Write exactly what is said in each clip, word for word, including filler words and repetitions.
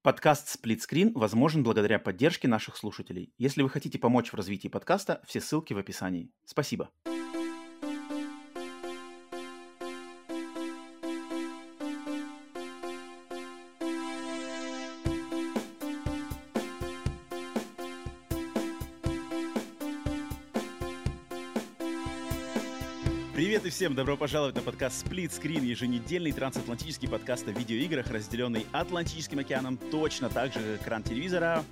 Подкаст «Сплитскрин» возможен благодаря поддержке наших слушателей. Если вы хотите помочь в развитии подкаста, все ссылки в описании. Спасибо. Привет и всем! Добро пожаловать на подкаст Split Screen, еженедельный трансатлантический подкаст о видеоиграх, разделенный Атлантическим океаном точно так же, как экран телевизора,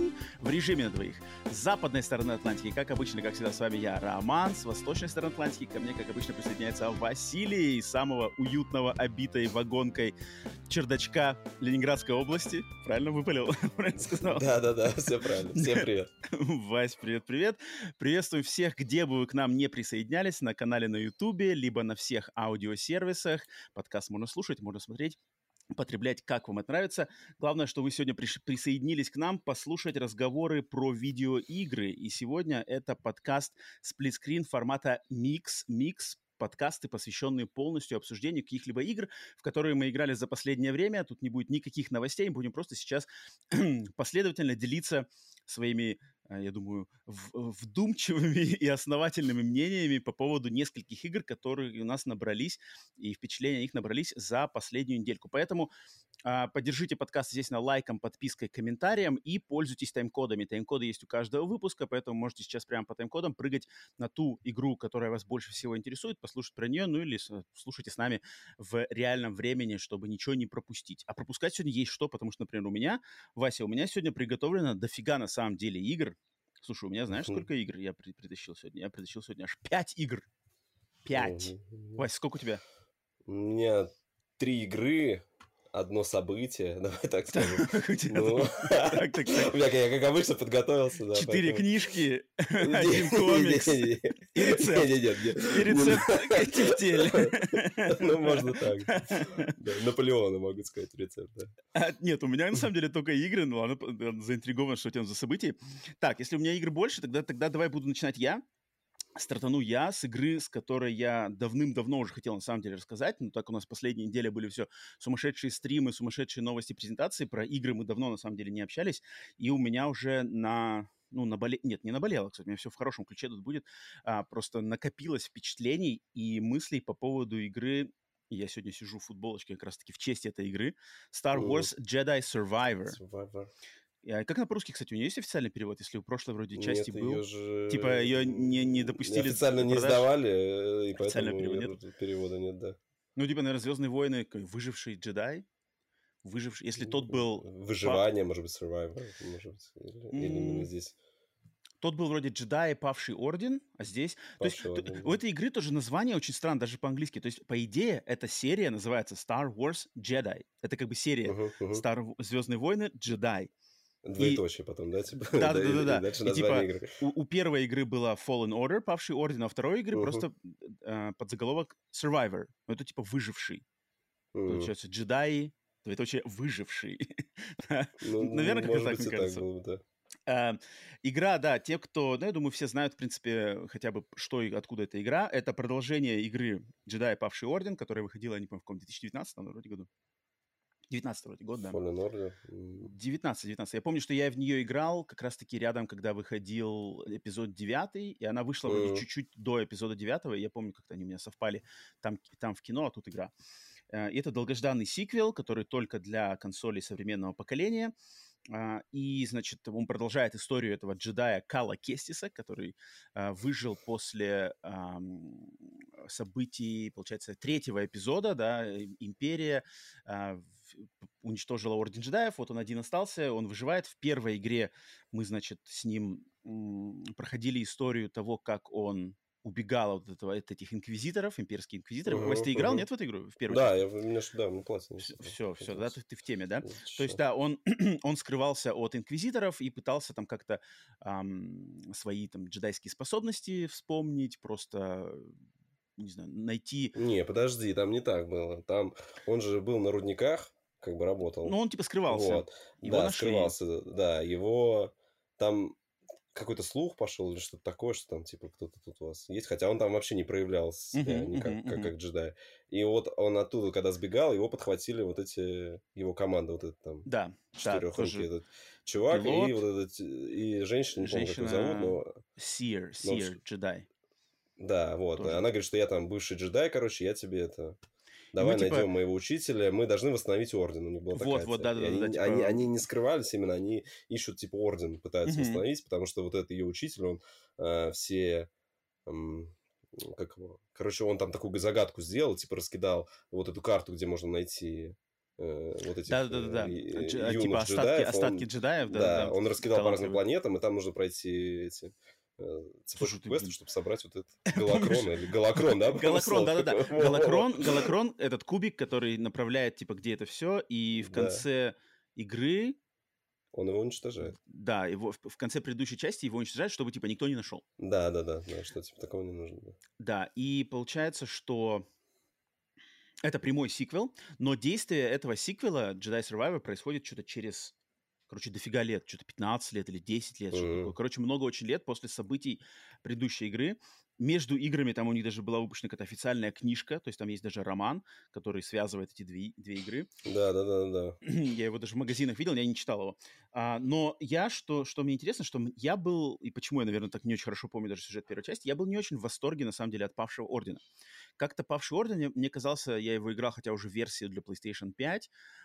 в режиме на двоих. С западной стороны Атлантики, как обычно, как всегда, с вами я, Роман. С восточной стороны Атлантики ко мне, как обычно, присоединяется Василий из самого уютного, обитой вагонкой чердачка Ленинградской области. Правильно выпалил? Правильно сказал? Да-да-да, все правильно. Всем привет. Вась, привет-привет. Приветствуем всех, где бы вы к нам не присоединялись, на канале на Ютубе, либо на всех аудиосервисах. Подкаст можно слушать, можно смотреть, потреблять, как вам это нравится. Главное, что вы сегодня приш- присоединились к нам послушать разговоры про видеоигры. И сегодня это подкаст Split Screen формата Mix, Mix, подкасты, посвященные полностью обсуждению каких-либо игр, в которые мы играли за последнее время. Тут не будет никаких новостей, мы будем просто сейчас последовательно делиться своими, я думаю, вдумчивыми и основательными мнениями по поводу нескольких игр, которые у нас набрались, и впечатления о них набрались за последнюю недельку. Поэтому а, поддержите подкаст, естественно, лайком, подпиской, комментарием и пользуйтесь тайм-кодами. Тайм-коды есть у каждого выпуска, поэтому можете сейчас прямо по тайм-кодам прыгать на ту игру, которая вас больше всего интересует, послушать про нее, ну или слушайте с нами в реальном времени, чтобы ничего не пропустить. А пропускать сегодня есть что, потому что, например, у меня, Вася, у меня сегодня приготовлено дофига на самом деле игр. Слушай, у меня знаешь, uh-huh. сколько игр я при- притащил сегодня? Я притащил сегодня аж пять игр. Пять. Uh-huh. Вася, сколько у тебя? У меня три игры, одно событие, давай так скажем. У меня, я как обычно подготовился. Четыре книжки, один комикс и рецепт. И рецепт тефтель. Ну, можно так. Наполеона, могу сказать, рецепт, да. Нет, у меня на самом деле только игры, но она заинтригована, что у тебя за события. Так, если у меня игр больше, тогда давай буду начинать я. Стартану я с игры, с которой я давным-давно уже хотел на самом деле рассказать, но так у нас последние недели были все сумасшедшие стримы, сумасшедшие новости, презентации. Про игры мы давно на самом деле не общались, и у меня уже на... Ну, наболе... Нет, не наболело, кстати, у меня все в хорошем ключе тут будет. А, просто накопилось впечатлений и мыслей по поводу игры. Я сегодня сижу в футболочке как раз-таки в честь этой игры. Star Wars Jedi Survivor. Survivor. А как она по-русски, кстати, у нее есть официальный перевод, если у прошлой вроде части нет, был? Ее же... Типа ее не, не допустили... Официально не сдавали, и поэтому перевод нет? перевода нет, да. Ну, типа, наверное, «Звездные войны», выживший джедай, выживший... Если тот был... Выживание, может быть, Survivor, может быть, или, mm. или именно здесь... Тот был вроде джедай, павший орден, а здесь... Павший то есть, орден, то, у этой игры тоже название очень странно, даже по-английски. То есть, по идее, эта серия называется Star Wars Jedi. Это как бы серия uh-huh, uh-huh. Star... «Звездные войны», джедай. Двоеточие и... потом, да? Типа? Да, да, да, да, да. И дальше и, название типа, игры. У, у первой игры была Fallen Order, павший орден, а у второй игры uh-huh. просто э, подзаголовок Survivor. Ну, это типа выживший. Uh-huh. Получается, джедаи, двоеточие выживший. Ну, наверное, как-то так, быть, мне кажется. Так было бы, да. Uh, игра, да, те, кто, ну, я думаю, все знают, в принципе, хотя бы, что и откуда эта игра. Это продолжение игры «Джедай. Павший орден», которая выходила, я не помню, в каком две тысячи девятнадцатом, вроде, году. девятнадцатый вроде год, да. Fallen Order. девятнадцатый, девятнадцатый. Я помню, что я в нее играл как раз-таки рядом, когда выходил эпизод девятый, и она вышла вроде mm. чуть-чуть до эпизода девятого, и я помню, как-то они у меня совпали там, там в кино, а тут игра. И это долгожданный сиквел, который только для консолей современного поколения. Uh, и, значит, он продолжает историю этого джедая Кала Кестиса, который uh, выжил после um, событий, получается, третьего эпизода, да, Империя uh, уничтожила Орден джедаев, вот он один остался, он выживает. В первой игре мы, значит, с ним м- проходили историю того, как он убегал от, этого, от этих инквизиторов, имперские инквизиторы. Uh-huh, Вась, ты играл, uh-huh. нет, в эту игру? В первую да, часть? я, у меня, да, ну, классно. Все, все, все, да, ты, ты в теме, да? Лучше. То есть, да, он, он скрывался от инквизиторов и пытался там как-то эм, свои там джедайские способности вспомнить, просто, не знаю, найти... Не, подожди, там не так было. Там он же был на рудниках, как бы работал. Ну, он типа скрывался. Вот. Его да, нашли. скрывался, да, его там... какой-то слух пошел или что-то такое, что там, типа, кто-то тут у вас есть. Хотя он там вообще не проявлял себя Мгм, никак, мгм, как, мгм. как джедай. И вот он оттуда, когда сбегал, его подхватили вот эти, его команда, вот этот там Да, да, четырехрукий тоже этот чувак, и вот пилот, этот, и женщина, не помню, как ее зовут, женщина, но, Seer, но в- Seer, джедай да, вот. тоже. Она говорит, что я там бывший джедай, короче, я тебе это... И мы Давай типа, найдем моего учителя, мы должны восстановить орден. У них была вот, такая вот, цель. И да-да-да-да, они, типа, они, они м, не скрывались именно, они ищут, типа, орден, пытаются мгм. восстановить, потому что вот этот ее учитель, он э, все... м, как его? Короче, он там такую загадку сделал, типа, раскидал вот эту карту, где можно найти э, вот этих э, Да-да-да-да, дж- и- а, типа юных остатки, джедаев. остатки Он, джедаев, да, да-да-да, он в раскидал по разным талантливых. планетам, и там нужно пройти эти э, Слушай, цепочку ты, квестов, блин, чтобы собрать вот этот помнишь? галакрон, или галакрон, да, по-моему, Галакрон, слово да-да-да. такое. Во-во-во. Галакрон, Галакрон, этот кубик, который направляет, типа, где это все, и в Да, конце игры, он его уничтожает. да, его в, в конце предыдущей части его уничтожают, чтобы, типа, никто не нашел. Да, да, да, да, что типа такого не нужно. Да. Да, и получается, что это прямой сиквел, но действие этого сиквела Jedi Survivor происходит что-то через, короче, дофига лет, что-то пятнадцать лет или десять лет, что-то такое. Мгм. Короче, много очень лет после событий предыдущей игры. Между играми там у них даже была выпущена какая-то официальная книжка, то есть там есть даже роман, который связывает эти две, две игры. Да, да, да, да. Я его даже в магазинах видел, я не читал его. А, но я, что, что мне интересно, что м- я был, и почему я, наверное, так не очень хорошо помню даже сюжет первой части, я был не очень в восторге, на самом деле, от «Павшего Ордена». Как-то «Павший Орден», мне, мне казался, я его играл, хотя уже версию для PlayStation пять,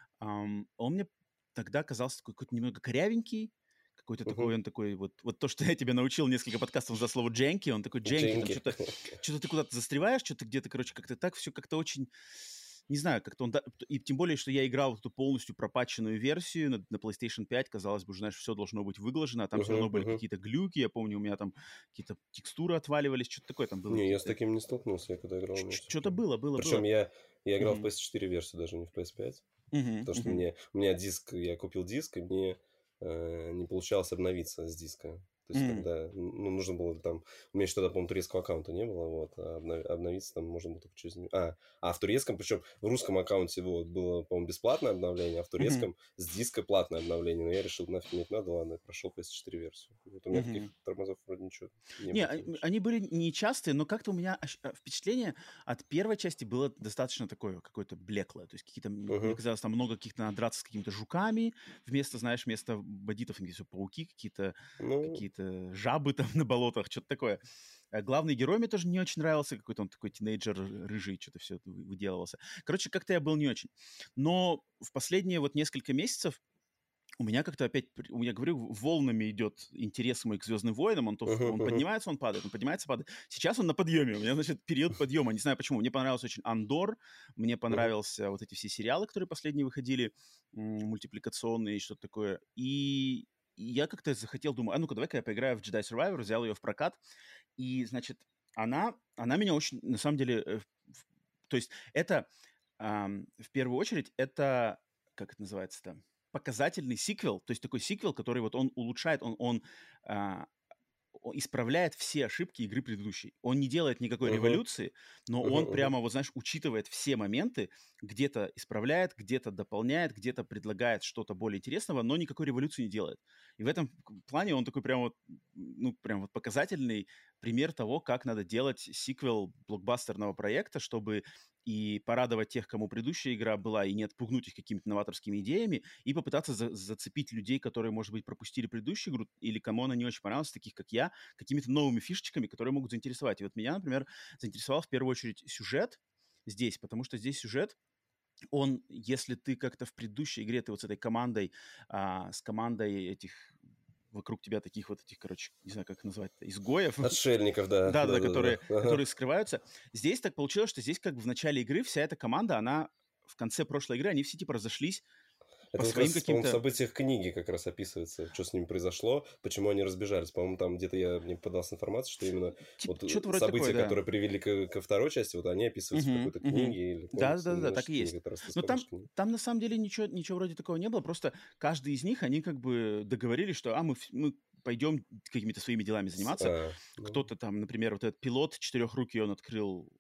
ам, он мне тогда казался такой какой-то немного корявенький, какой-то такой, Мгм. он такой, вот, вот то, что я тебя научил несколько подкастов за слово «дженки», он такой «дженки», там Джинки. что-то что-то ты куда-то застреваешь, что-то где-то, короче, как-то так, все как-то очень, не знаю, как-то он, да- и тем более, что я играл в эту полностью пропатченную версию на, на PlayStation пять, казалось бы, уже, знаешь, все должно быть выглажено, а там все равно Мгм, были мгм. какие-то глюки, я помню, у меня там какие-то текстуры отваливались, что-то такое там было, Не, я с какие-то, таким не столкнулся, я когда играл, у меня все что-то прям... было, было, Причем было. я, я играл в Мгм. пи эс четыре версию, даже не в пи эс пять. Мгм, Потому что мгм. мне, у меня диск, я купил диск, и мне э, не получалось обновиться с диска. То есть, Мгм. когда, ну, нужно было там... У меня еще тогда, по-моему, турецкого аккаунта не было, вот, а обнов- обновиться там можно было только через... него. А, а в турецком, причем в русском аккаунте вот, было, по-моему, бесплатное обновление, а в Мгм. турецком с диска платное обновление. Но я решил, нафиг мне это надо, ладно, я прошел пи эс четыре версию. Вот у меня таких Мгм. тормозов вроде ничего не Не, было а- раньше. они были нечастые, но как-то у меня ощ- а, впечатление от первой части было достаточно такое, какое-то блеклое. То есть какие-то, м, мне Угу. казалось, там много каких-то надо драться с какими-то жуками, вместо, знаешь, вместо бандитов там все пауки, какие-то Ну, какие-то жабы там на болотах, что-то такое. А главный герой мне тоже не очень нравился, какой-то он такой тинейджер рыжий, что-то все это вы- выделывался. Короче, как-то я был не очень. Но в последние вот несколько месяцев у меня как-то опять, при- у меня, говорю, волнами идет интерес мой к «Звездным войнам». Он, то, в- угу, он угу, поднимается, он падает, он поднимается, падает. Сейчас он на подъеме. У меня, значит, период подъема. Не знаю почему. Мне понравился очень «Андор». Мне угу. понравился вот эти все сериалы, которые последние выходили, м, мультипликационные и что-то такое. И и я как-то захотел, думаю, а ну-ка, давай-ка я поиграю в Jedi Survivor, взял ее в прокат. И, значит, она, она меня очень, на самом деле, э, в- в- то есть это, ам, в первую очередь, это, как это называется-то, показательный сиквел, то есть такой сиквел, который вот он улучшает, он, он а, о- исправляет все ошибки игры предыдущей. Он не делает никакой Угу, революции, но угу, он угу. прямо, вот знаешь, учитывает все моменты, где-то исправляет, где-то дополняет, где-то предлагает что-то более интересного, но никакой революции не делает. И в этом к- плане он такой прям вот, ну, прям вот показательный пример того, как надо делать сиквел блокбастерного проекта, чтобы и порадовать тех, кому предыдущая игра была, и не отпугнуть их какими-то новаторскими идеями, и попытаться за- зацепить людей, которые, может быть, пропустили предыдущую игру, или кому она не очень понравилась, таких как я, какими-то новыми фишечками, которые могут заинтересовать. И вот меня, например, заинтересовал в первую очередь сюжет здесь, потому что здесь сюжет, он, если ты как-то в предыдущей игре, ты вот с этой командой, а, с командой этих вокруг тебя таких вот этих, короче, не знаю, как их назвать, изгоев, Отшельников, да, да-да-да, да-да-да. которые, Ага. которые скрываются. Здесь так получилось, что здесь как бы в начале игры вся эта команда, она в конце прошлой игры, они все типа разошлись по Это вот как своим раз, по-моему, в каким-то... событиях книги как раз описывается, что с ними произошло, почему они разбежались. По-моему, там где-то я мне подалась информация, что именно Типа, вот э, что-то вроде такое, события, да. которые привели ко, ко второй части, вот они описываются в Мгм, какой-то мгм. книге или комиксе. Ну, Да-да-да, так значит, и книга, есть. это раз ты Но там вспомнишь книгу. там на самом деле ничего ничего вроде такого не было. Просто каждый из них, они как бы договорились, что, а, мы вс мы пойдем какими-то своими делами С- заниматься. а, ну, Кто-то там, например, вот этот пилот четырехрукий, он открыл,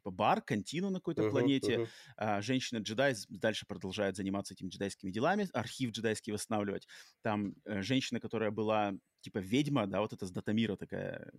типа бар, контину на какой-то Мгм, планете. мгм. А, женщина-джедай с- дальше продолжает заниматься этими джедайскими делами, архив джедайский восстанавливать. Там э, женщина, которая была типа ведьма, да, вот эта с Датамира такая,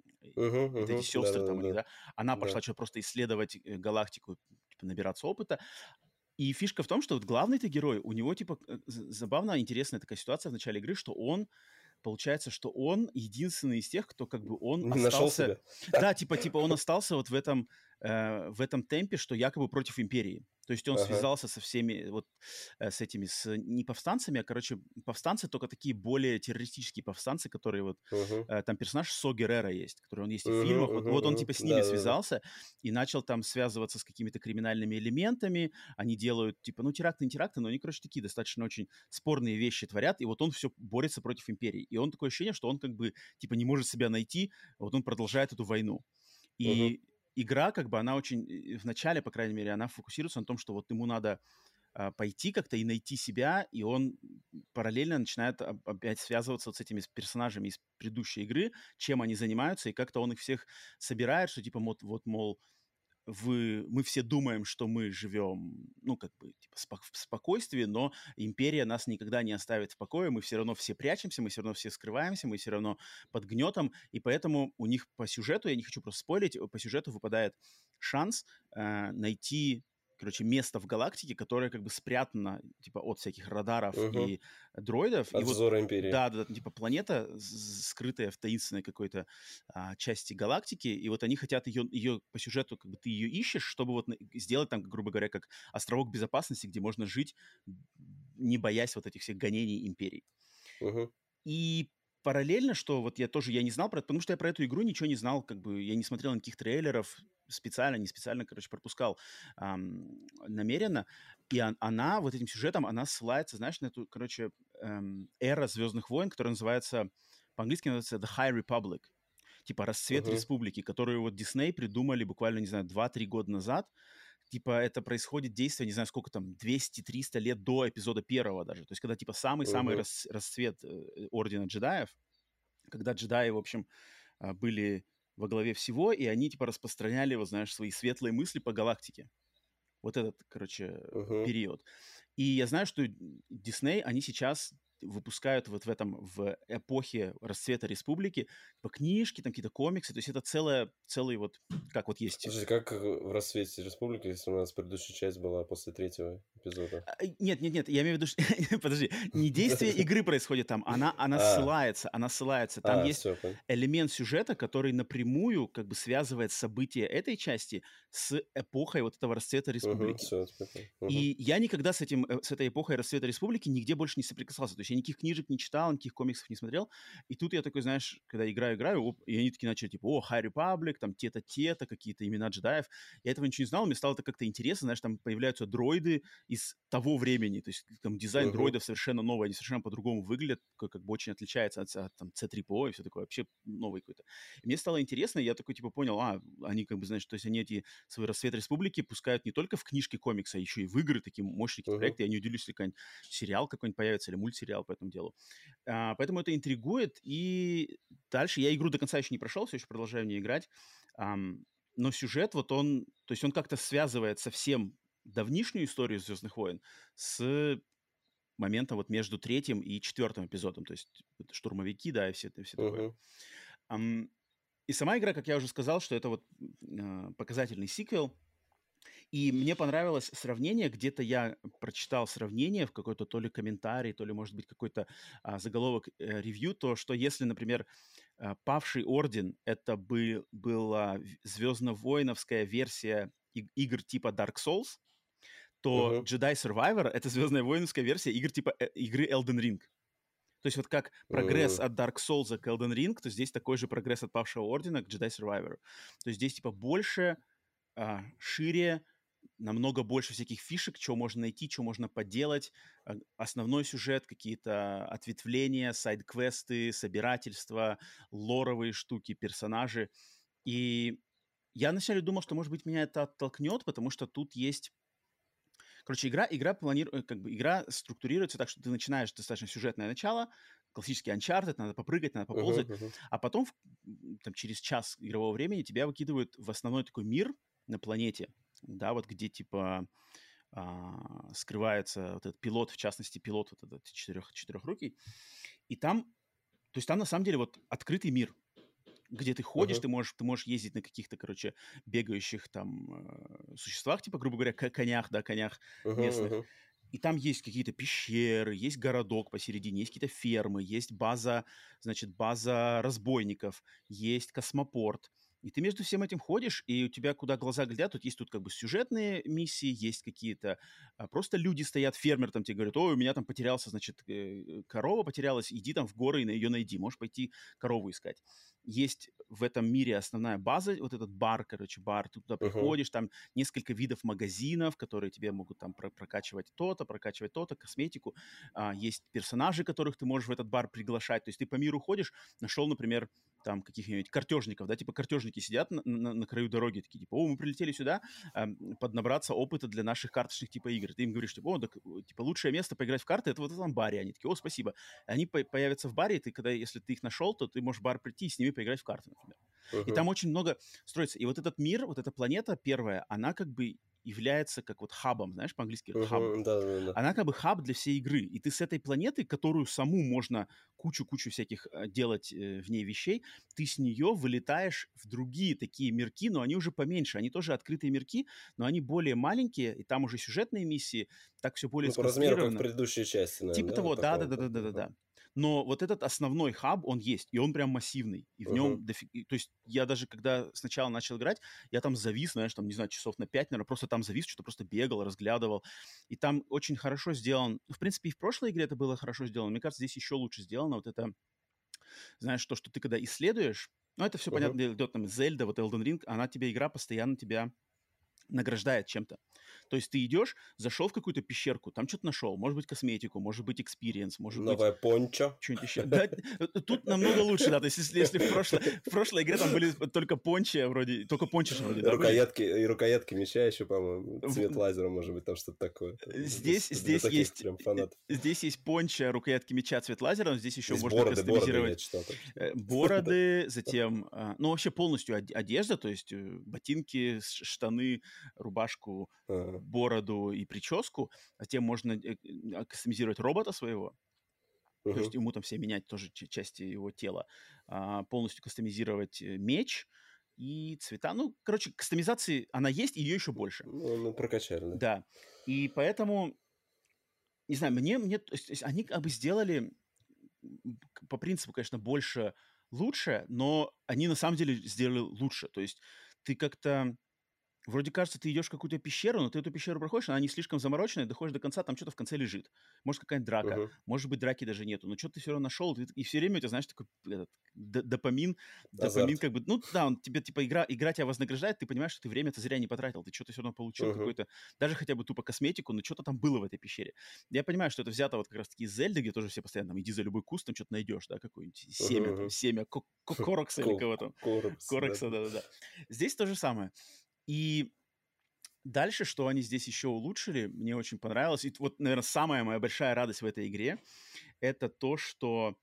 и Мгм, вот эти мгм. сестры там у них, Да-да-да-да. да, она Да. пошла что просто исследовать э, галактику, типа, набираться опыта. И фишка в том, что вот главный-то герой, у него, типа, э, з- забавно интересная такая ситуация в начале игры, что он, получается, что он единственный из тех, кто как бы он Не нашел остался, себя? да, типа, типа он остался вот в этом, э, в этом темпе, что якобы против империи. То есть он Ага. связался со всеми, вот, э, с этими, с не повстанцами, а, короче, повстанцы только такие более террористические повстанцы, которые вот, Мгм. э, там персонаж Со Геррера есть, который он есть и в Мгм, фильмах, вот, мгм, вот он мгм. типа с ними Да-да-да. связался и начал там связываться с какими-то криминальными элементами, они делают, типа, ну, теракты, не теракты, но они, короче, такие достаточно очень спорные вещи творят, и вот он все борется против империи. И он такое ощущение, что он как бы, типа, не может себя найти, вот он продолжает эту войну. Мгм. И игра, как бы, она очень, э, в начале, по крайней мере, она фокусируется на том, что вот ему надо а, пойти как-то и найти себя, и он параллельно начинает об- опять связываться вот с этими с персонажами из предыдущей игры, чем они занимаются, и как-то он их всех собирает, что типа вот, вот мол, вы, мы все думаем, что мы живем, ну, как бы, типа, спок- в спокойствии, но империя нас никогда не оставит в покое, мы все равно все прячемся, мы все равно все скрываемся, мы все равно под гнетом, и поэтому у них по сюжету, я не хочу просто спойлерить, по сюжету выпадает шанс э, найти, короче, место в галактике, которое как бы спрятано, типа, от всяких радаров Мгм. и дроидов, и От вот взора империи. да, да, да, типа планета, с- скрытая в таинственной какой-то а, части галактики, и вот они хотят ее, ее по сюжету, как бы ты ее ищешь, чтобы вот на- сделать там, грубо говоря, как островок безопасности, где можно жить, не боясь вот этих всех гонений империй. Мгм. И параллельно, что вот я тоже, я не знал про это, потому что я про эту игру ничего не знал, как бы я не смотрел никаких трейлеров, специально, не специально, короче, пропускал ам, намеренно. И он- она вот этим сюжетом, она ссылается, знаешь, на эту, короче, эм, эра Звездных войн, которая называется, по-английски называется The High Republic, типа «Расцвет Мгм. республики», которую вот Дисней придумали буквально, не знаю, два-три года назад. Типа это происходит действие, не знаю, сколько там, двести-триста лет до эпизода первого даже. То есть когда типа самый-самый Мгм. рас- расцвет э, Ордена джедаев, когда джедаи, в общем, а, были во главе всего, и они типа распространяли, вот знаешь, свои светлые мысли по галактике. Вот этот, короче, Мгм. период. И я знаю, что Дисней, они сейчас выпускают вот в этом, в эпохе расцвета республики, по книжки, там какие-то комиксы, то есть это целое, целый вот, как вот есть. Слушай, как э, в «Рассвете Республики», если у нас предыдущая часть была после третьего эпизода? А, э, Нет, нет, нет, я имею в виду, что... Подожди, не действие игры происходит там, она, она А, ссылается, она ссылается. Там а, есть все, понял. элемент сюжета, который напрямую как бы связывает события этой части с эпохой вот этого расцвета Угу, республики. все, теперь понял. Мгм. И я никогда с этим, э, с этой эпохой расцвета республики нигде больше не соприкасался. То есть я никаких книжек не читал, никаких комиксов не смотрел. И тут я такой, знаешь, когда играю, играю, оп, и они такие начали, типа, о, High Republic, там, те-то-те-то, какие-то имена джедаев. Я этого ничего не знал, мне стало это как-то интересно, знаешь, там появляются дроиды из того времени, то есть там дизайн Мгм. дроидов совершенно новый, они совершенно по-другому выглядят, как, как бы очень отличается от, от там, си три пи о и все такое, вообще новый какой-то. И мне стало интересно, и я такой, типа, понял, а, они как бы, знаешь, то есть они эти свой рассвет республики пускают не только в книжки комикса, а еще и в игры, такие мощные какие-то Мгм. проекты. Я не удивлюсь, если какой-нибудь сериал какой-нибудь появится или мультсериал по этому делу. А, поэтому это интригует. И дальше я игру до конца еще не прошел, все еще продолжаю в нее играть. Ам, но сюжет, вот он, то есть он как-то связывает совсем давнишнюю историю «Звездных войн» с момента вот между третьим и четвертым эпизодом, то есть это штурмовики, да, и все, и все такое. Мгм. Ам, и сама игра, как я уже сказал, что это вот а, показательный сиквел, и мне понравилось сравнение, где-то я прочитал сравнение в какой-то то ли комментарий, то ли, может быть, какой-то а, заголовок э, ревью, то, что если, например, а, «Павший Орден» — это бы, была в- звездно-воиновская версия и- игр типа Dark Souls, то Мгм. Jedi Survivor — это звездная воиновская версия игр типа э, игры Elden Ring. То есть вот как прогресс М. от Dark Souls к Elden Ring, то здесь такой же прогресс от Павшего Ордена к Jedi Survivor. То есть здесь типа больше, а, шире, намного больше всяких фишек, чего можно найти, чего можно поделать. А, Основной сюжет, какие-то ответвления, сайд-квесты, собирательства, лоровые штуки, персонажи. И я вначале думал, что, может быть, меня это оттолкнет, потому что тут есть... Короче, игра, игра планирует, как бы игра структурируется так, что ты начинаешь достаточно сюжетное начало, классический Uncharted, надо попрыгать, надо Мгм. поползать, Мгм. а потом в- м, там, через час игрового времени тебя выкидывают в основной такой мир, на планете, да, вот где типа а, скрывается вот этот пилот, в частности, пилот вот этот четырех, четырехрукий. И там, то есть там на самом деле вот открытый мир, где ты ходишь, Мгм. ты можешь, ты можешь ездить на каких-то, короче, бегающих там э, существах, типа, грубо говоря, к- конях, да, конях Мгм. местных. Мгм. И там есть какие-то пещеры, есть городок посередине, есть какие-то фермы, есть база, значит, база разбойников, есть космопорт. И ты между всем этим ходишь, и у тебя куда глаза глядят, тут есть тут как бы сюжетные миссии, есть какие-то а, просто люди стоят, фермер там тебе говорит, ой, у меня там потерялся, значит, э, корова потерялась, иди там в горы и ее найди, можешь пойти корову искать. Есть в этом мире основная база, вот этот бар, короче, бар, ты туда Мгм. приходишь, там несколько видов магазинов, которые тебе могут там про- прокачивать то-то, прокачивать то-то, косметику. А, есть персонажи, которых ты можешь в этот бар приглашать. То есть ты по миру ходишь, нашел, например, там каких-нибудь картежников, да, типа картежники сидят на, на- на краю дороги, такие, типа, о, мы прилетели сюда эм, поднабраться опыта для наших карточных типа игр. Ты им говоришь, типа, о, так, э, типа, лучшее место поиграть в карты — это вот в этом баре. Они такие, о, спасибо. Они по- появятся в баре, и ты, когда, если ты их нашел, то ты можешь в бар прийти и с ними поиграть в карты, например. И Мгм. там очень много строится. И вот этот мир, вот эта планета первая, она как бы является как вот хабом, знаешь, по-английски говорят хаб. Мгм. Да-да-да. Она как бы хаб для всей игры. И ты с этой планеты, которую саму можно кучу-кучу всяких э, делать э, в ней вещей, ты с нее вылетаешь в другие такие мирки, но они уже поменьше. Они тоже открытые мирки, но они более маленькие, и там уже сюжетные миссии, так все более Ну, по размеру, как в сконцентрировано. предыдущей части, Типа наверное, да? того, Вот такая вот. да-да-да-да-да-да. Ага. Но вот этот основной хаб, он есть, и он прям массивный. И в Мгм. нем дофиг... и, то есть я даже, когда сначала начал играть, я там завис, знаешь, там, не знаю, часов на пять, наверное, просто там завис, что-то просто бегал, разглядывал. И там очень хорошо сделан... В принципе, и в прошлой игре это было хорошо сделано. Мне кажется, здесь еще лучше сделано. Вот это, знаешь, то, что ты когда исследуешь, ну, это все, Мгм. понятно, идет там Зельда, вот Elden Ring, она тебе, игра постоянно тебя награждает чем-то. То есть ты идешь, зашел в какую-то пещерку, там что-то нашел. Может быть, косметику, может быть, экспириенс, может быть, Новая пончо. что-нибудь еще. Да, э, тут намного лучше, да. То есть если, если в, прошлой, в прошлой игре там были только пончи вроде, только пончи же вроде, да, были? Рукоятки, и рукоятки меча еще, по-моему, цвет В- лазера, может быть, там что-то такое. Для, Здесь, для здесь таких есть... прям э, фанатов. Здесь есть понча, рукоятки меча, цвет лазера, но здесь еще Есть можно бороды, бороды я кастомизировать читал там. Что... э, Да. бороды, затем, а, ну, вообще полностью од- одежда, то есть э, ботинки, ш- штаны, рубашку, Ага. бороду и прическу. Затем можно э, э, кастомизировать робота своего, то есть Мгм. ему там все менять тоже ч- части его тела, а, полностью кастомизировать э, меч и цвета. Ну, короче, кастомизации она есть, и ее еще больше. Ну, ну, прокачали, да. Да. И поэтому, не знаю, мне, мне, то есть, то есть они как бы сделали м, к- по принципу, конечно, больше лучше, но они на самом деле сделали лучше. То есть ты как-то вроде кажется, ты идешь в какую-то пещеру, но ты эту пещеру проходишь, она не слишком замороченная, доходишь до конца, там что-то в конце лежит. Может, какая-нибудь драка, Мгм. может быть, драки даже нету, но что-то ты все равно нашел, и, и все время у тебя, знаешь, такой этот, д- допамин, допамин Азарт. как бы, ну да, он тебе, типа, игра, игра тебя вознаграждает, ты понимаешь, что ты время-то зря не потратил, ты что-то все равно получил, Мгм. какой-то, даже хотя бы тупо косметику, но что-то там было в этой пещере. Я понимаю, что это взято вот как раз-таки из Зельды, где тоже все постоянно там, иди за любой куст, там что-то найдешь, да, какое-нибудь Мгм. семя, там, Мгм. семя ко- ко- Корокса или Ко- кого там, Корпус, Корокса, да-да. да-да-да. Здесь то же самое. И дальше, что они здесь еще улучшили, мне очень понравилось. И вот, наверное, самая моя большая радость в этой игре — это то, что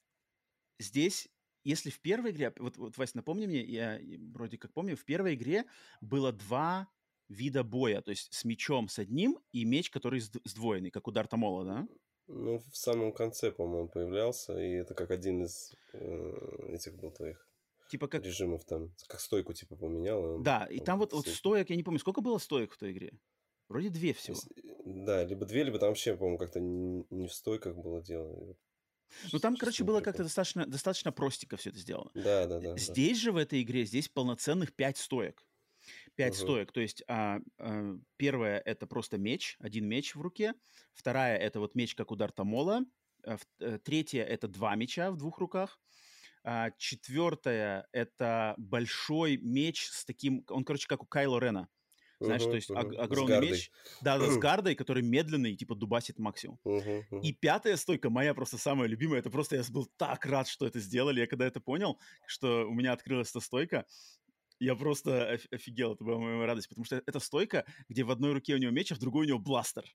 здесь, если в первой игре, вот, вот Вась, напомни мне, я и вроде как помню, в первой игре было два вида боя, то есть с мечом с одним и меч, который сд- сдвоенный, как у Дарта Мола, да? Ну, в самом конце, по-моему, появлялся, и это как один из э, этих был твоих Типа как... режимов там, как стойку типа поменял, и он Да, и там там вот, как-то вот сильно. стоек, я не помню, сколько было стоек в той игре? Вроде две всего. Если- Да, либо две, либо там вообще, по-моему, как-то не, не в стойках было дело. Я Ну, ч- там, чисто короче, не было как-то припомню. достаточно, достаточно простенько все это сделано. Да, да, да, да. Здесь же, в этой игре, здесь полноценных пять стоек. Пять Угу, стоек. То есть а, а, первая — это просто меч, один меч в руке. Вторая — это вот меч, как у Дарта Мола. А, в- э, Третья — это два меча в двух руках. А, четвертая — это большой меч с таким... Он, короче, как у Кайло Рена. Знаешь, то угу, есть ог- угу. С огромный гардой. меч, да-да, с гардой, который медленный, типа дубасит максимум. Угу, И угу. пятая стойка, моя просто самая любимая, это просто я был так рад, что это сделали. Я когда это понял, что у меня открылась эта стойка, я просто оф- офигел, это была моя радость, потому что это стойка, где в одной руке у него меч, а в другой у него бластер.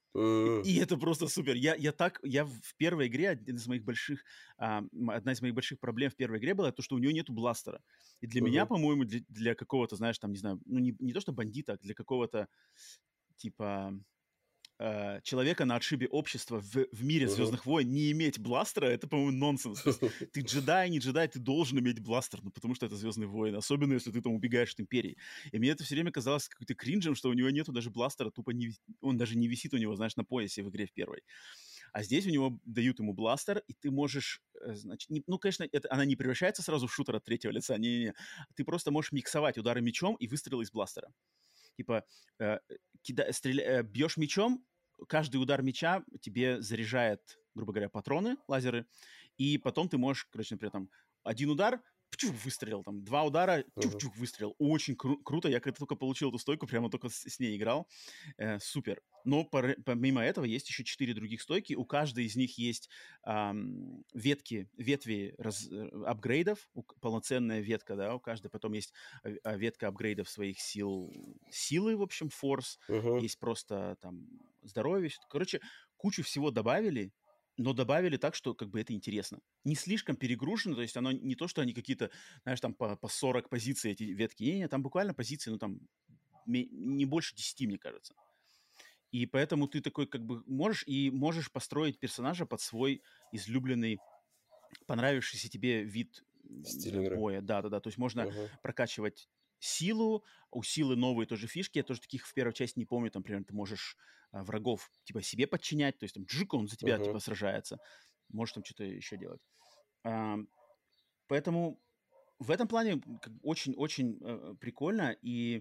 М. И это просто супер. Я, я так, я в первой игре, один из моих больших, а, м, одна из моих больших проблем в первой игре была то, что у нее нету бластера. И для меня, Мгм. по-моему, для, для какого-то, знаешь, там, не знаю, ну не, не то что бандита, а для какого-то, типа, э, человека на отшибе общества в, в мире Мгм. Звездных войн не иметь бластера, это, по-моему, нонсенс. То есть ты джедай, не джедай, ты должен иметь бластер, ну потому что это Звездные войны, особенно если ты там убегаешь от Империи. И мне это все время казалось какой-то кринжем, что у него нету даже бластера, тупо не, вис- он даже не висит у него, знаешь, на поясе в игре в первой. А здесь у него дают ему бластер, и ты можешь, э, значит, не- ну, конечно, это, она не превращается сразу в шутер от третьего лица, не-не-не. Ты просто можешь миксовать удары мечом и выстрелы из бластера. Типа, э, кида, стреля, э, бьешь мечом, каждый удар меча тебе заряжает, грубо говоря, патроны, лазеры, и потом ты можешь, короче, например, там, один удар, пчух, выстрелил, там, два удара, Мгм. чух-чух, выстрелил. Очень кру- круто, я когда только получил эту стойку, прямо только с, с ней играл, Э, супер. Но пор- помимо этого есть еще четыре других стойки, у каждой из них есть ам, ветки, ветви раз- э, апгрейдов, у к- полноценная ветка, да, у каждой потом есть а, а, ветка апгрейдов своих сил, силы, в общем, форс, Мгм. есть просто там здоровье. всё- Короче, кучу всего добавили, но добавили так, что как бы это интересно. Не слишком перегружено, то есть оно не то, что они какие-то, знаешь, там по, по сорок позиций эти ветки. Не-не, там буквально позиции, ну там ме- не больше десяти, мне кажется. И поэтому ты такой как бы можешь и можешь построить персонажа под свой излюбленный, понравившийся тебе вид Стиль м, игры. боя. Да-да-да, то есть можно Мгм. прокачивать силу, у силы новые тоже фишки. Я тоже таких в первой части не помню. Там, например, ты можешь а, врагов типа себе подчинять, то есть там джик, он за тебя Мгм. типа сражается. Можешь там что-то еще делать. А, поэтому в этом плане как бы очень-очень э, прикольно. И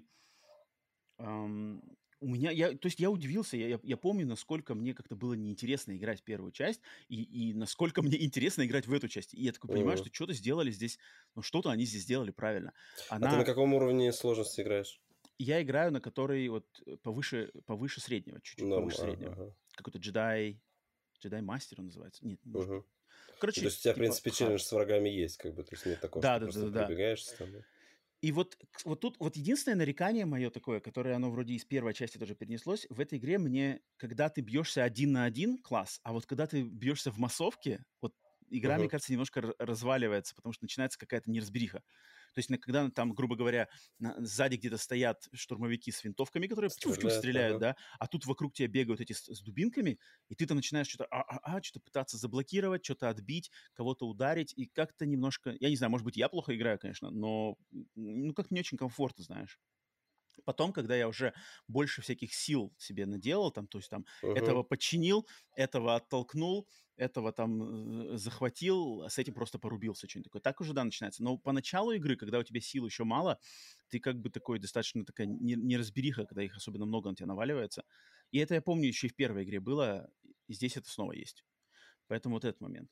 Ам, у меня, я, то есть я удивился, я, я, я помню, насколько мне как-то было неинтересно играть в первую часть, и, и насколько мне интересно играть в эту часть. И я такой понимаю, М. что что-то сделали здесь, ну что-то они здесь сделали правильно. А ты на Она, каком уровне сложности играешь? я играю на которой вот э, повыше, повыше среднего, чуть-чуть Норм. повыше А, среднего. ага. Какой-то джедай, джедай мастер он называется. Нет, может быть. Мгм. Ну, то Короче, есть у тебя, в типа принципе, хард. челлендж с врагами есть, как бы, то есть нет такого, что Да, ты да, да, просто да, да. перебегаешься там. И вот, к- вот тут вот единственное нарекание мое такое, которое оно вроде из первой части тоже перенеслось, в этой игре мне, когда ты бьешься один на один, класс, а вот когда ты бьешься в массовке, вот игра, мне Мгм. кажется, немножко р- разваливается, потому что начинается какая-то неразбериха. То есть на- когда там, грубо говоря, на- сзади где-то стоят штурмовики с винтовками, которые птюх-птюх Стреляет, стреляют, ага. да, а тут вокруг тебя бегают эти с, с дубинками, и ты там начинаешь что-то, а-а-а, что-то пытаться заблокировать, что-то отбить, кого-то ударить, и как-то немножко, я не знаю, может быть, я плохо играю, конечно, но ну, как не очень комфортно, знаешь. Потом, когда я уже больше всяких сил себе наделал, там, то есть там этого Мгм. подчинил, этого оттолкнул, этого там э, захватил, а с этим просто порубился, что-нибудь такое. Так уже, да, начинается. Но по началу игры, когда у тебя сил еще мало, ты как бы такой достаточно такая не- неразбериха, когда их особенно много на тебя наваливается. И это я помню еще и в первой игре было, и здесь это снова есть. Поэтому вот этот момент.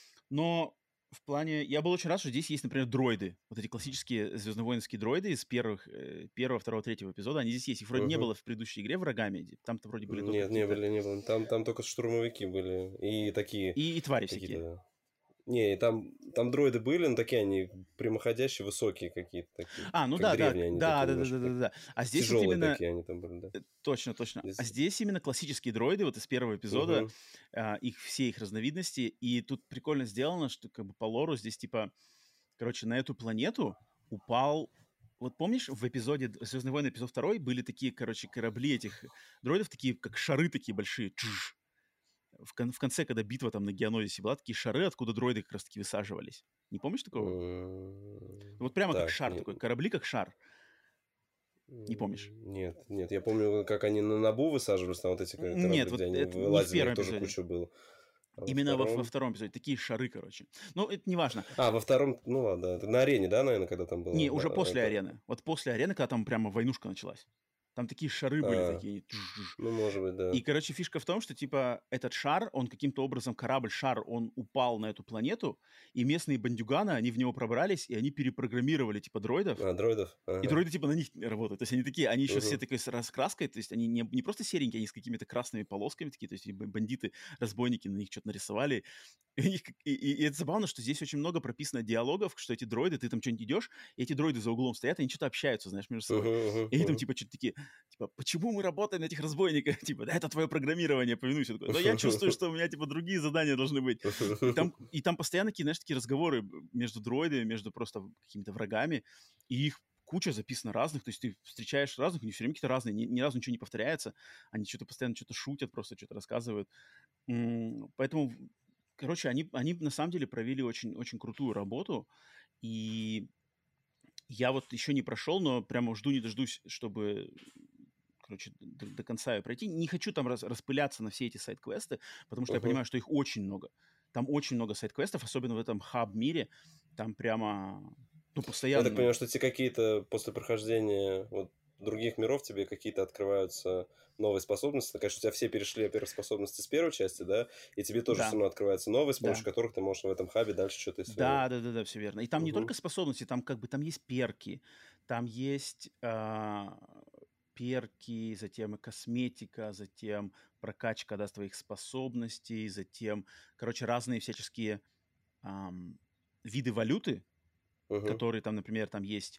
Но в плане... Я был очень рад, что здесь есть, например, дроиды. Вот эти классические звездновоинские дроиды из первых, э, первого, второго, третьего эпизода. Они здесь есть. Их вроде не Мгм. было в предыдущей игре врагами. Там-то вроде были только Нет, не какие-то... были, не было. Там, там только штурмовики были. И такие И, и твари всякие. какие-то. Не, и там, там дроиды были, но такие они прямоходящие, высокие какие-то такие. А, ну Как да, да, древние они да, такие да, да, да, немножко. да, Так. да. А здесь вот Тяжелые именно... такие они там были, да. э, Точно, точно. А Здесь- здесь именно классические дроиды, вот из первого эпизода, Мгм. а, их, все их разновидности. И тут прикольно сделано, что как бы по лору здесь типа... Короче, на эту планету упал... Вот помнишь, в эпизоде «Звездные войны» эпизод второй были такие, короче, корабли этих дроидов, такие, как шары такие большие. Чж. В, кон- в конце, когда битва там на Геонозисе была, такие шары, откуда дроиды как раз-таки высаживались. Не помнишь такого? М. Вот прямо как Так, шар нет. такой, корабли как шар. Не помнишь? М, Нет, нет, я помню, как они на Набу высаживались, там вот эти ка- Нет, корабли, вот где они это не в вылазили, их первом тоже эпизоде. куча было. А во Именно во, во втором... втором эпизоде. Такие шары, короче. Ну, это не важно. А, во втором, ну ладно, это на арене, да, наверное, когда там Не, было? На- уже после это... арены. Вот после арены, когда там прямо войнушка началась. Там такие шары были А, такие. Тж-ж-ж. ну, может быть, И, да. короче, фишка в том, что, типа, этот шар, он каким-то образом, корабль-шар, он упал на эту планету, и местные бандюганы, они в него пробрались, и они перепрограммировали, типа, дроидов, А, дроидов? и Ага. дроиды, типа, на них работают. То есть они такие, они еще все Мгм. такой с раскраской, то есть они не, не просто серенькие, они с какими-то красными полосками такие, то есть и б- бандиты, разбойники на них что-то нарисовали, И, и, и это забавно, что здесь очень много прописано диалогов, что эти дроиды, ты там что-нибудь идешь, и эти дроиды за углом стоят, и они что-то общаются, знаешь, между собой. Мгм, мгм, И они там мгм. типа что-то такие, типа, почему мы работаем на этих разбойниках? Типа, да это твое программирование, повинуйся. Такой, но я чувствую, что у меня типа другие задания должны быть. И там, и там постоянно такие, знаешь, такие разговоры между дроидами, между просто какими-то врагами, и их куча записано разных, то есть ты встречаешь разных, они все время какие-то разные, ни, ни разу ничего не повторяется, они что-то постоянно что-то шутят, просто что-то рассказывают. М, Поэтому, короче, они, они на самом деле провели очень, очень крутую работу, и я вот еще не прошел, но прямо жду не дождусь, чтобы, короче, до, до конца ее пройти. Не хочу там раз- распыляться на все эти сайд-квесты, потому что я Мгм. понимаю, что их очень много. Там очень много сайд-квестов, особенно в этом хаб-мире. Там прямо, ну, Я так постоянно. понимаю, что тебе какие-то после прохождения вот других миров тебе какие-то открываются новые способности. Так, конечно, у тебя все перешли, во-первых, способности с первой части, да, и тебе тоже все Да, равно открываются новые, с помощью да. которых ты можешь в этом хабе дальше что-то исследовать. Да, да, да, да, все верно. И там не Угу, только способности, там как бы там есть перки, там есть а, перки, затем и косметика, затем прокачка, да, твоих способностей, затем, короче, разные всяческие ам, виды валюты, угу, которые там, например, там есть.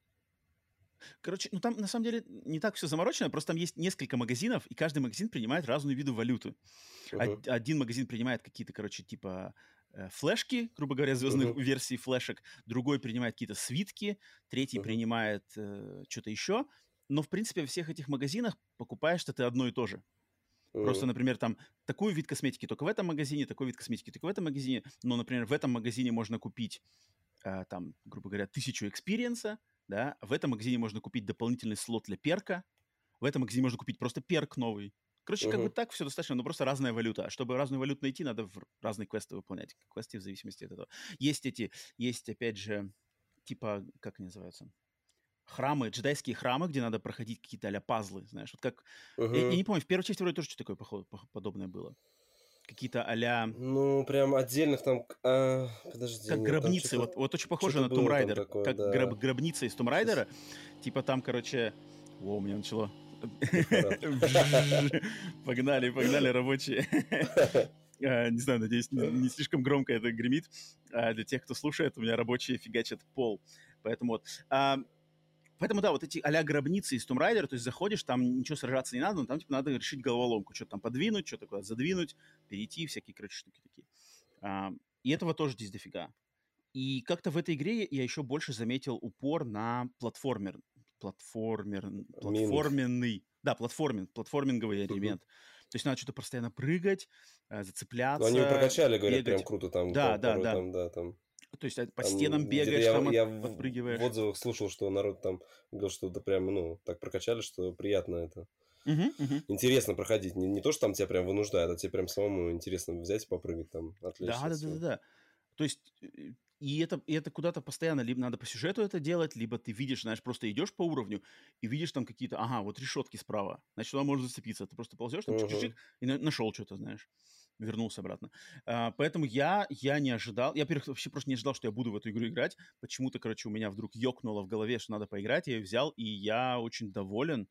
Короче, ну там на самом деле не так все заморочено, просто там есть несколько магазинов, и каждый магазин принимает разную виду валюты. угу, Од- один магазин принимает какие-то, короче, типа э, флешки, грубо говоря, звездных угу, версий флешек, другой принимает какие-то свитки, третий угу, принимает э, что-то еще. Но, в принципе, во всех этих магазинах покупаешь-то ты одно и то же. Просто, угу, например, там такой вид косметики только в этом магазине, такой вид косметики только в этом магазине. Но, например, в этом магазине можно купить, э, там, грубо говоря, тысячу экспириенса, да, в этом магазине можно купить дополнительный слот для перка, в этом магазине можно купить просто перк новый. Короче, как бы угу. так все достаточно, но просто разная валюта. А чтобы разную валюту найти, надо в разные квесты выполнять. Квесты в зависимости от этого. Есть эти, есть, опять же, типа, как они называются? Храмы, джедайские храмы, где надо проходить какие-то а-ля пазлы, знаешь. Вот как... Я, я Угу. не помню, в первой части вроде тоже что-то такое похо- пох- подобное было. Какие-то а-ля... Ну, прям отдельных там... а, подожди, Как нет, там гробницы. что-то Вот, вот очень похоже что-то на Tomb было там Raider. такое, Как гроб, да. гробница из Tomb Сейчас Raider. Типа там, короче... О, у меня начало... лихорадка. Бжжж. Погнали, погнали рабочие. А, Не знаю, надеюсь, не не слишком громко это гремит. А Для тех, кто слушает, у меня рабочие фигачат пол. Поэтому вот. А, Поэтому, да, вот эти а-ля гробницы из Tomb Raider, то есть заходишь, там ничего сражаться не надо, но там типа надо решить головоломку. Что-то там подвинуть, что-то куда-то задвинуть, перейти, всякие, короче, штуки такие. А, И этого тоже здесь дофига. И как-то в этой игре я еще больше заметил упор на платформер, платформер, Минг. платформенный, да, платформинг, платформинговый Мгм. элемент. То есть надо что-то постоянно прыгать, э, Но они его зацепляться, прокачали, говорят, прям бегать. круто. Там по- Да, да, порой да. там, да, там... То есть э, по стенам Там где-то бегаешь, я, там от- я в, в подпрыгиваешь. отзывах слушал, что народ там говорил, что это прям, ну, так прокачали, что приятно это. Мгм, мгм. Интересно проходить. Не, не то, что там тебя прям вынуждают, а тебе прям самому интересно взять и попрыгать там, Да, отвлечься от да, да, да, всего. да. То есть э, и это, и это куда-то постоянно, либо надо по сюжету это делать, либо ты видишь, знаешь, просто идешь по уровню и видишь там какие-то, ага, вот решетки справа, значит, туда можно зацепиться. Ты просто ползешь там чик-чик-чик Угу. и на- нашел что-то, знаешь, вернулся обратно. А, поэтому я, я не ожидал, я, во-первых, вообще просто не ожидал, что я буду в эту игру играть. Почему-то, короче, у меня вдруг ёкнуло в голове, что надо поиграть, я ее взял, и я очень доволен,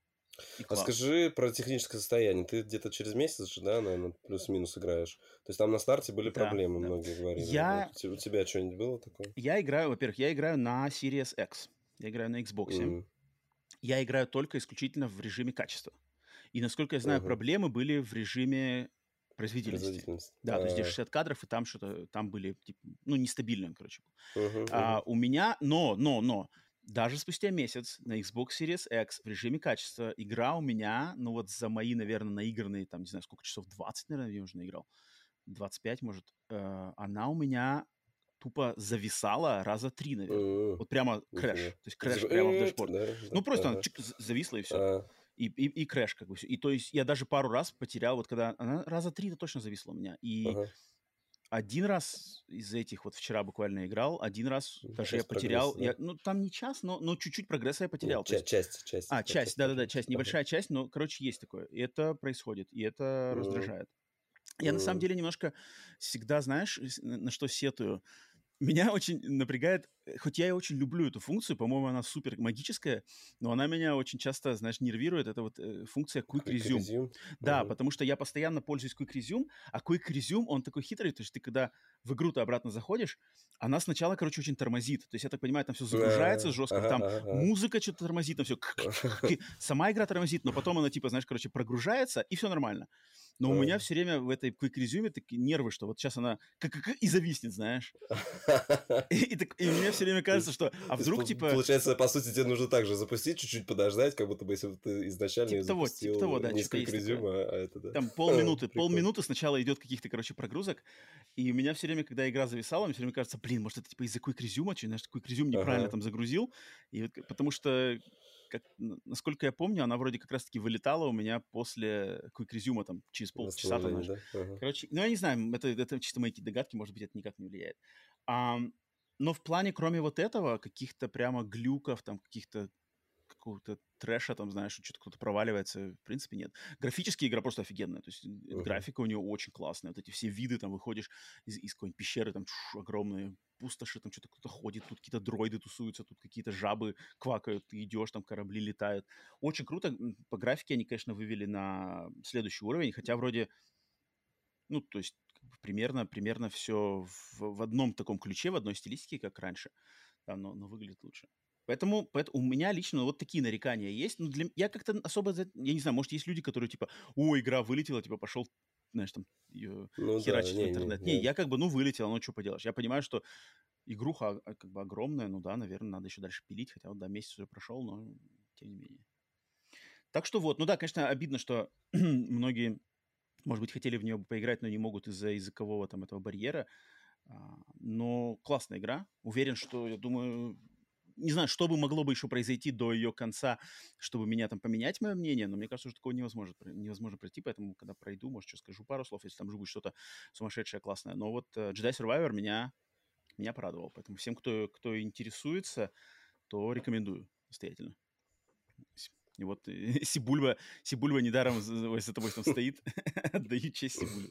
и А класс. скажи про техническое состояние. Ты где-то через месяц же, да, наверное, плюс-минус играешь. То есть там на старте были Да, проблемы, да. многие говорили. Вот Я, у те- у тебя что-нибудь было такое? я играю, во-первых, я играю на Series X, я играю на Xbox. М, Я играю только исключительно в режиме качества. И, насколько я знаю, мгм. проблемы были в режиме производительности. Производительность. Да, то есть здесь А, шестьдесят кадров, и там что-то, там были, типа, ну, нестабильно, короче. мгм, А мгм. у меня, но, но, но, даже спустя месяц на Xbox Series X в режиме качества игра у меня, ну вот за мои, наверное, наигранные, там, не знаю, сколько часов, двадцать, наверное, я уже наиграл, двадцать пять, может, э, она у меня тупо зависала раза три, наверное. М, Вот прямо Нифига. крэш, то есть И ты крэш такой, прямо в «Э-э-э», дашборд. да, Ну, да, просто она ага. чик, з- зависла и все. А, И, и, и крэш как бы все. И то есть я даже пару раз потерял, вот когда она раза три-то точно зависла у меня. И ага. один раз из этих, вот вчера буквально играл, один раз даже я Часть прогресса, потерял, я, да? ну, там не час, но, но чуть-чуть прогресса я Нет, потерял. То ча- есть, часть, часть, а, сказал, часть, часть да-да-да, прогресса. часть, Ага. небольшая часть, но, короче, есть такое. И это происходит, и это М, раздражает. Я на самом м, деле немножко всегда, знаешь, с- на на что сетую. меня очень напрягает, хоть я и очень люблю эту функцию, по-моему, она супер магическая, но она меня очень часто, знаешь, нервирует. Это вот э, функция Quick Quick Resume. Resume. Да, Угу. потому что я постоянно пользуюсь Quick Resume, а Quick Resume, он такой хитрый, то есть ты когда в игру ты обратно заходишь, она сначала, короче, очень тормозит. То есть, я так понимаю, там все загружается А, жестко, Ага, там ага, ага. музыка что-то тормозит, там все... Сама игра тормозит, но потом она, типа, знаешь, короче, прогружается, и все нормально. Но у меня все время в этой Quick Resume такие нервы, что вот сейчас она как и зависнет, знаешь. И, и, так, и мне все время То кажется, есть, что, а то есть, вдруг, по- типа, получается, по сути, тебе нужно также запустить, чуть-чуть подождать, как будто бы если бы ты изначально типа ее того, типа того, запустил да, не с что-то Quick есть Resume, такое. а, а это, да. Там полминуты, Прикольно. полминуты сначала идет каких-то, короче, прогрузок, и у меня все время, когда игра зависала, мне все время кажется, блин, может, это, типа, из-за Quick Resume, что, знаешь, Quick Resume неправильно Ага. там загрузил, и вот, к- потому что, как, н- насколько я помню, она вроде как раз-таки вылетала у меня после Quick Resume, там, через полчаса, там, Восстановление, знаешь. да? Ага. Короче, ну, я не знаю, это, это чисто мои какие-то догадки, может быть, это никак не влияет. Ам, но в плане, кроме вот этого, каких-то прямо глюков, там, каких-то какого-то трэша, там, знаешь, что-то кто-то проваливается, в принципе, нет. Графически игра просто офигенная, то есть э, Мгм. графика у нее очень классная, вот эти все виды, там, выходишь из, из какой-нибудь пещеры, там, чш, огромные пустоши, там, что-то кто-то ходит, тут какие-то дроиды тусуются, тут какие-то жабы квакают, ты идешь, там, корабли летают. Очень круто, м, по графике они, конечно, вывели на следующий уровень, хотя вроде, ну, то есть, как бы примерно, примерно все в, в одном таком ключе, в одной стилистике, как раньше, да, но, но выглядит лучше. Поэтому, поэтому у меня лично вот такие нарекания есть. Но для, я как-то особо, за- я не знаю, может, есть люди, которые типа, о, игра вылетела, типа, пошел, знаешь, там, ее Ну да, херачить в не-не, интернет. Не, я... я как бы, ну, вылетела, ну, что поделаешь. Я понимаю, что игруха а, как бы огромная, ну да, наверное, надо еще дальше пилить, хотя вот, да, месяц уже прошел, но тем не менее. Так что вот, ну да, конечно, обидно, что многие, может быть, хотели в нее поиграть, но не могут из-за языкового там этого барьера. А, но классная игра. Уверен, что, я думаю, не знаю, что бы могло бы еще произойти до ее конца, чтобы меня там поменять мое мнение, но мне кажется, что такого невозможно, про- невозможно пройти, поэтому, когда пройду, может, что скажу пару слов, если там же будет что-то сумасшедшее, классное. Но вот э, Jedi Survivor меня, меня порадовал, поэтому всем, кто, кто интересуется, то рекомендую настоятельно. С- И вот э, Сибульба, Сибульба недаром за, за за тобой там стоит. Отдаю честь Сибульбе.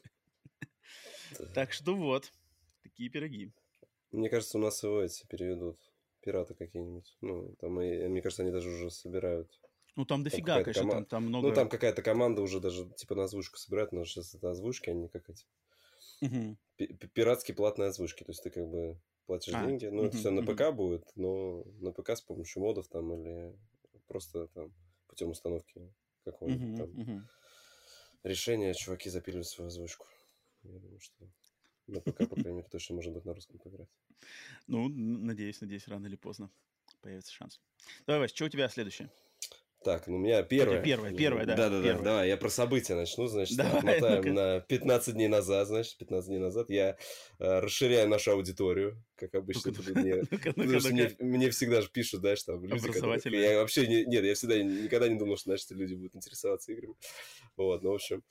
Так что вот, такие пироги. Мне кажется, у нас его эти переведут. Пираты какие-нибудь. Ну, там, и, мне кажется, они даже уже собирают. Ну, там Там дофига, какая-то конечно, там, команда... там Ну, много... там какая-то команда уже даже типа на озвучку собирает, но сейчас это озвучки, они как эти... Мгм. пи- пи- Пиратские платные озвучки. То есть ты как бы платишь А, деньги. Ну, это все мгм, на мгм, ПК будет, но на ПК с помощью модов там или просто там путем установки какого-нибудь мгм, там мгм. решения чуваки запиливают свою озвучку. Я думаю, что на ПК, по крайней мере, точно можно будет на русском поиграть. Ну, н- надеюсь, надеюсь, рано или поздно появится шанс. Давай, Вась, что у тебя следующее? Так, ну у меня Что у тебя первое. первое? Первое, да, Да-да-да, первое. давай, я про события начну, значит, Давай, отмотаем ну-ка. на пятнадцать дней назад, значит, пятнадцать дней назад я э, расширяю нашу аудиторию, как Ну-ка, обычно, это ну-ка, мне, ну-ка, потому ну-ка, что мне, ну-ка. мне всегда же пишут, знаешь, там, люди, которых Образовательное. я вообще, не, нет, я всегда никогда не думал, что, знаешь, эти люди будут интересоваться играми, вот, ну, в общем,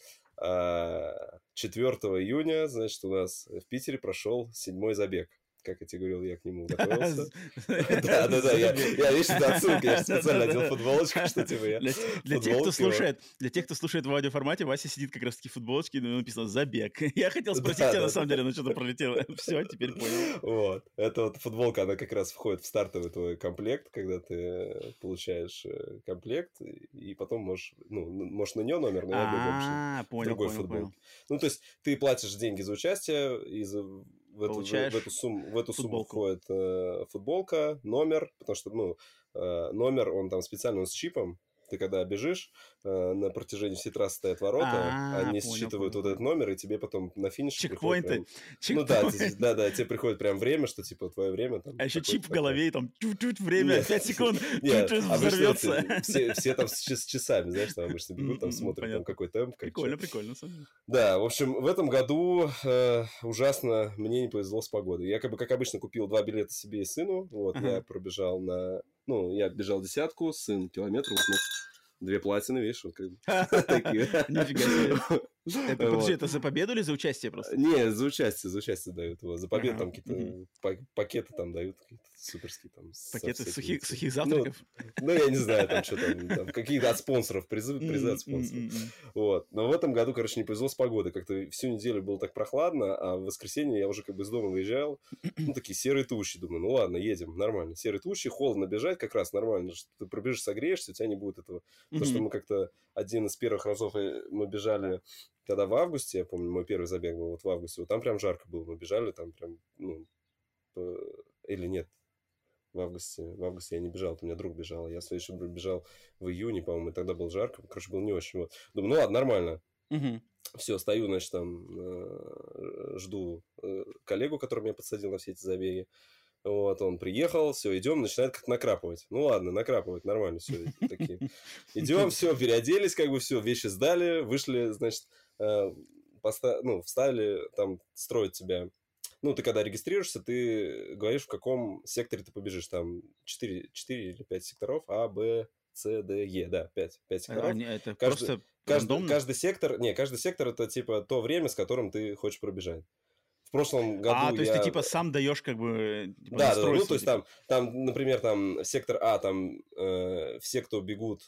а, четвёртого июня, значит, у нас в Питере прошел седьмой забег. Как я тебе говорил, я к нему готовился. Да, да, да, я, Забей. я, видишь, это отсылка, я же специально одел Да-да-да. футболочку, что типа я Для, те- в для тех, кто футболке, вот. слушает, для тех, кто слушает в аудиоформате, Вася сидит как раз таки в футболочке, и на нем написано «Забег». Я хотел спросить Да, тебя, на да, самом да. деле, но что-то пролетело. Все, теперь понял. Вот. Это вот футболка, она как раз входит в стартовый твой комплект, когда ты получаешь э, комплект, и потом можешь, ну, н- можешь на нее номер, но я бегу обычно А, в понял, другой понял, понял. футболке. Ну, то есть ты платишь деньги за участие, и за- в эту, в, в эту Получаешь сумму, в эту сумму футболку. входит э, футболка, номер, потому что, ну, э, номер, он там специально он с чипом. Ты когда бежишь, э, на протяжении всей трассы стоят ворота, А, они понял, считывают понял, вот этот понял. номер, и тебе потом на финише приходит Чекпоинты, прям... Ну да, те- чекпоинт. да, да, тебе приходит прям время, что типа твое время А там еще чип такое-то, в такое. голове, и там тют-тют, время, Нет, пять секунд, нет, тут-тут обычно взорвется. эти, все, все там с, ча- с часами, знаешь, там обычно бегут, там М-м-м, смотрят, там понятно. какой темп, как что. Прикольно, прикольно, на самом деле. Да, в общем, в этом году э, ужасно мне не повезло с погодой. Я как бы, как обычно, купил два билета себе и сыну. Вот, я Ага. пробежал на... Ну, я бежал десятку, сын километр, вот, ну, две платины, видишь, вот как бы такие. Нифига себе. Это, подожди, это за победу или за участие просто? Не, за участие, за участие дают его. За победу там какие-то пакеты там дают, какие-то суперские там. Пакеты сухих, сухих завтраков? Ну, я не знаю, там что там, какие-то от спонсоров, призы, призы от спонсоров. Вот. Но в этом году, короче, не повезло с погодой. Как-то всю неделю было так прохладно, а в воскресенье я уже как бы из дома выезжал. Ну, такие серые тучи. Думаю, ну ладно, едем, нормально. Серые тучи, холодно бежать как раз нормально. Ты пробежишь, согреешься, у тебя не будет этого. Потому что мы как-то один из первых разов мы бежали, когда в августе, я помню, мой первый забег был вот в августе, вот там прям жарко было, мы бежали, там прям, ну, по... или нет, в августе, в августе я не бежал, у меня друг бежал, я в следующий бежал в июне, по-моему, и тогда было жарко, короче, было не очень, вот. Думаю, ну ладно, нормально. Uh-huh. Все, стою, значит, там, э, жду э, коллегу, который меня подсадил на все эти забеги. Вот, он приехал, все, идем, начинает как накрапывать. Ну ладно, накрапывать, нормально, все, такие. Идем, все, переоделись, как бы все, вещи сдали, вышли, значит, э, поста- ну, встали, там, строить тебя. Ну, ты когда регистрируешься, ты говоришь, в каком секторе ты побежишь. Там четыре, четыре или пять секторов, А, Б, С, Д, Е, да, пять, пять секторов. А, не, это каждый, просто каждый, каждый сектор, не, каждый сектор это типа то время, с которым ты хочешь пробежать. В прошлом году А, то есть я... ты типа сам даешь как бы типа, да, да, ну то есть типа. там, там, например, там сектор А, там э, все, кто бегут,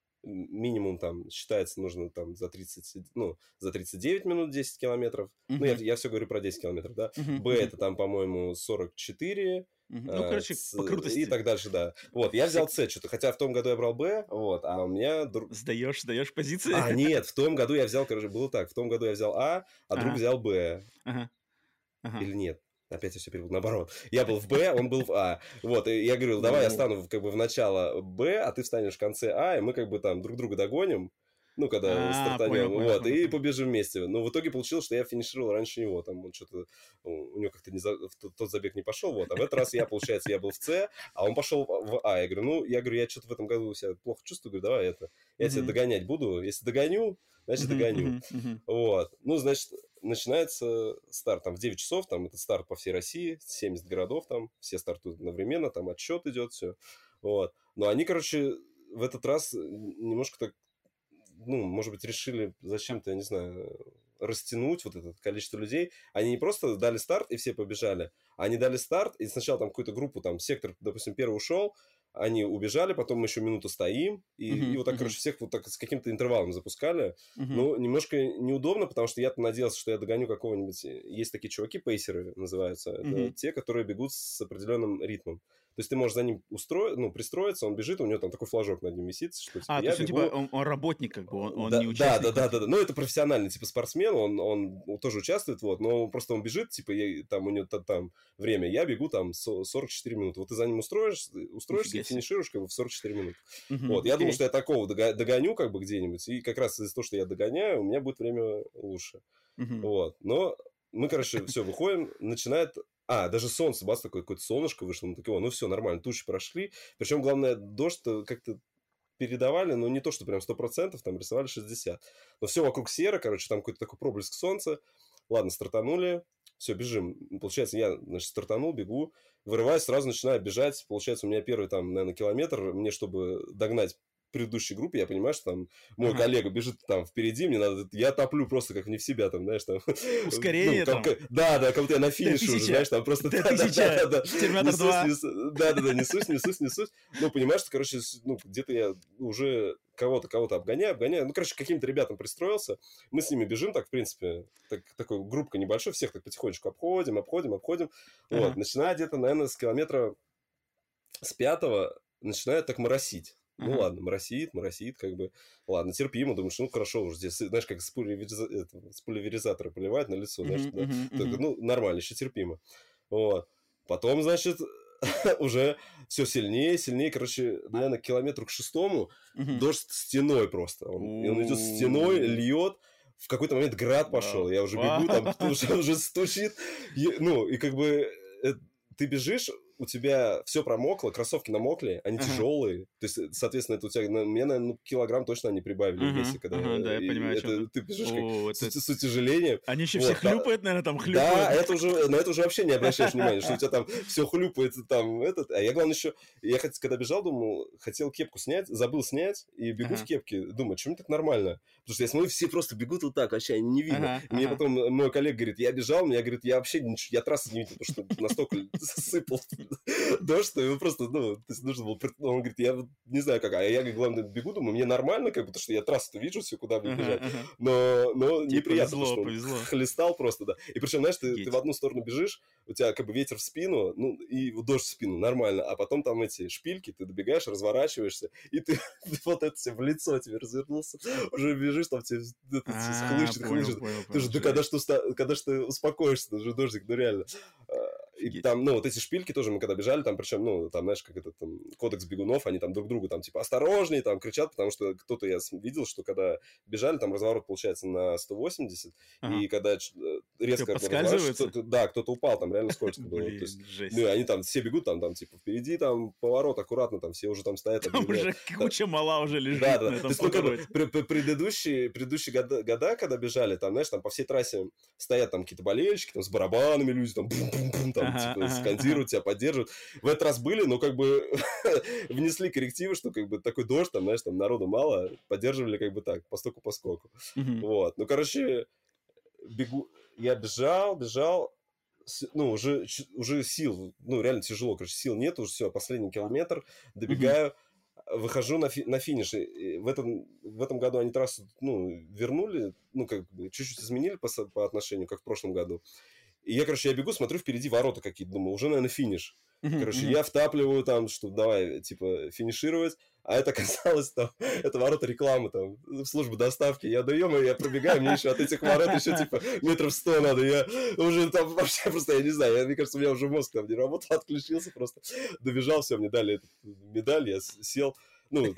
минимум там считается нужно там за тридцать, ну за тридцать девять минут десять километров. Uh-huh. Ну я, я все говорю про десять километров, да. Uh-huh. Б uh-huh. это там, по-моему, сорок четыре. Uh-huh. Ну, э, короче, с, по крутости. И так дальше, да. Вот, я взял С что-то, хотя в том году я брал Б, вот, а у меня... Сдаешь, сдаешь позиции? А, нет, в том году я взял, короче, было так, в том году я взял А, а uh-huh. друг взял Б. Uh-huh. Uh-huh. Или нет? Опять я все перепутал, наоборот. Я был в Б, он был в А. Вот, и я говорю, давай я стану как бы в начало Б, а ты встанешь в конце А, и мы как бы там друг друга догоним. Ну, когда а, стартанем, понял, вот, понял, и понял. побежим вместе. Но в итоге получилось, что я финишировал раньше него. Там он что-то, у него как-то не за, тот забег не пошел, вот. А в этот раз я, получается, я был в С, а он пошел в А. Я говорю, ну, я говорю, я что-то в этом году себя плохо чувствую, говорю, давай это, я mm-hmm. тебя догонять буду. Если догоню, значит, mm-hmm, догоню. Mm-hmm. Вот. Ну, значит, начинается старт там в девять часов, там это старт по всей России, семьдесят городов там, все стартуют одновременно, там отсчет идет, все. Вот. Но они, короче, в этот раз немножко так, ну, может быть, решили зачем-то, я не знаю, растянуть вот это количество людей. Они не просто дали старт, и все побежали, а они дали старт, и сначала там какую-то группу, там, сектор, допустим, первый ушел, они убежали, потом мы еще минуту стоим, и, uh-huh, и вот так, uh-huh. короче, всех вот так с каким-то интервалом запускали. Uh-huh. Ну, немножко неудобно, потому что я-то надеялся, что я догоню какого-нибудь... Есть такие чуваки, пейсеры называются, uh-huh. это те, которые бегут с определенным ритмом. То есть ты можешь за ним устроить, ну, пристроиться, он бежит, у него там такой флажок над ним висит, что типа, а, я то есть, бегу... типа, он, он работник, как бы, он, он да, не участник. Да, да, да, да, да. Ну, это профессиональный, типа, спортсмен, он, он тоже участвует, вот, но просто он бежит, типа, я, там у него там время, я бегу там сорок четыре минуты. Вот ты за ним устроишь, устроишься и финишируешь как бы в сорок четыре минуты. Uh-huh, вот, я okay. думал, что я такого догоню как бы где-нибудь, и как раз из-за того, что я догоняю, у меня будет время лучше. Uh-huh. Вот, но мы, короче, все, выходим, начинает... А, даже солнце, бац, такое какое-то солнышко вышло, мы такие, ну все, нормально, тучи прошли. Причем, главное, дождь как-то передавали, но не то, что прям сто процентов, там рисовали шестьдесят. Но все вокруг серо, короче, там какой-то такой проблеск солнца. Ладно, стартанули, все, бежим. Получается, я, значит, стартанул, бегу, вырываюсь, сразу начинаю бежать. Получается, у меня первый, там, наверное, километр, мне, чтобы догнать предыдущей группе, я понимаю, что там мой ага. коллега бежит там впереди, мне надо, я топлю просто как не в себя, там, знаешь, там... Ускорение ну, там? Как, да, да, как будто я на финише уже, знаешь, там просто... Да, да, да, да, Терминатор два. Да, да, да, несусь, несусь, несусь. Ну, понимаешь, что, короче, ну, где-то я уже кого-то, кого-то обгоняю, обгоняю. Ну, короче, каким-то ребятам пристроился. Мы с ними бежим так, в принципе, так, такой группка небольшой, всех так потихонечку обходим, обходим, обходим. Вот, ага. начиная где-то, наверное, с километра с пятого начинает так моросить. Ну, uh-huh. ладно, моросит, моросит, как бы, ладно, терпимо, думаешь, ну, хорошо уже здесь, знаешь, как с, пульвериза... с пульверизатора поливают на лицо, знаешь, uh-huh, да? uh-huh, uh-huh. Так, ну, нормально, еще терпимо, вот, потом, значит, уже все сильнее, сильнее, короче, наверное, к километру к шестому uh-huh. дождь стеной просто, он, он идет стеной, льет, в какой-то момент град пошел, я уже бегу, там уже, уже стучит, и, ну, и как бы... ты бежишь, у тебя все промокло, кроссовки намокли, они Ага. тяжелые. То есть, соответственно, это у тебя, на, мне, наверное, ну, килограмм точно они прибавили в Ага, весе, когда ага, да, я и понимаю, о чем это ты. ты бежишь как О, с, это... с утяжелением. Они еще все Вот, та- хлюпают, наверное, там да, хлюпают. это уже, на это уже вообще не обращаешь внимания, что у тебя там все хлюпает, там, этот. А я, главное, еще, я, хот- когда бежал, думал, хотел кепку снять, забыл снять, и бегу в Ага, кепке, думаю, почему так нормально? Потому что я смотрю, все просто бегут вот так, вообще, не видно. ага, И мне ага. потом мой коллега говорит, я бежал, я, говорит, я вообще ничего, я трассы не видел, потому что настолько сыпал дождь, что его просто, ну, то есть нужно было, пред- он говорит, я вот не знаю как, а я, главное, бегу, думаю, мне нормально, как бы, потому что я трассу-то вижу, все, куда мне Ага, бежать, ага. но, но Тебе неприятно, повезло, потому что он повезло. хлестал просто, да. И причем, знаешь, ты, ты Офигеть. в одну сторону бежишь, у тебя как бы ветер в спину, ну, и дождь в спину, нормально, а потом там эти шпильки, ты добегаешь, разворачиваешься, и ты вот это все в лицо тебе развернулся, уже бежишь, там тебе это всё А, хлыщет, понял, хлыщет. понял, Ты же, понял, да когда жесть. что, уста- когда что ты успокоишься, уже дождик, ну реально. А, И Офигеть. там, ну, вот эти шпильки тоже мы когда бежали, там, причем, ну, там, знаешь, как это, там, кодекс бегунов, они там друг другу, там, типа, осторожнее, там, кричат, потому что кто-то, я с- видел, что когда бежали, там, разворот получается на сто восемьдесят, Ага. и когда ч- э, резко Кто, разворачиваешься, поскальзывается? кто-то, да, кто-то упал, там, реально скользко было. То Блин, есть, жесть. ну, и они там все бегут, там, там, типа, впереди, там, поворот, аккуратно, там, все уже там стоят, Там объявляют. уже куча мала уже Да, лежит да, на да. То этом есть, ну, как бы, повороте. пре- пре- предыдущие, предыдущие года, года, когда бежали, там, знаешь, там по всей трассе стоят там какие-то болельщики, там, с барабанами люди, там, бум-бум-бум, там, Ага, типа, ага, скандируют тебя, поддерживают. В этот раз были, но, как бы, внесли коррективы, что, как бы, такой дождь, там, знаешь, там, народу мало, поддерживали, как бы, так, постоку-поскоку. Мгм. Вот. Ну, короче, бегу, я бежал, бежал, с- ну, уже, ч- уже сил, ну, реально тяжело, короче, сил нет, уже все, последний километр, Мгм. добегаю, выхожу на, фи- на финиш. И в этом, в этом году они трассу, ну, вернули, ну, как бы, чуть-чуть изменили по, со- по отношению, как в прошлом году. И я, короче, я бегу, смотрю, впереди ворота какие-то, думаю, уже, наверное, финиш. Мгм, Короче, мгм. я втапливаю там, что давай, типа, финишировать, а это оказалось там, это ворота рекламы там, службы доставки. Я даем, и я пробегаю, мне еще от этих ворот еще, типа, метров сто надо. Я уже там вообще просто, я не знаю, я, мне кажется, у меня уже мозг там не работал, отключился просто. Добежал, все, мне дали эту медаль, я с- сел. Ну,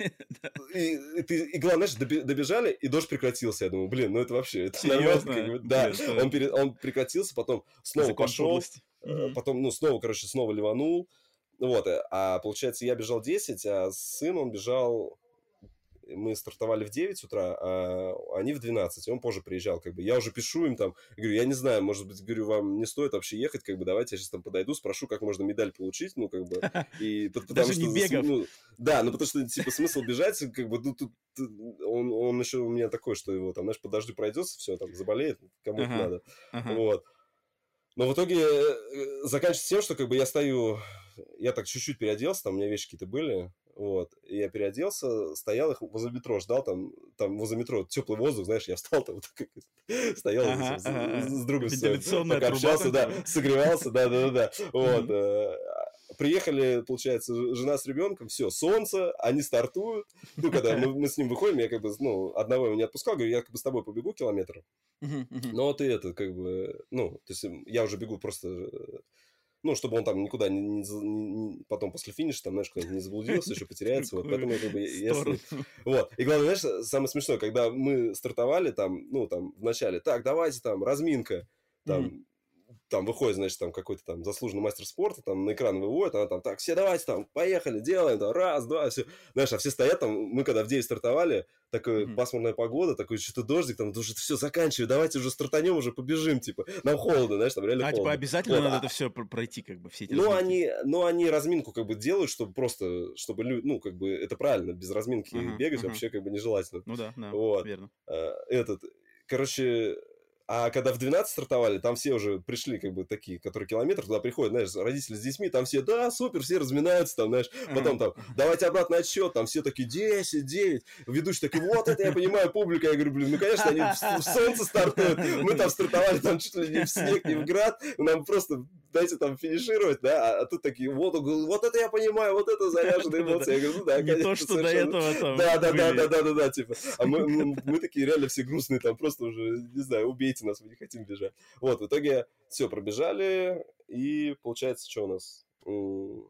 и, и, ты, и главное, знаешь, доби- добежали, и дождь прекратился. Я думаю, блин, ну это вообще, это нормально, как Серьезно? бы, да. Блин, это Он, пере- он прекратился, потом снова закон пошел, подлости. э, Мгм. потом, ну, снова, короче, снова ливанул. Вот, э, а получается, я бежал десять, а сын, он бежал, мы стартовали в девять утра, а они в двенадцать, и он позже приезжал, как бы, я уже пишу им там, говорю, я не знаю, может быть, говорю, вам не стоит вообще ехать, как бы, давайте я сейчас там подойду, спрошу, как можно медаль получить, ну, как бы, и п- потому Даже что, не бегав. ну, да, ну, потому что, типа, смысл бежать, как бы, ну, тут, он, он еще у меня такой, что его там, знаешь, по дождю пройдется, все, там, заболеет, кому это Ага, надо, ага. вот. Но в итоге э, заканчивается тем, что как бы я стою, я так чуть-чуть переоделся, там у меня вещи какие-то были, вот, и я переоделся, стоял их возле метро, ждал там, там возле метро теплый воздух, знаешь, я встал там, вот так, стоял Ага, с, с- ага, ага. с другом своим, Вентиляционная пока труба общался, там, да, типа. согревался, да-да-да, вот, Мгм. э, приехали, получается, ж- жена с ребенком, все, солнце, они стартуют, ну, когда мы, мы с ним выходим, я как бы, ну, одного его не отпускал, говорю, я как бы с тобой побегу километр, Мгм, мгм. но ты это, как бы, ну, то есть я уже бегу просто, э, ну, чтобы он там никуда не, не за- не- не- потом после финиша, там, знаешь, куда-нибудь не заблудился, еще В потеряется, вот, другую поэтому я как бы, я, я с сторону. ним. Вот, и главное, знаешь, самое смешное, когда мы стартовали там, ну, там, в начале, так, давайте там, разминка, Мгм. там, там выходит, значит, там какой-то там заслуженный мастер спорта, там на экран выводит, она там, так, все давайте там, поехали, делаем, там, раз, два, все. Знаешь, а все стоят там, мы когда в девять стартовали, такая Мгм. пасмурная погода, такой что-то дождик, там, уже все, заканчивай, давайте уже стартанем, уже побежим, типа, нам холодно, знаешь, там реально А, типа, холодно. обязательно Вот, надо а, это все пройти, как бы, все эти ну, разминки? они, ну, они разминку как бы делают, чтобы просто, чтобы, лю- ну, как бы, это правильно, без разминки Ага, бегать ага. вообще как бы нежелательно. Ну да, да, Вот. верно. Э, Этот, короче, а когда в двенадцать стартовали, там все уже пришли, как бы, такие, которые километр туда приходят, знаешь, родители с детьми, там все, да, супер, все разминаются, там, знаешь, потом Ага. там, давайте обратно отсчет, там все такие, десять, девять, ведущий такой, вот это я понимаю, публика, я говорю, блин, ну, конечно, они в, в солнце стартуют, мы там стартовали, там чуть ли не в снег, не в град, нам просто дайте там финишировать, да, а, а тут такие, вот, вот это я понимаю, вот это заряженные Да-да-да. эмоции, я говорю, ну, да, Не конечно, то, что до совершенно. этого там Да, да, да, да, были. да, да, да, типа. А мы, мы, мы такие реально все грустные, там просто уже, не знаю, убейте нас, мы не хотим бежать. Вот, в итоге все, пробежали, и получается, что у нас? М,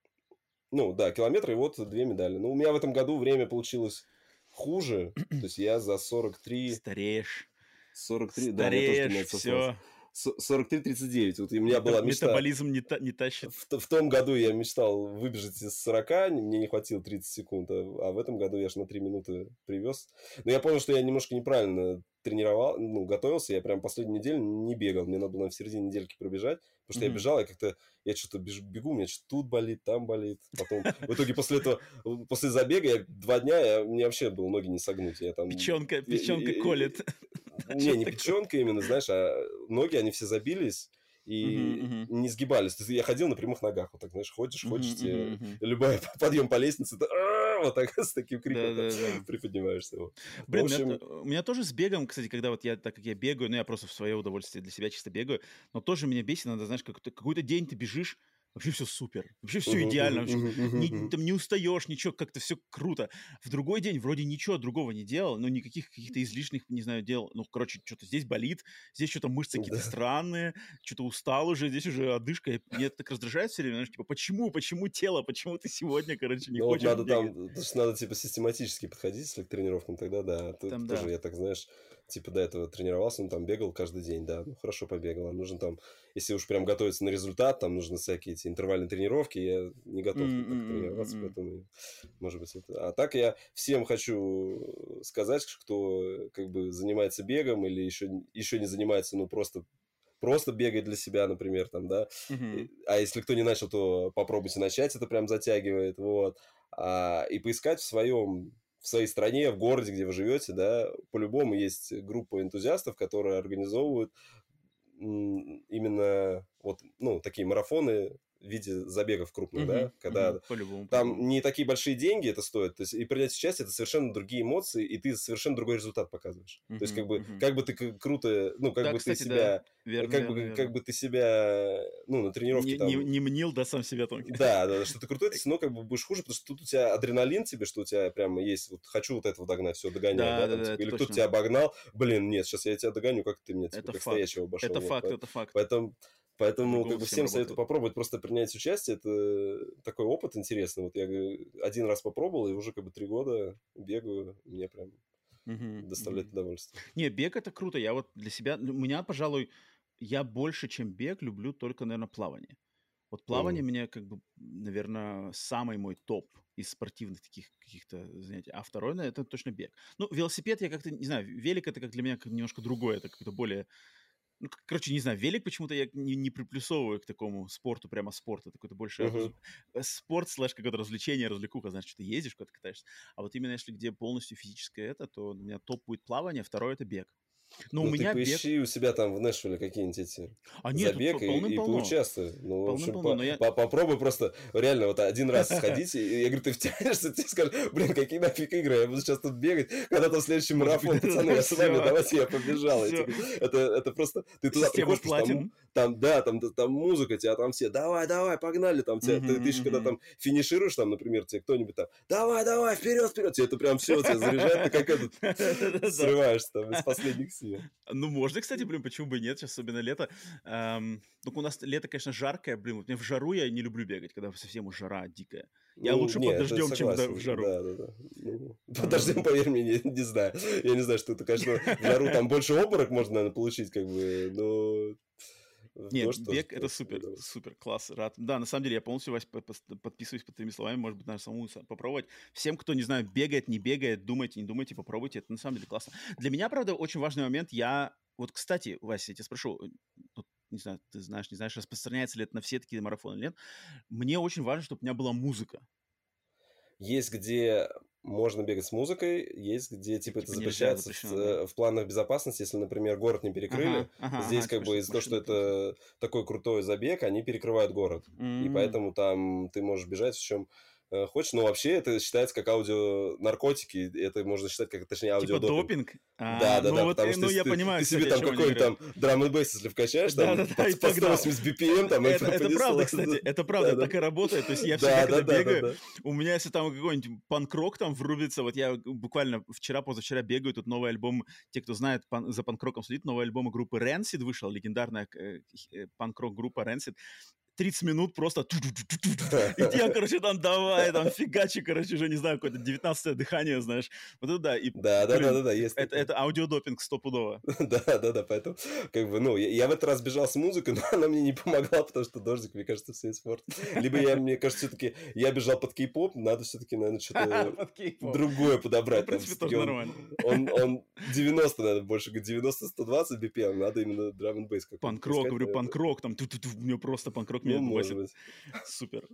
Ну, да, километры, и вот две медали. Ну, у меня в этом году время получилось хуже, то есть я за сорок три, Стареешь. сорок три, да, у меня тоже Стареешь, темнеется осталось. все. сорок три тридцать девять. Вот у меня была мечта... Метаболизм не, та, не тащит. В, в том году я мечтал выбежать из сорока, мне не хватило тридцать секунд, а, а в этом году я аж на три минуты привез. Но я понял, что я немножко неправильно тренировал, ну, готовился. Я прям последнюю неделю не бегал. Мне надо было в середине недельки пробежать, потому что mm-hmm. я бежал, я как-то... Я что-то бегу, у меня что-то тут болит, там болит. Потом, в итоге, после этого, после забега, я два дня, я, мне вообще было ноги не согнуть. Я там... Печенка, печенка я, колет. Не, не печенка именно, знаешь, а ноги, они все забились и uh-huh, uh-huh. не сгибались. То есть я ходил на прямых ногах, вот так, знаешь, ходишь, ходишь, uh-huh, тебе uh-huh. любой подъем по лестнице, ты вот так с таким криком да, да, да. приподнимаешься. Вот. Блин, общем... у, меня, у меня тоже с бегом, кстати, когда вот я, так как я бегаю, ну я просто в свое удовольствие для себя чисто бегаю, но тоже меня бесит, надо, знаешь, как какой-то день ты бежишь, вообще все супер, вообще все uh-huh, идеально, вообще, uh-huh, uh-huh. Не, там не устаешь, ничего, как-то все круто. В другой день вроде ничего другого не делал, но никаких каких-то излишних, не знаю, дел. Ну, короче, что-то здесь болит, здесь что-то мышцы какие-то да. странные, что-то устал уже, здесь уже одышка. И меня это так раздражает все время, знаешь, типа, почему, почему тело, почему ты сегодня, короче, не ну, хочешь надо бегать? там, потому что надо, типа, систематически подходить, если к тренировкам, тогда да. Тут там, тоже, да. я так, знаешь, типа, до этого тренировался, ну, там, бегал каждый день, да, ну, хорошо побегал, а нужно там, если уж прям готовиться на результат, там нужны всякие эти интервальные тренировки, я не готов mm-hmm, так тренироваться, mm-hmm. поэтому, может быть, это... А так я всем хочу сказать, кто как бы занимается бегом или еще, еще не занимается, ну, просто, просто бегает для себя, например, там, да. Mm-hmm. А если кто не начал, то попробуйте начать, это прям затягивает, вот. А, и поискать в своем... в своей стране, в городе, где вы живете, да, по-любому есть группа энтузиастов, которые организовывают именно вот, ну, такие марафоны в виде забегов крупных, uh-huh, да, когда uh-huh, по-любому, там по-любому. не такие большие деньги это стоит, то есть и принять участие это совершенно другие эмоции, и ты совершенно другой результат показываешь. Uh-huh, то есть как бы, uh-huh. как бы ты круто, ну, как да, бы кстати, ты себя, да. Верно, как верно, бы, верно. как бы ты себя, ну, на тренировке не, там... Не, не мнил, да, сам себя там. Да, да, что ты крутой, ты все равно как бы будешь хуже, потому что тут у тебя адреналин тебе, что у тебя прямо есть, вот, хочу вот этого догнать, все, догоняй, да, да, да, там, да типа, или точно. кто-то тебя обогнал, блин, нет, сейчас я тебя догоню, как ты меня, типа, это как факт. стоящего обошел. Это вот, факт, поэтому, это факт. Поэтому... Поэтому как бы всем работает. советую попробовать, просто принять участие. Это такой опыт интересный. Вот я один раз попробовал, и уже как бы три года бегаю. Мне прям uh-huh, доставляет uh-huh. удовольствие. Не, бег это круто. Я вот для себя... У меня, пожалуй, я больше, чем бег, люблю только, наверное, плавание. Вот плавание uh-huh. мне, как бы, наверное, самый мой топ из спортивных таких каких-то занятий. А второй, наверное, это точно бег. Ну, велосипед я как-то, не знаю, велик это как для меня как немножко другое. Это как-то более... Ну, короче, не знаю, велик почему-то я не, не приплюсовываю к такому спорту, прямо спорт. Это какой-то больше uh-huh. раз... спорт слэш какое-то развлечение, развлекуха, знаешь, что ты ездишь, куда-то катаешься. А вот именно если где полностью физическое это, то у меня топ будет плавание, второй это бег. Но ну, у меня ты поищи бег... у себя там в Нэшвилле какие-нибудь эти а нет, забег и, и поучаствуй. Ну, в общем, по, я... по, попробуй просто реально вот один раз сходить, и я говорю, ты втянешься, тебе скажут, блин, какие нафиг игры, я буду сейчас тут бегать, когда там следующий марафон, пацаны, я с вами, давайте, я побежал. Это, это просто, ты туда приходишь, там, там, да, там, там музыка, тебя там все, давай, давай, погнали, там, тебя, ты, ты же когда там финишируешь, там, например, тебе кто-нибудь там, давай, давай, вперед, вперед, тебе это прям все, тебя заряжает, ты как этот, срываешься там из последних сил. Ну, можно, кстати, блин, почему бы и нет, сейчас особенно лето. Эм, только у нас лето, конечно, жаркое, блин, вот мне в жару я не люблю бегать, когда совсем уж жара дикая. Я ну, лучше нет, под дождем, чем в жару. Да, да, да. Ну, под дождем, поверь мне, не, не знаю. Я не знаю, что это, конечно, в жару там больше обморок можно, наверное, получить, как бы, но... Нет, дождь бег тоже, это супер, да. супер, класс, рад. Да, на самом деле я полностью, Вась, подписываюсь под твоими словами, может быть, наверное, самому попробовать. Всем, кто, не знаю, бегает, не бегает, думайте, не думайте, попробуйте, это на самом деле классно. Для меня, правда, очень важный момент, я... Вот, кстати, Вася, я тебя спрошу, вот, не знаю, ты знаешь, не знаешь, распространяется ли это на все такие марафоны или нет, мне очень важно, чтобы у меня была музыка. Есть где... Можно бегать с музыкой, есть где, типа, типа это запрещается в, да? в планах безопасности, если, например, город не перекрыли. Ага, ага, Здесь, ага, как бы, из-за того, что это такой крутой забег, они перекрывают город. Mm-hmm. И поэтому там ты можешь бежать в чем э, хочешь. Но вообще это считается как аудионаркотики. Это можно считать, как, точнее, аудиодопинг. Типа допинг? А, да, да, ну да. Вот, потому ну, что я ты, понимаю, ты себе кстати, там какой-нибудь там драм н бейс, если вкачаешь, там, да, да, по, по сто восемьдесят би пи эм, там, это, это правда, кстати, это правда, да, так да. и работает. То есть я всегда, да, когда да, бегаю, да, да, да. у меня, если там какой-нибудь панк-рок там врубится, вот я буквально вчера, позавчера бегаю, тут новый альбом, те, кто знает, пан, за панк-роком следит, новый альбом группы Rancid вышел, легендарная э, панк-рок группа Rancid. тридцать минут просто... И я, короче, там давай, там фигачи, короче, уже, не знаю, какое-то девятнадцатое дыхание, знаешь. Вот это да. И, да, да, блин, да, да, да, есть это, такое. это аудиодопинг стопудово. Да, да, да, поэтому, как бы, ну, я, я в этот раз бежал с музыкой, но она мне не помогла, потому что дождик, мне кажется, все испортил. Либо я, мне кажется, все-таки, я бежал под кей-поп, надо все-таки, наверное, что-то другое подобрать. В принципе, тоже он, нормально. Он, он девяносто, надо больше, девяносто сто двадцать би пи эм, надо именно драм н бейс какой-то. Панк-рок, говорю, панк-рок, там, у меня просто панк-рок меня носит. Супер.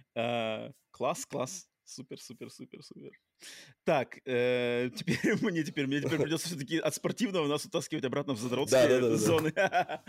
Класс, класс. Супер, супер, супер, супер. Так, э, теперь мне теперь мне теперь придется все-таки от спортивного нас утаскивать обратно в задротские да, да, да, зоны. Да.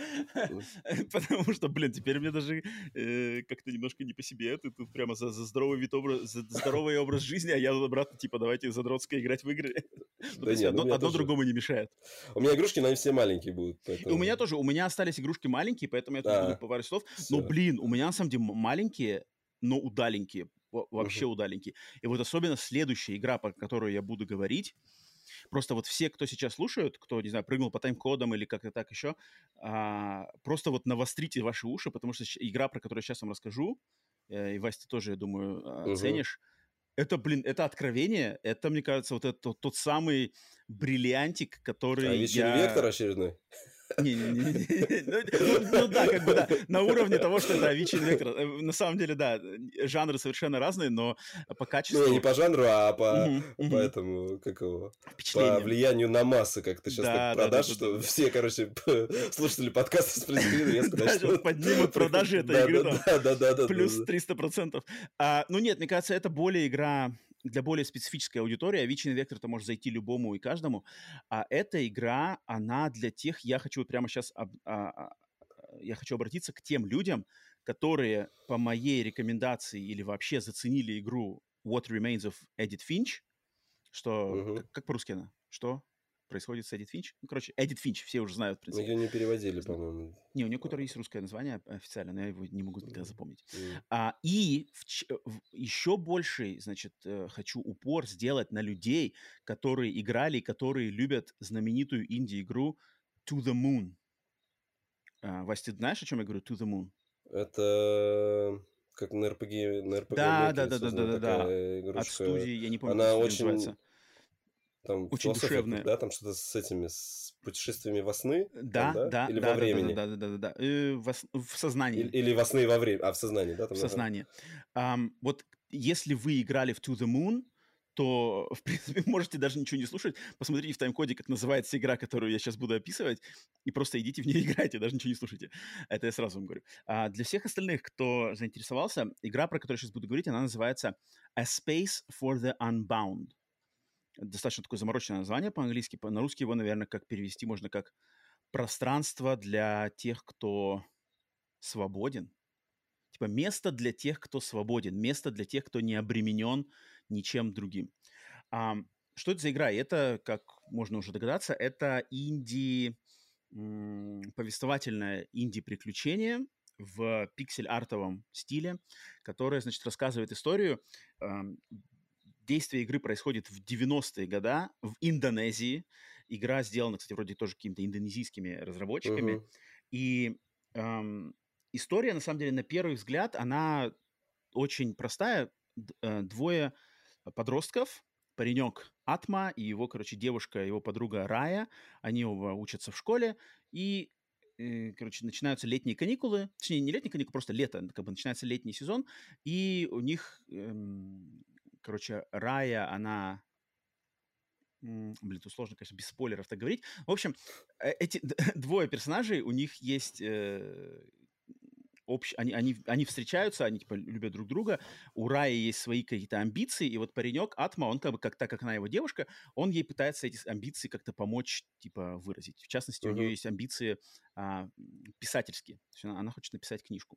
Потому что, блин, теперь мне даже э, как-то немножко не по себе. Ты тут прямо за, за здоровый вид образ, за здоровый образ жизни, а я обратно, типа, давайте задротское играть в игры. Да нет, одно, ну, одно тоже... другому не мешает. У меня игрушки, но они все маленькие будут. Поэтому... И у меня тоже, у меня остались игрушки маленькие, поэтому я тут а, буду по паре слов. Все. Но, блин, у меня на самом деле маленькие, но удаленькие. Вообще uh-huh. удаленький. И вот особенно следующая игра, по которой я буду говорить, просто вот все, кто сейчас слушают, кто, не знаю, прыгнул по тайм-кодам или как-то так еще, а, просто вот навострите ваши уши, потому что игра, про которую я сейчас вам расскажу, э, и, Вась, ты тоже, я думаю, uh-huh. оценишь, это, блин, это откровение, это, мне кажется, вот это тот, тот самый бриллиантик, который а я... А вектор очередной? Не-не-не, ну, ну да, как бы да, на уровне того, что это Avicii Invector. На самом деле, да, жанры совершенно разные, но по качеству... Ну, не по жанру, а по, uh-huh, uh-huh. по этому, как его, по влиянию на массы, как ты сейчас да, так продашь, да, да, что да, да. все, короче, слушатели подкаста с пресс-скрина резко начнут... поднимут продажи этой игры там плюс триста процентов. Ну нет, мне кажется, это более игра... для более специфической аудитории. Avicii Invector-то может зайти любому и каждому. А эта игра, она для тех... Я хочу вот прямо сейчас... Об, а, а, я хочу обратиться к тем людям, которые по моей рекомендации или вообще заценили игру What Remains of Edith Finch. Что... Uh-huh. Как, как по-русски она? Что происходит с Эдит Финч? Ну, короче, Эдит Финч. Все уже знают, в принципе. Ее не переводили, по-моему. Не, у нее, которое есть русское название официально, но я его не могу никогда запомнить. Mm. А, и в, в, еще больший, значит, э, хочу упор сделать на людей, которые играли, которые любят знаменитую инди-игру To the Moon. А, Вась, ты знаешь, о чем я говорю? To the Moon. Это как на эр пи джи, на эр пи джи да, да, да, да, да, да, да. От студии, я не помню, она как очень... называется. Там очень душевная. Да, там что-то с этими, с путешествиями во сны? Да, там, да? да. Или да, во времени? Да, да, да, да, да. да. Э, во, в сознании. Или, или во сны и во времени. А, в сознании, да? Там, в сознании. Um, вот если вы играли в To the Moon, то, в принципе, можете даже ничего не слушать. Посмотрите в тайм-коде, как называется игра, которую я сейчас буду описывать, и просто идите в нее играйте, даже ничего не слушайте. Это я сразу вам говорю. А для всех остальных, кто заинтересовался, игра, про которую я сейчас буду говорить, она называется A Space for the Unbound. Достаточно такое замороченное название по-английски. На русский его, наверное, как перевести можно как «пространство для тех, кто свободен». Типа место для тех, кто свободен, место для тех, кто не обременен ничем другим. А, что это за игра? Это, как можно уже догадаться, это инди, м- повествовательное инди-приключение в пиксель-артовом стиле, которое, значит, рассказывает историю. Действие игры происходит в девяностые годы в Индонезии. Игра сделана, кстати, вроде тоже какими-то индонезийскими разработчиками. Uh-huh. И эм, история, на самом деле, на первый взгляд, она очень простая. Двое подростков, паренек Атма и его, короче, девушка, его подруга Рая, они оба учатся в школе, и, э, короче, начинаются летние каникулы, точнее, не летние каникулы, просто лето, как бы начинается летний сезон, и у них... Эм, Короче, Рая, она... Блин, тут сложно, конечно, без спойлеров так говорить. В общем, эти двое персонажей, у них есть... Э, общ... они, они, они встречаются, они, типа, любят друг друга. У Раи есть свои какие-то амбиции, и вот паренек Атма, он как бы, как, так как она его девушка, он ей пытается эти амбиции как-то помочь, типа, выразить. В частности, uh-huh. у нее есть амбиции а, писательские. То есть она, она хочет написать книжку.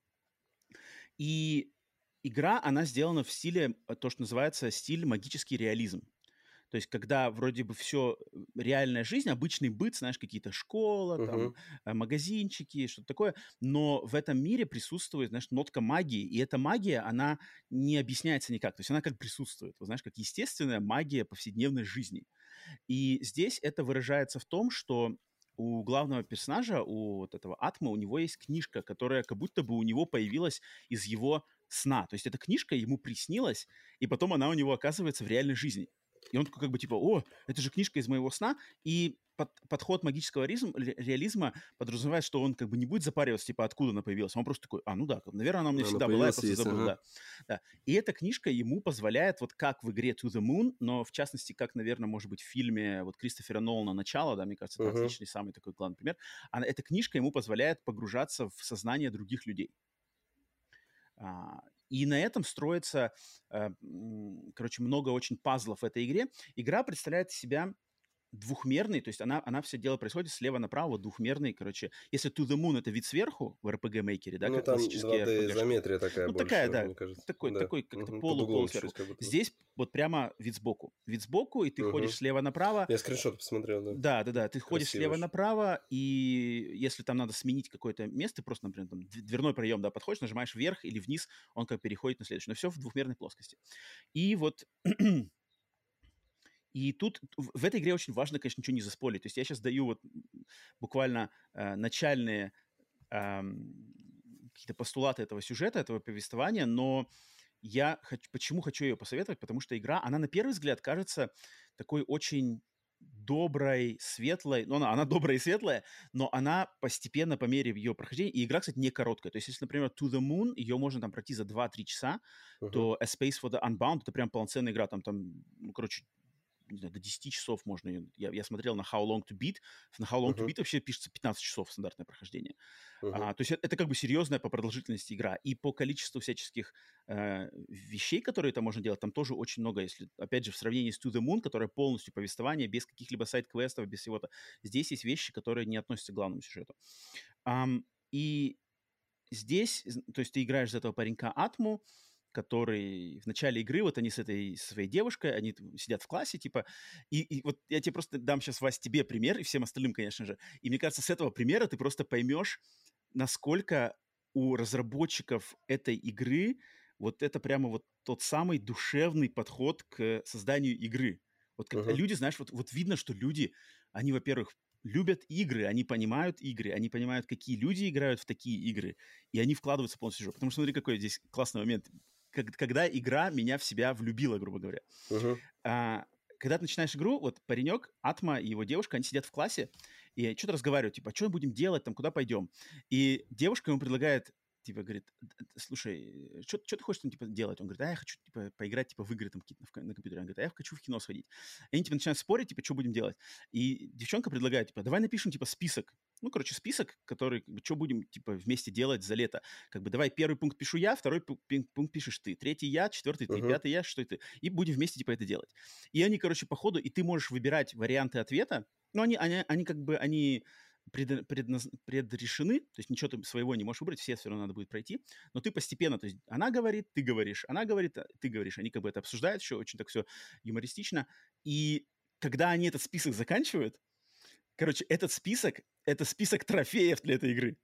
И... Игра, она сделана в стиле, то, что называется стиль магический реализм. То есть, когда вроде бы все реальная жизнь, обычный быт, знаешь, какие-то школа, uh-huh. там, магазинчики, что-то такое, но в этом мире присутствует, знаешь, нотка магии, и эта магия, она не объясняется никак, то есть она как присутствует, вот, знаешь, как естественная магия повседневной жизни. И здесь это выражается в том, что у главного персонажа, у вот этого Атмы, у него есть книжка, которая как будто бы у него появилась из его сна. То есть эта книжка ему приснилась, и потом она у него оказывается в реальной жизни. И он такой как бы типа, о, это же книжка из моего сна, и под, подход магического реализм, ре- реализма подразумевает, что он как бы не будет запариваться, типа, откуда она появилась. Он просто такой, а, ну да, наверное, она у меня Она всегда была, я появилась просто здесь, забыл, ага. да. да. И эта книжка ему позволяет, вот как в игре To the Moon, но в частности, как, наверное, может быть, в фильме вот Кристофера Нолана «Начало», да, мне кажется, это Мгм. отличный самый такой главный пример. Она, эта книжка ему позволяет погружаться в сознание других людей. А, и на этом строится, э, м, короче, много очень пазлов в этой игре. Игра представляет из себя двухмерный, то есть она, она все дело происходит слева направо, вот двухмерный, короче. Если To the Moon — это вид сверху в эр пи джи-мейкере, да, Ну, как там классические эр пи джи-шки. два дэ-изометрия такая Ну, такая, больше, да, мне кажется. такой, Да. такой как-то Мгм. Под полу-полу углом сверху. чуть как будто бы. Здесь вот прямо вид сбоку. Вид сбоку, и ты ходишь Мгм. слева направо. Я скриншот посмотрел, да. Да, да, да, ты ходишь Красиво слева очень. направо, и если там надо сменить какое-то место, просто, например, там дв- дверной проем, да, подходишь, нажимаешь вверх или вниз, он как переходит на следующий. Но все в двухмерной плоскости. И вот И тут в в этой игре очень важно, конечно, ничего не заспойлерить. То есть я сейчас даю вот м, буквально э, начальные ам, какие-то постулаты этого сюжета, этого повествования, но я хочу, почему хочу ее посоветовать? Потому что игра, она на первый взгляд кажется такой очень доброй, светлой. Ну, она, она добрая и светлая, но она постепенно, по мере ее прохождения, и игра, кстати, не короткая. То есть, если, например, To the Moon, ее можно там пройти за два-три часа, Мгм. то A Space for the Unbound — это прям полноценная игра. Там, там, ну, короче, не знаю, до десяти часов можно. её- Я, я смотрел на How Long to Beat. На How Long to Мгм. Beat вообще пишется пятнадцать часов стандартное прохождение. Мгм. А, то есть это, это как бы серьезная по продолжительности игра. И по количеству всяческих э, вещей, которые там можно делать, там тоже очень много. Если, опять же, в сравнении с To the Moon, которая полностью повествование, без каких-либо сайд-квестов, без всего-то, здесь есть вещи, которые не относятся к главному сюжету. Ам, и здесь, з- то есть ты играешь за этого паренька Атму, который в начале игры, вот они с этой со своей девушкой, они т- сидят в классе, типа, и, и вот я тебе просто дам сейчас, Вась, тебе пример, и всем остальным, конечно же. И мне кажется, с этого примера ты просто поймешь, насколько у разработчиков этой игры вот это прямо вот тот самый душевный подход к созданию игры. Вот когда Мгм. люди, знаешь, вот, вот видно, что люди, они, во-первых, любят игры, они понимают игры, они понимают, какие люди играют в такие игры, и они вкладываются полностью в игру. Потому что смотри, какой здесь классный момент. Как- когда игра меня в себя влюбила, грубо говоря. Мгм. А, когда ты начинаешь игру, вот паренек, Атма и его девушка, они сидят в классе и что-то разговаривают, типа, что будем делать, там, куда пойдем. И девушка ему предлагает, типа, говорит, «Д- д- слушай, что ты хочешь там, типа, делать? Он говорит, а я хочу, типа, поиграть, типа, в игры там какие-то на, в ко- на компьютере. Он говорит, а я хочу в кино сходить. И они, типа, начинают спорить, типа, что будем делать. И девчонка предлагает, типа, давай напишем, типа, список. Ну, короче, список, который, как бы, что будем, типа, вместе делать за лето. Как бы, давай первый пункт пишу я, второй пу- пин- пункт пишешь ты, третий я, четвертый ты, Мгм. пятый я, что ты. И будем вместе, типа, это делать. И они, короче, по ходу, и ты можешь выбирать варианты ответа, но они, они, они как бы, они пред, предназ- предрешены, то есть ничего ты своего не можешь выбрать, все все равно надо будет пройти, но ты постепенно, то есть она говорит, ты говоришь, она говорит, а ты говоришь, они как бы это обсуждают еще, очень так все юмористично, и когда они этот список заканчивают, короче, этот список, это список трофеев для этой игры.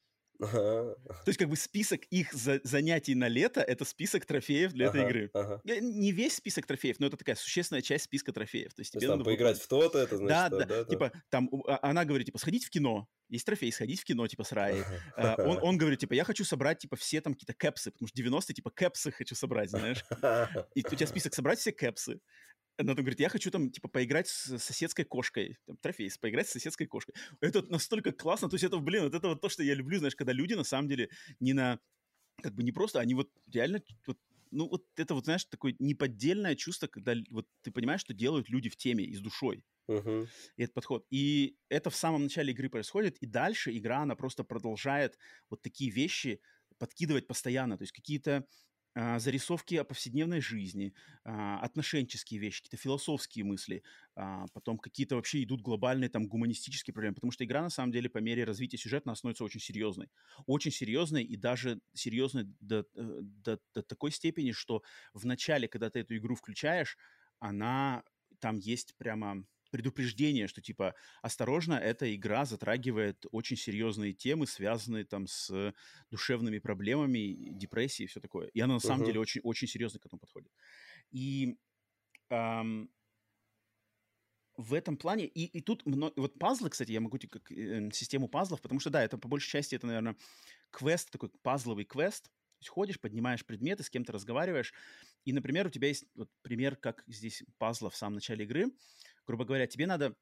Ага. То есть как бы список их за- занятий на лето — это список трофеев для этой Ага. игры. Ага. Э, Не весь список трофеев, но это такая существенная часть списка трофеев. То есть То есть тебе там надо поиграть выполнить. в то-то, это значит Да, что, да, да, да. типа там у- а- она говорит, типа, сходить в кино. Есть трофей, сходить в кино, типа, с Раей. Э, Он, Ага. он говорит, типа, я хочу собрать, типа, все там какие-то кэпсы, потому что девяностые, типа, кэпсы хочу собрать, знаешь. И у тебя список собрать все кэпсы. Она там говорит, я хочу там, типа, поиграть с соседской кошкой. Там, трофей, поиграть с соседской кошкой. Это настолько классно. То есть это, блин, вот это вот то, что я люблю, знаешь, когда люди, на самом деле, не на как бы не просто, они вот реально, вот, ну вот это вот, знаешь, такое неподдельное чувство, когда л- вот ты понимаешь, что делают люди в теме и с душой. Мгм. И этот подход. И это в самом начале игры происходит, и дальше игра, она просто продолжает вот такие вещи подкидывать постоянно. То есть какие-то а, зарисовки о повседневной жизни, а, отношенческие вещи, какие-то философские мысли, а, потом какие-то вообще идут глобальные там гуманистические проблемы, потому что игра на самом деле по мере развития сюжета она становится очень серьезной. Очень серьезной и даже серьезной до, э, до, до такой степени, что в начале, когда ты эту игру включаешь, она, там есть прямо предупреждение, что типа осторожно, эта игра затрагивает очень серьезные темы, связанные там с душевными проблемами, депрессией и все такое. И она на самом Мгм. деле очень, очень серьезно к этому подходит. И ам, в этом плане, и, и тут мно- вот пазлы, кстати, я могу тебе как э, систему пазлов, потому что, да, это по большей части, это, наверное, квест, такой пазловый квест. То есть ходишь, поднимаешь предметы, с кем-то разговариваешь, и, например, у тебя есть вот пример, как здесь пазла в самом начале игры. Грубо говоря, тебе надо...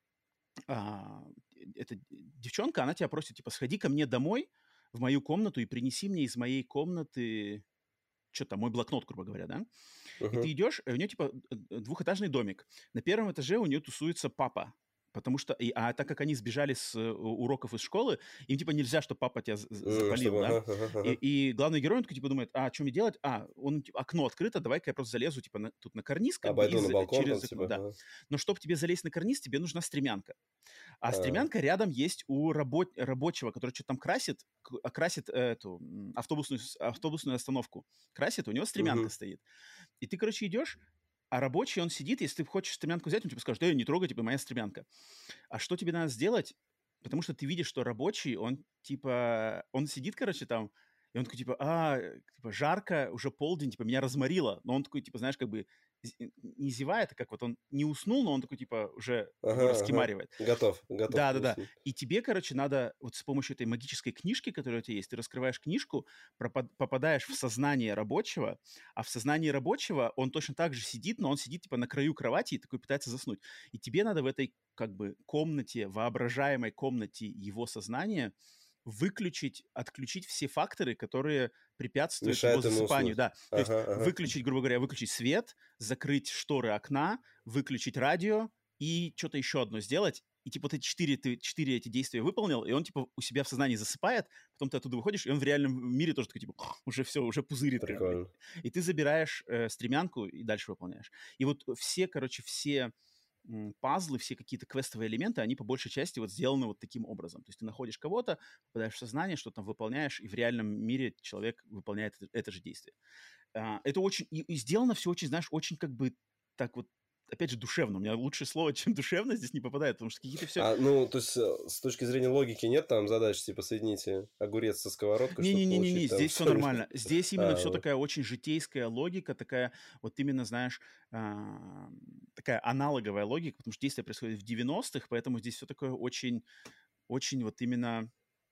а, эта девчонка, она тебя просит, типа, сходи ко мне домой, в мою комнату, и принеси мне из моей комнаты что-то, мой блокнот, грубо говоря, да? И ты Мгм. идешь, и у нее, типа, э, э, двухэтажный домик. На первом этаже у нее тусуется папа. Потому что, и, а так как они сбежали с э, уроков из школы, им, типа, нельзя, чтобы папа тебя з- з- М, запалил, Чтобы, да? ага, ага, И, ага. и главный герой, он такой, типа, думает, а, что мне делать? А, он, типа, окно открыто, давай-ка я просто залезу, типа, на- тут на карниз, как бы, и Обойду на за- балкон там, через окно, типа, да. ага. Но чтобы тебе залезть на карниз, тебе нужна стремянка. А А, стремянка рядом есть у рабо- рабочего, который что-то там красит, к- а, красит э, эту м, автобусную, с- автобусную остановку. Красит, у него стремянка мгм. стоит. И ты, короче, идешь, а рабочий, он сидит, если ты хочешь стремянку взять, он тебе скажет, эй, не трогай, типа, моя стремянка. А что тебе надо сделать? Потому что ты видишь, что рабочий, он, типа, он сидит, короче, там, и он такой, типа, а, э, типа, жарко, уже полдень, типа, меня разморило. Но он такой, типа, знаешь, как бы з- не зевает, а как вот он не уснул, но он такой, типа, уже его Ага, ага. раскимаривает. Готов, готов Да-да-да. уснуть. И тебе, короче, надо вот с помощью этой магической книжки, которая у тебя есть, ты раскрываешь книжку, пропад- попадаешь в сознание рабочего, а в сознании рабочего он точно так же сидит, но он сидит типа на краю кровати и такой пытается заснуть. И тебе надо в этой как бы комнате, воображаемой комнате его сознания выключить, отключить все факторы, которые препятствуют его Мешает ему засыпанию. уснуть. Да, то есть Ага, ага. выключить, грубо говоря, выключить свет, закрыть шторы окна, выключить радио, и что-то еще одно сделать, и типа ты четыре, ты четыре эти действия выполнил, и он типа у себя в сознании засыпает, потом ты оттуда выходишь, и он в реальном мире тоже такой типа уже все, уже пузырит как бы. Прикольно. И ты забираешь э, стремянку и дальше выполняешь. И вот все, короче, все м, пазлы, все какие-то квестовые элементы, они по большей части вот сделаны вот таким образом. То есть ты находишь кого-то, попадаешь в сознание, что там выполняешь, и в реальном мире человек выполняет это, это же действие. А, это очень... И, и сделано все очень, знаешь, очень как бы так вот, опять же, душевно. У меня лучшее слово, чем душевно, здесь не попадает, потому что какие-то все... А, ну, то есть, э, с точки зрения логики нет там задач, типа, соедините огурец со сковородкой, чтобы Не-не-не-не-не, получить там здесь все что-нибудь? нормально. Здесь именно А, все вот. такая очень житейская логика, такая вот именно, знаешь, а, такая аналоговая логика, потому что действие происходит в девяностых, поэтому здесь все такое очень, очень вот именно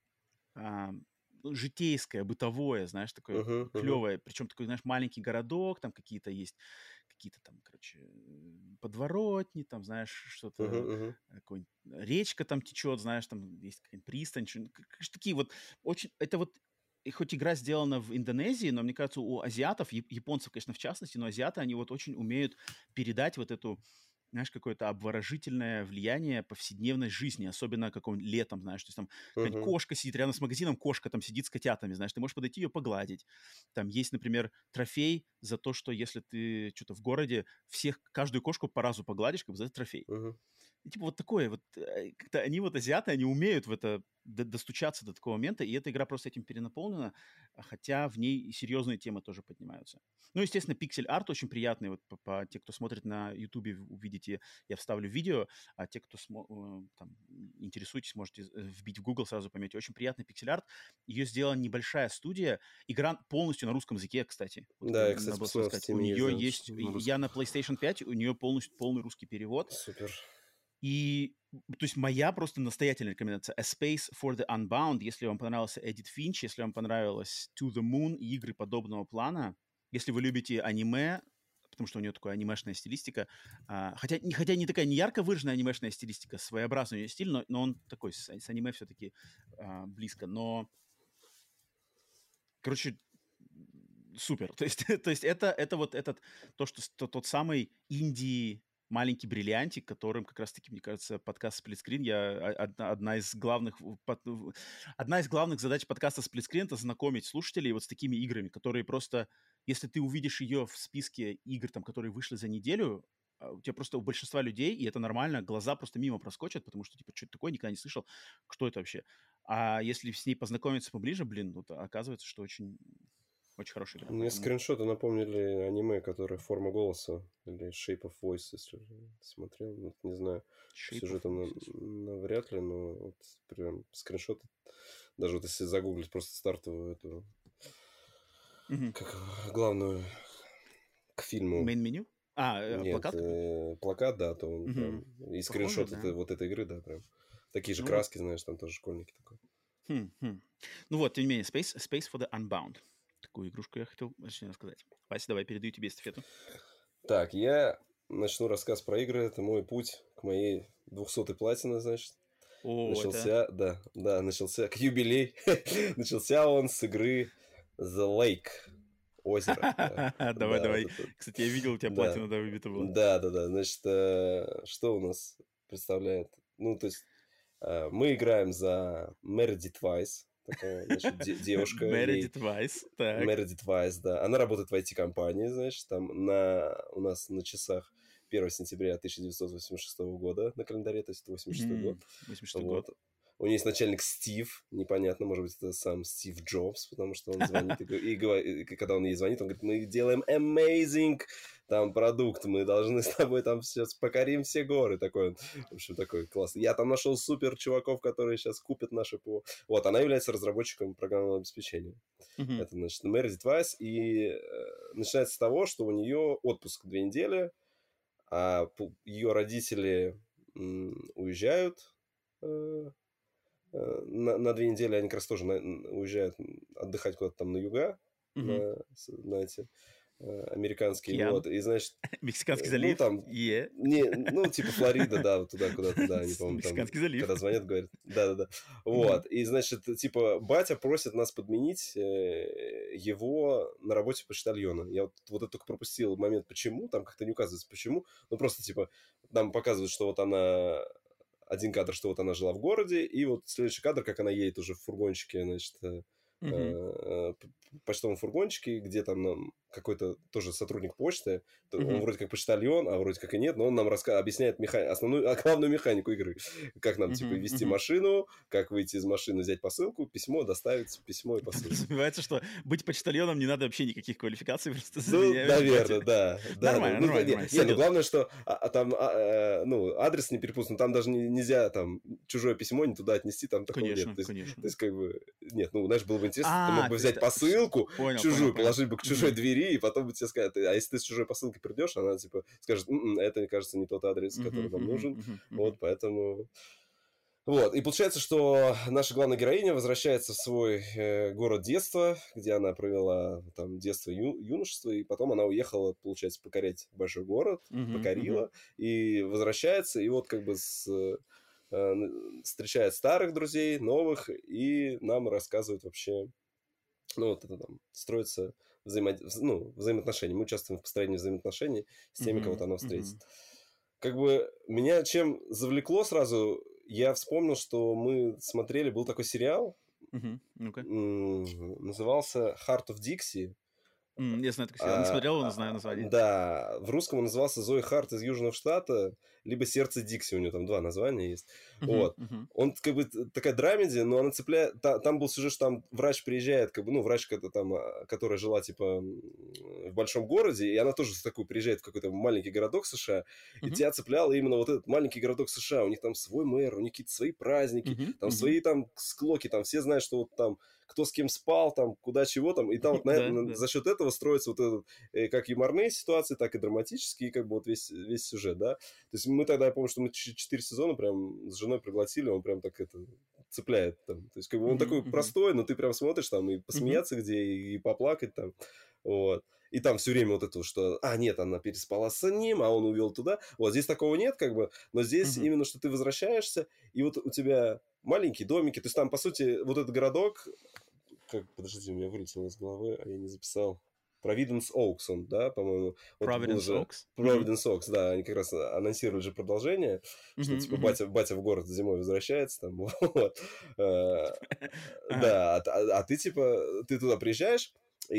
а, ну, житейское, бытовое, знаешь, такое Мгм, мгм, клевое. Причем такой, знаешь, маленький городок, там какие-то есть, какие-то там, короче, э, подворотни, там, знаешь, мгм, что-то, мгм. э, какой-нибудь речка там течет, знаешь, там есть какая-нибудь пристань, что- к- к- такие вот очень, это вот, и хоть игра сделана в Индонезии, но мне кажется, у азиатов, яп- японцев, конечно, в частности, но азиаты, они вот очень умеют передать вот эту, знаешь, какое-то обворожительное влияние повседневной жизни, особенно каком летом, знаешь, то есть там какая-нибудь Мгм. кошка сидит рядом с магазином, кошка там сидит с котятами, знаешь, ты можешь подойти ее погладить. Там есть, например, трофей за то, что если ты что-то в городе всех, каждую кошку по разу погладишь, как бы за это трофей. Мгм. И типа вот такое вот, э, как-то они вот азиаты, они умеют в это д- достучаться до такого момента, и эта игра просто этим перенаполнена, а хотя в ней и серьезные темы тоже поднимаются. Ну, естественно, пиксель-арт очень приятный, вот по, по- те, кто смотрит на Ютубе, вы увидите, я вставлю видео, а те, кто смо- э, там, интересуетесь, можете э, вбить в Google, сразу поймете. Очень приятный пиксель-арт. Ее сделала небольшая студия. Игра полностью на русском языке, кстати. Вот Да, я, э, кстати, надо было сразу посмотрел, в сказать. У Стиме есть, нее да, есть... что на Я русском. на PlayStation пять, у нее полностью полный русский перевод. Супер. И, то есть, моя просто настоятельная рекомендация. A Space for the Unbound, если вам понравился Эдит Финч, если вам понравилось To the Moon и игры подобного плана, если вы любите аниме, потому что у нее такая анимешная стилистика, а, хотя, не, хотя не такая не ярко выраженная анимешная стилистика, своеобразный у нее стиль, но, но он такой, с, с аниме все-таки а, близко. Но, короче, супер. То есть, то есть это, это вот этот, то, что, то, тот самый инди маленький бриллиантик, которым как раз-таки, мне кажется, подкаст «Сплитскрин», я, а, одна, одна из главных, в- под- в- одна из главных задач подкаста «Сплитскрин» — это знакомить слушателей вот с такими играми, которые просто, если ты увидишь ее в списке игр, там, которые вышли за неделю, а, у тебя просто у большинства людей, и это нормально, глаза просто мимо проскочат, потому что, типа, что это такое, никогда не слышал, что это вообще. А если с ней познакомиться поближе, блин, вот оказывается, что очень очень хорошая игра, Мне поэтому скриншоты напомнили аниме, которое «Форма голоса» или «Shape of Voice», если смотрел. Вот не знаю, по Shape of сюжету на- Voices. навряд ли, но вот прям скриншоты. Даже вот если загуглить просто стартовую эту, Мгм. как главную к фильму. Мейн-меню? А, э, Нет, плакат какой-то? э, плакат, да, то он прям... Мгм. И Похоже, скриншот это, да. вот этой игры, да, прям. Такие же Ну вот. краски, знаешь, там тоже школьники такой. Хм, хм. Ну вот, тем не менее, Space, Space for the Unbound. Такую игрушку я хотел очень рассказать. Вася, давай, передаю тебе эстафету. Так, я начну рассказ про игры. Это мой путь к моей двухсотой платине, значит. О, это... Начался, да, да, начался к юбилей. Начался он с игры The Lake. Озеро, да. Давай, Да, вот давай. это. Кстати, я видел, у тебя Да. платина, да, выбита была. Да, да, да. Значит, э, что у нас представляет? Ну, то есть, э, мы играем за Meredith Weiss. Такая, значит, де- девушка, ей Meredith Weiss. Так. Meredith Weiss, да. Она работает в ай ти-компании, значит, там на, у нас на часах первого сентября тысяча девятьсот восемьдесят шестого года на календаре, то есть это восемьдесят шестой год. Мгм. восемьдесят шестой год. Вот. У нее есть начальник Стив, непонятно, может быть, это сам Стив Джобс, потому что он звонит, и, и, говорит- и когда он ей звонит, он говорит, мы делаем amazing там продукт, мы должны с тобой там сейчас покорим все горы, такой он, в общем, такой классный. Я там нашел супер чуваков, которые сейчас купят наше ПО. Вот, она является разработчиком программного обеспечения. Мгм. Это, значит, Meredith Weiss, и э, начинается с того, что у нее отпуск две недели, а пу- ее родители м, уезжают э, э, на, на две недели, они как раз тоже на- н- уезжают отдыхать куда-то там на юга, Мгм. на, с- на эти э, американские, Океан. вот, и, значит, Мексиканский э, ну, залив. там, Е. не, ну, типа Флорида, да, вот туда куда-то, да, они, по-моему, там, Мексиканский залив. когда звонят, говорят, да-да-да, Мгм. вот, и, значит, типа, батя просит нас подменить э, его на работе почтальона. Я вот, вот это только пропустил момент, почему, там как-то не указывается, почему, ну, просто, типа, нам показывают, что вот она, один кадр, что вот она жила в городе, и вот следующий кадр, как она едет уже в фургончике, значит, э, Мгм. э, п- почтовом фургончике, где там нам какой-то тоже сотрудник почты, то он Мгм. вроде как почтальон, а вроде как и нет, но он нам раска... объясняет меха... основную, а главную механику игры. Как нам, типа, Мгм. вести Мгм. машину, как выйти из машины, взять посылку, письмо, доставить письмо и посылку. Подразумевается, что быть почтальоном не надо вообще никаких квалификаций, просто Ну, заменяешь наверное, батю. да. Да, да. Нормально, Ну, да, нормально, не, нормально, не, ну сойдет. главное, что а, а там, а, э, ну, адрес не перепутан, ну, там даже не- нельзя там чужое письмо не туда отнести, там такого нет. Конечно, То есть, то конечно. есть, как бы, нет, ну, знаешь, было бы интересно, ты мог А, бы то есть, взять та- вс- посылку понял, понял, чужую, понял. положить бы к чужой Мгм. двери, и потом бы тебе сказать, а если ты с чужой посылкой придешь, она, типа, скажет, «М-м, это, кажется, не тот адрес, Мгм, который нам мгм, нужен, мгм, мгм. вот, поэтому... Вот, и получается, что наша главная героиня возвращается в свой э, город детства, где она провела там детство, ю- юношество, и потом она уехала, получается, покорять большой город, Мгм, мгм. покорила, и возвращается, и вот как бы с, э, н- встречает старых друзей, новых, и нам рассказывает вообще, ну, вот это там, строится взаимо... вз- ну, взаимоотношения. Мы участвуем в построении взаимоотношений с теми, кого-то Мгм, она встретит. мгм, Как бы меня чем завлекло сразу, я вспомнил, что мы смотрели, был такой сериал, мгм. Ну-ка. м, назывался «Heart of Dixie». М, Я знаю такой сериал. Не А, смотрел, но знаю а, название. да, в русском он назывался «Зои Харт из Южного штата», либо «Сердце Дикси», у него там два названия есть. Мгм, Вот. мгм, Он как бы т- такая драмеди, но она цепляет... та- Там был сюжет, что там врач приезжает, как бы, ну, врач, как-то там, а, которая жила, типа, м, в большом городе, и она тоже в такую приезжает в какой-то маленький городок США, и мгм, тебя цепляло именно вот этот маленький городок США. У них там свой мэр, у них какие-то свои праздники, мгм, там мгм. свои там склоки, там все знают, что вот там кто с кем спал, там, куда чего там, и там вот на, Да, на- да. за счет этого строится вот этот э, как юморные ситуации, так и драматические, как бы вот весь, весь сюжет, да. То есть мы тогда, я помню, что мы ч- четыре сезона прям с женой проглотили, он прям так это цепляет там. То есть как бы он Мгм, такой мгм, простой, но ты прям смотришь там и мгм, посмеяться где, и поплакать там, вот. И там все время вот это, что, а, нет, она переспала с ним, а он увел туда. Вот здесь такого нет, как бы, но здесь мгм. именно, что ты возвращаешься, и вот у тебя маленькие домики, то есть там, по сути, вот этот городок, как, подождите, у меня вылетело из головы, а я не записал. Providence Oaks он, да, по-моему. Вот был Providence же Oaks. Мгм, Providence Oaks, да, они как раз анонсировали же продолжение, что мгм, типа мгм. батя, батя в город зимой возвращается, там, вот. Э, Ага. Да, а, т- а- а ты типа, ты туда приезжаешь,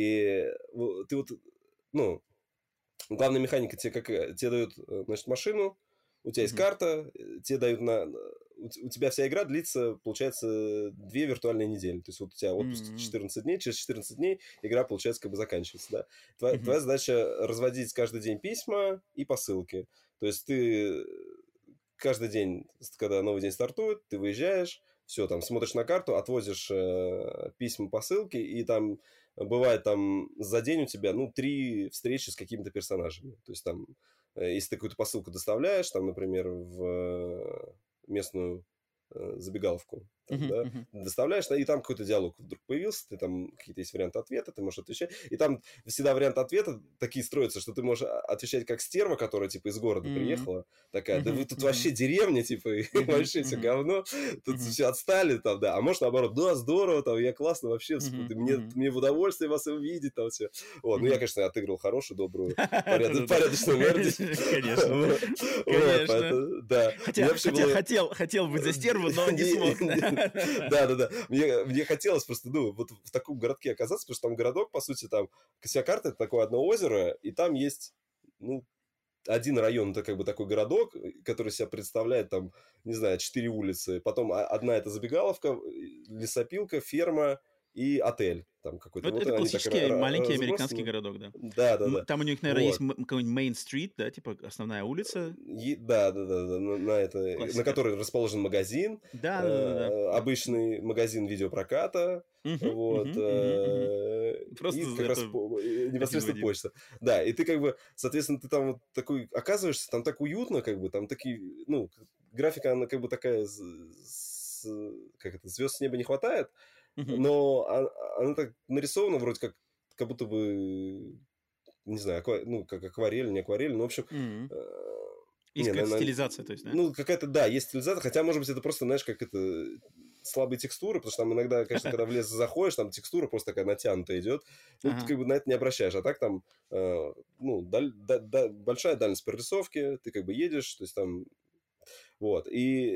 и в- ты вот, ну, главная механика тебе какая? Тебе дают, э, значит, машину, у тебя есть Мгм, карта, э, тебе дают на... У т- у тебя вся игра длится, получается, две виртуальные недели. То есть вот у тебя отпуск м, четырнадцать дней, через четырнадцать дней игра, получается, как бы заканчивается, да. Твоя, мгм, твоя задача разводить каждый день письма и посылки. То есть ты каждый день, когда новый день стартует, ты выезжаешь, все, там, смотришь на карту, отвозишь э, письма, посылки, и там бывает там за день у тебя, ну, три встречи с какими-то персонажами. То есть там, если ты какую-то посылку доставляешь, там, например, в местную забегаловку, там, uh-huh, да, uh-huh. доставляешь, и там какой-то диалог вдруг появился, ты там какие-то есть варианты ответа, ты можешь отвечать, и там всегда варианты ответа такие строятся, что ты можешь отвечать как стерва, которая, типа, из города uh-huh. приехала, такая, да вы тут uh-huh. вообще деревня, типа, и uh-huh. вообще все говно, тут uh-huh. все отстали, там, да, а может, наоборот, да, здорово, там, я классно вообще, uh-huh. мне, uh-huh. мне в удовольствие вас увидеть, там, все, вот, uh-huh. ну, я, конечно, отыграл хорошую, добрую, порядочную мэрдись. Конечно, конечно, да. Хотя хотел быть за стерву, но не смог. Да, да, да. Мне, мне хотелось просто, ну, вот в таком городке оказаться, потому что там городок, по сути, там, вся карта — это такое одно озеро, и там есть, ну, один район, это как бы такой городок, который себя представляет, там, не знаю, четыре улицы. Потом одна — это забегаловка, лесопилка, ферма и отель. Там какой-то. Ну, вот это классический так, маленький американский городок, да. Да, да, да. Там у них, наверное, вот. есть какой-нибудь Main Street, да, типа основная улица. И, да, да, да, да, на, на, это, на которой расположен магазин. Да, да, да, да, да. Обычный магазин видеопроката. Uh-huh, вот. uh-huh, uh-huh. Просто и как раз по, непосредственно почта. Да, и ты как бы, соответственно, ты там вот такой оказываешься, там так уютно, как бы, там такие, ну, графика, она как бы такая, с, с, как это, звезд с неба не хватает. Uh-huh. Но она, она так нарисована вроде как, как будто бы, не знаю, аква, ну, как акварель, не акварель, но, в общем... Uh-huh. Э, есть не, какая-то на, стилизация, то есть, да? Ну, какая-то, да, есть стилизация, хотя, может быть, это просто, знаешь, как это... слабые текстуры, потому что там иногда, конечно, когда в лес заходишь, там текстура просто такая натянутая идет, ну, ага. ты как бы на это не обращаешь, а так там, э, ну, даль, да, да, большая дальность прорисовки, ты как бы едешь, то есть там, вот, и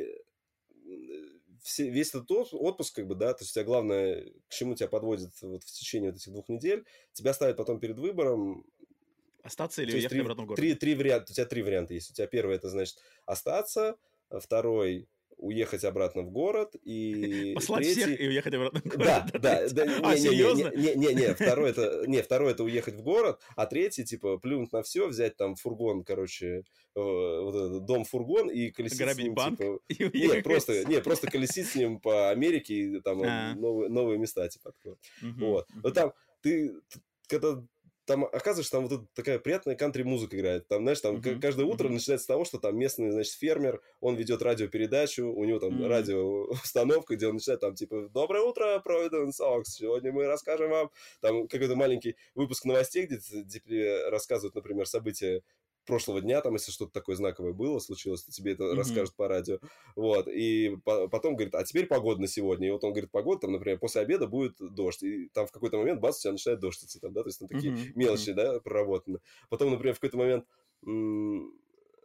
все, весь этот отпуск, как бы, да, то есть у тебя главное, к чему тебя подводит вот в течение вот этих двух недель, тебя ставят потом перед выбором, остаться или уехать три, обратно в город? Три, три варианта, у тебя три варианта есть, у тебя первый, это значит остаться, второй уехать обратно в город, и послать третий... всех и уехать обратно в город. Да, да, да. А, не, серьезно? Не, не, не, не, второй это, не, второй это уехать в город, а третий, типа, плюнуть на все, взять там фургон, короче, вот этот дом-фургон и колесить грабить с ним, банк типа... И нет, просто, нет, просто колесить с ним по Америке и там А. новые, новые места, типа, открыть. Мгм, Вот. мгм. Но там ты, когда... там, оказывается, там вот эта такая приятная кантри-музыка играет. Там, знаешь, там Мгм, каждое утро мгм. начинается с того, что там местный, значит, фермер, он ведет радиопередачу, у него там Мгм. радиоустановка, где он начинает там, типа, «Доброе утро, Providence Oaks, сегодня мы расскажем вам...» Там какой-то маленький выпуск новостей, где тебе рассказывают, например, события прошлого дня, там, если что-то такое знаковое было, случилось, то тебе это Мгм. расскажут по радио. Вот. И по- потом говорит, а теперь погода на сегодня. И вот он говорит, погода, там, например, после обеда будет дождь. И там в какой-то момент, бац, у тебя начинает дождь идти, там, да, то есть там такие Мгм, мелочи, да, проработаны. Потом, например, в какой-то момент м-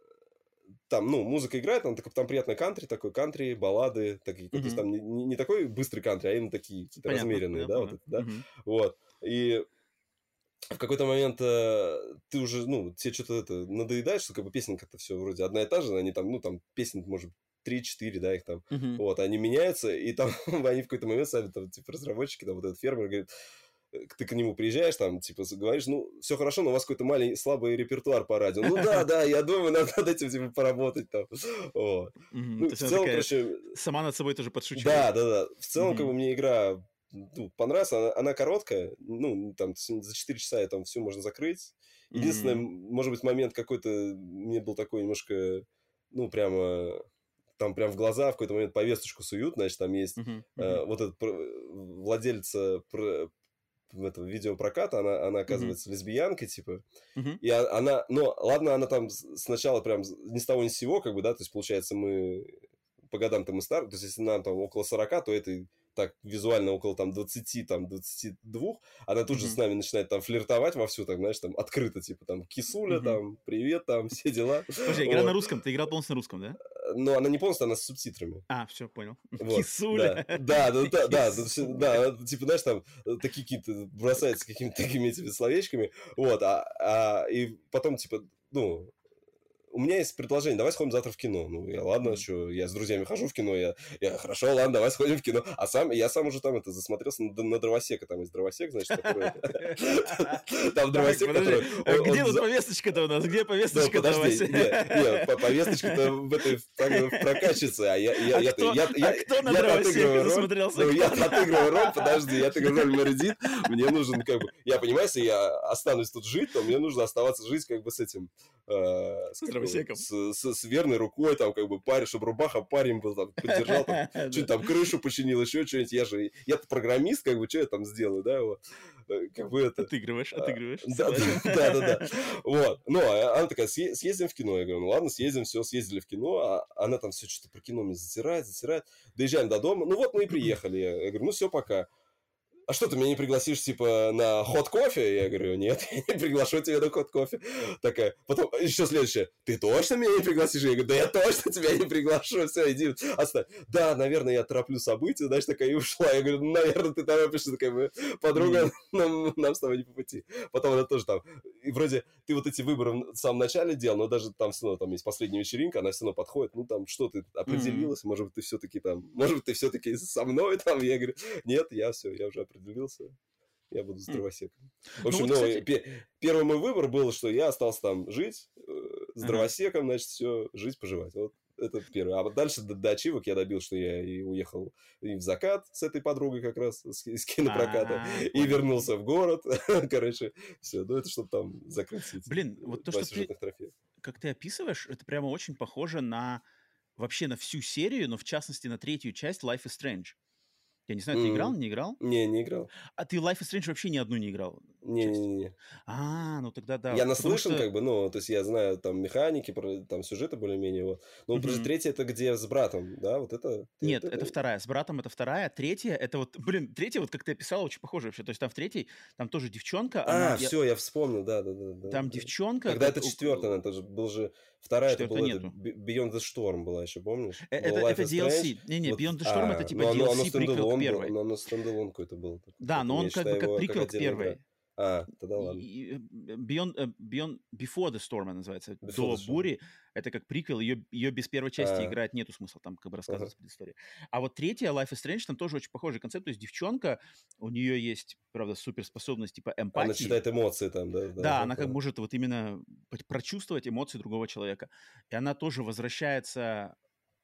там, ну, музыка играет, там, там приятная кантри, такой кантри, баллады, такие, то есть Мгм. там не, не- не такой быстрый кантри, а именно такие какие-то Понятно, размеренные, да, понятно, вот это, да. Мгм. Вот. И в какой-то момент э, ты уже, ну, тебе что-то это надоедает, что как бы песенка-то все вроде одна и та же, они там, ну, там песен, может, три-четыре, да, их там, Мгм. вот, они меняются, и там они в какой-то момент сами, там, типа, разработчики, там, вот этот фермер говорит, э, ты к нему приезжаешь, там, типа, говоришь, ну, все хорошо, но у вас какой-то маленький, слабый репертуар по радио. Ну, да, да, я думаю, надо над этим, типа, поработать, там, вот. Мгм. Ну, То в есть она целом, такая короче, сама над собой тоже да, подшучивает. да, да. В целом, как бы Мгм. мне игра ну, понравилась. Она, она короткая. Ну, там за четыре часа я там все можно закрыть. Единственное, Мгм. может быть, момент какой-то мне был такой немножко, ну, прямо там прям в глаза в какой-то момент повесточку суют, значит, там есть Мгм. Мгм. э, вот этот про- владельца про- этого видеопроката, она, она Мгм. оказывается лесбиянкой, типа, Мгм. и а- она, но ладно, она там с- сначала прям ни с того ни с сего, как бы, да, то есть, получается, мы по годам-то мы старше, то есть, если нам там около сорока, то это так визуально около там двадцати, там двадцати двух, она тут же с Мгм. нами начинает там флиртовать вовсю, так, знаешь, там открыто, типа, там, кисуля, Мгм. там, привет, там, все дела. Слушай, игра на Вот. русском. Ты играл полностью на русском, да? Но она не полностью, она с субтитрами. А, все, понял. Вот, да, Кисуля. да, да, да, да, да, Кисуля. да, типа, знаешь, там э, такие какие-то бросаются какими-то такими этими словечками, вот, а, а и потом, типа, ну, у меня есть предложение, давай сходим завтра в кино. Ну, я, ладно, mm-hmm. что, я с друзьями хожу в кино, я, я, хорошо, ладно, давай сходим в кино. А сам, я сам уже там это засмотрелся на, на Дровосека, там есть Дровосек, значит, который... Там Дровосек, который... Где тут повесточка-то у нас? Где повесточка? Подожди, нет, повесточка-то в этой прокачивается, а я... А кто на Дровосека засмотрелся? Ну, я отыгрываю роль, подожди, я отыгрываю роль Мередит, мне нужен, как бы... Я понимаю, если я останусь тут жить, то мне нужно оставаться жить как бы с этим... С Дровосеком. С верной рукой, там, как бы, парень, чтобы рубаха парень был, там, поддержал, там, что-то там, крышу починил, еще что-нибудь. Я же, я-то программист, как бы, что я там сделаю, да, вот. Как бы это... Отыгрываешь, отыгрываешь. Да, да, да, да. Вот. Ну, она такая, съездим в кино. Я говорю, ну ладно, съездим, все, съездили в кино. А она там все что-то про кино мне затирает, затирает. Доезжаем до дома. Ну вот мы и приехали. Я говорю, ну все, пока. А что, ты меня не пригласишь, типа, на хот кофе? Я говорю, нет, я не приглашу тебя на хот кофе. Такая, потом еще следующее, ты точно меня не пригласишь? Я говорю, да я точно тебя не приглашу, все, иди, оставь. Да, наверное, я тороплю события, знаешь, такая, и ушла. Я говорю, ну, наверное, ты торопишься, такая, подруга, нам, нам с тобой не по пути. Потом она тоже там, и вроде, ты вот эти выборы в самом начале делал, но даже там все равно, там есть последняя вечеринка, она все равно подходит, ну, там, что, ты определилась, может быть, ты все-таки там, может быть, ты все-таки со мной там? Я говорю, нет, я все, я уже определился, я буду с Дровосеком. В общем, ну, вот, ну, кстати... первый мой выбор был, что я остался там жить, э, с Дровосеком, ага. значит, все, жить, поживать. Вот это первое. А дальше до, до ачивок я добил, что я и уехал и в закат с этой подругой как раз, с, с кинопроката, А-а-а, и вернулся в город. Короче, все, ну это чтобы там закрыть эти Блин, вот то, что ты, трофеев. Как ты описываешь, это прямо очень похоже на, вообще на всю серию, но в частности на третью часть Life is Strange. Я не знаю, ты mm. играл, не играл? Не, не играл. А ты Life is Strange вообще ни одну не играл? Не-не-не. А, ну тогда да. Я наслышан, что... как бы, ну, то есть я знаю там механики, там сюжеты более-менее, вот. Но mm-hmm. просто третья это где с братом, да, вот это? Нет, это, это вторая, с братом это вторая, третья, это вот, блин, третья, вот как ты описала, очень похоже вообще, то есть там в третьей, там тоже девчонка. А, она, все, я... я вспомнил, да-да-да. Там да. девчонка. Когда как... это четвертая, это же был же, вторая это была Beyond the Storm была еще, помнишь? Это, это ди эл си, не-не, вот, Beyond the Storm а, это типа ди эл си приквел к первой. Но оно стендалон какой-то был. Да, но он как бы как приквел к первой. А, тогда ладно. Beyond, uh, Beyond, Before the Storm она называется. Before До бури. Это как приквел. Ее, ее без первой части а. играть нету смысла там как бы рассказывать uh-huh. предысторию. А вот третья, Life is Strange, там тоже очень похожий концепт. То есть девчонка, у нее есть, правда, суперспособность типа эмпатии. Она читает эмоции там, да? Да, да она как бы может вот именно прочувствовать эмоции другого человека. И она тоже возвращается...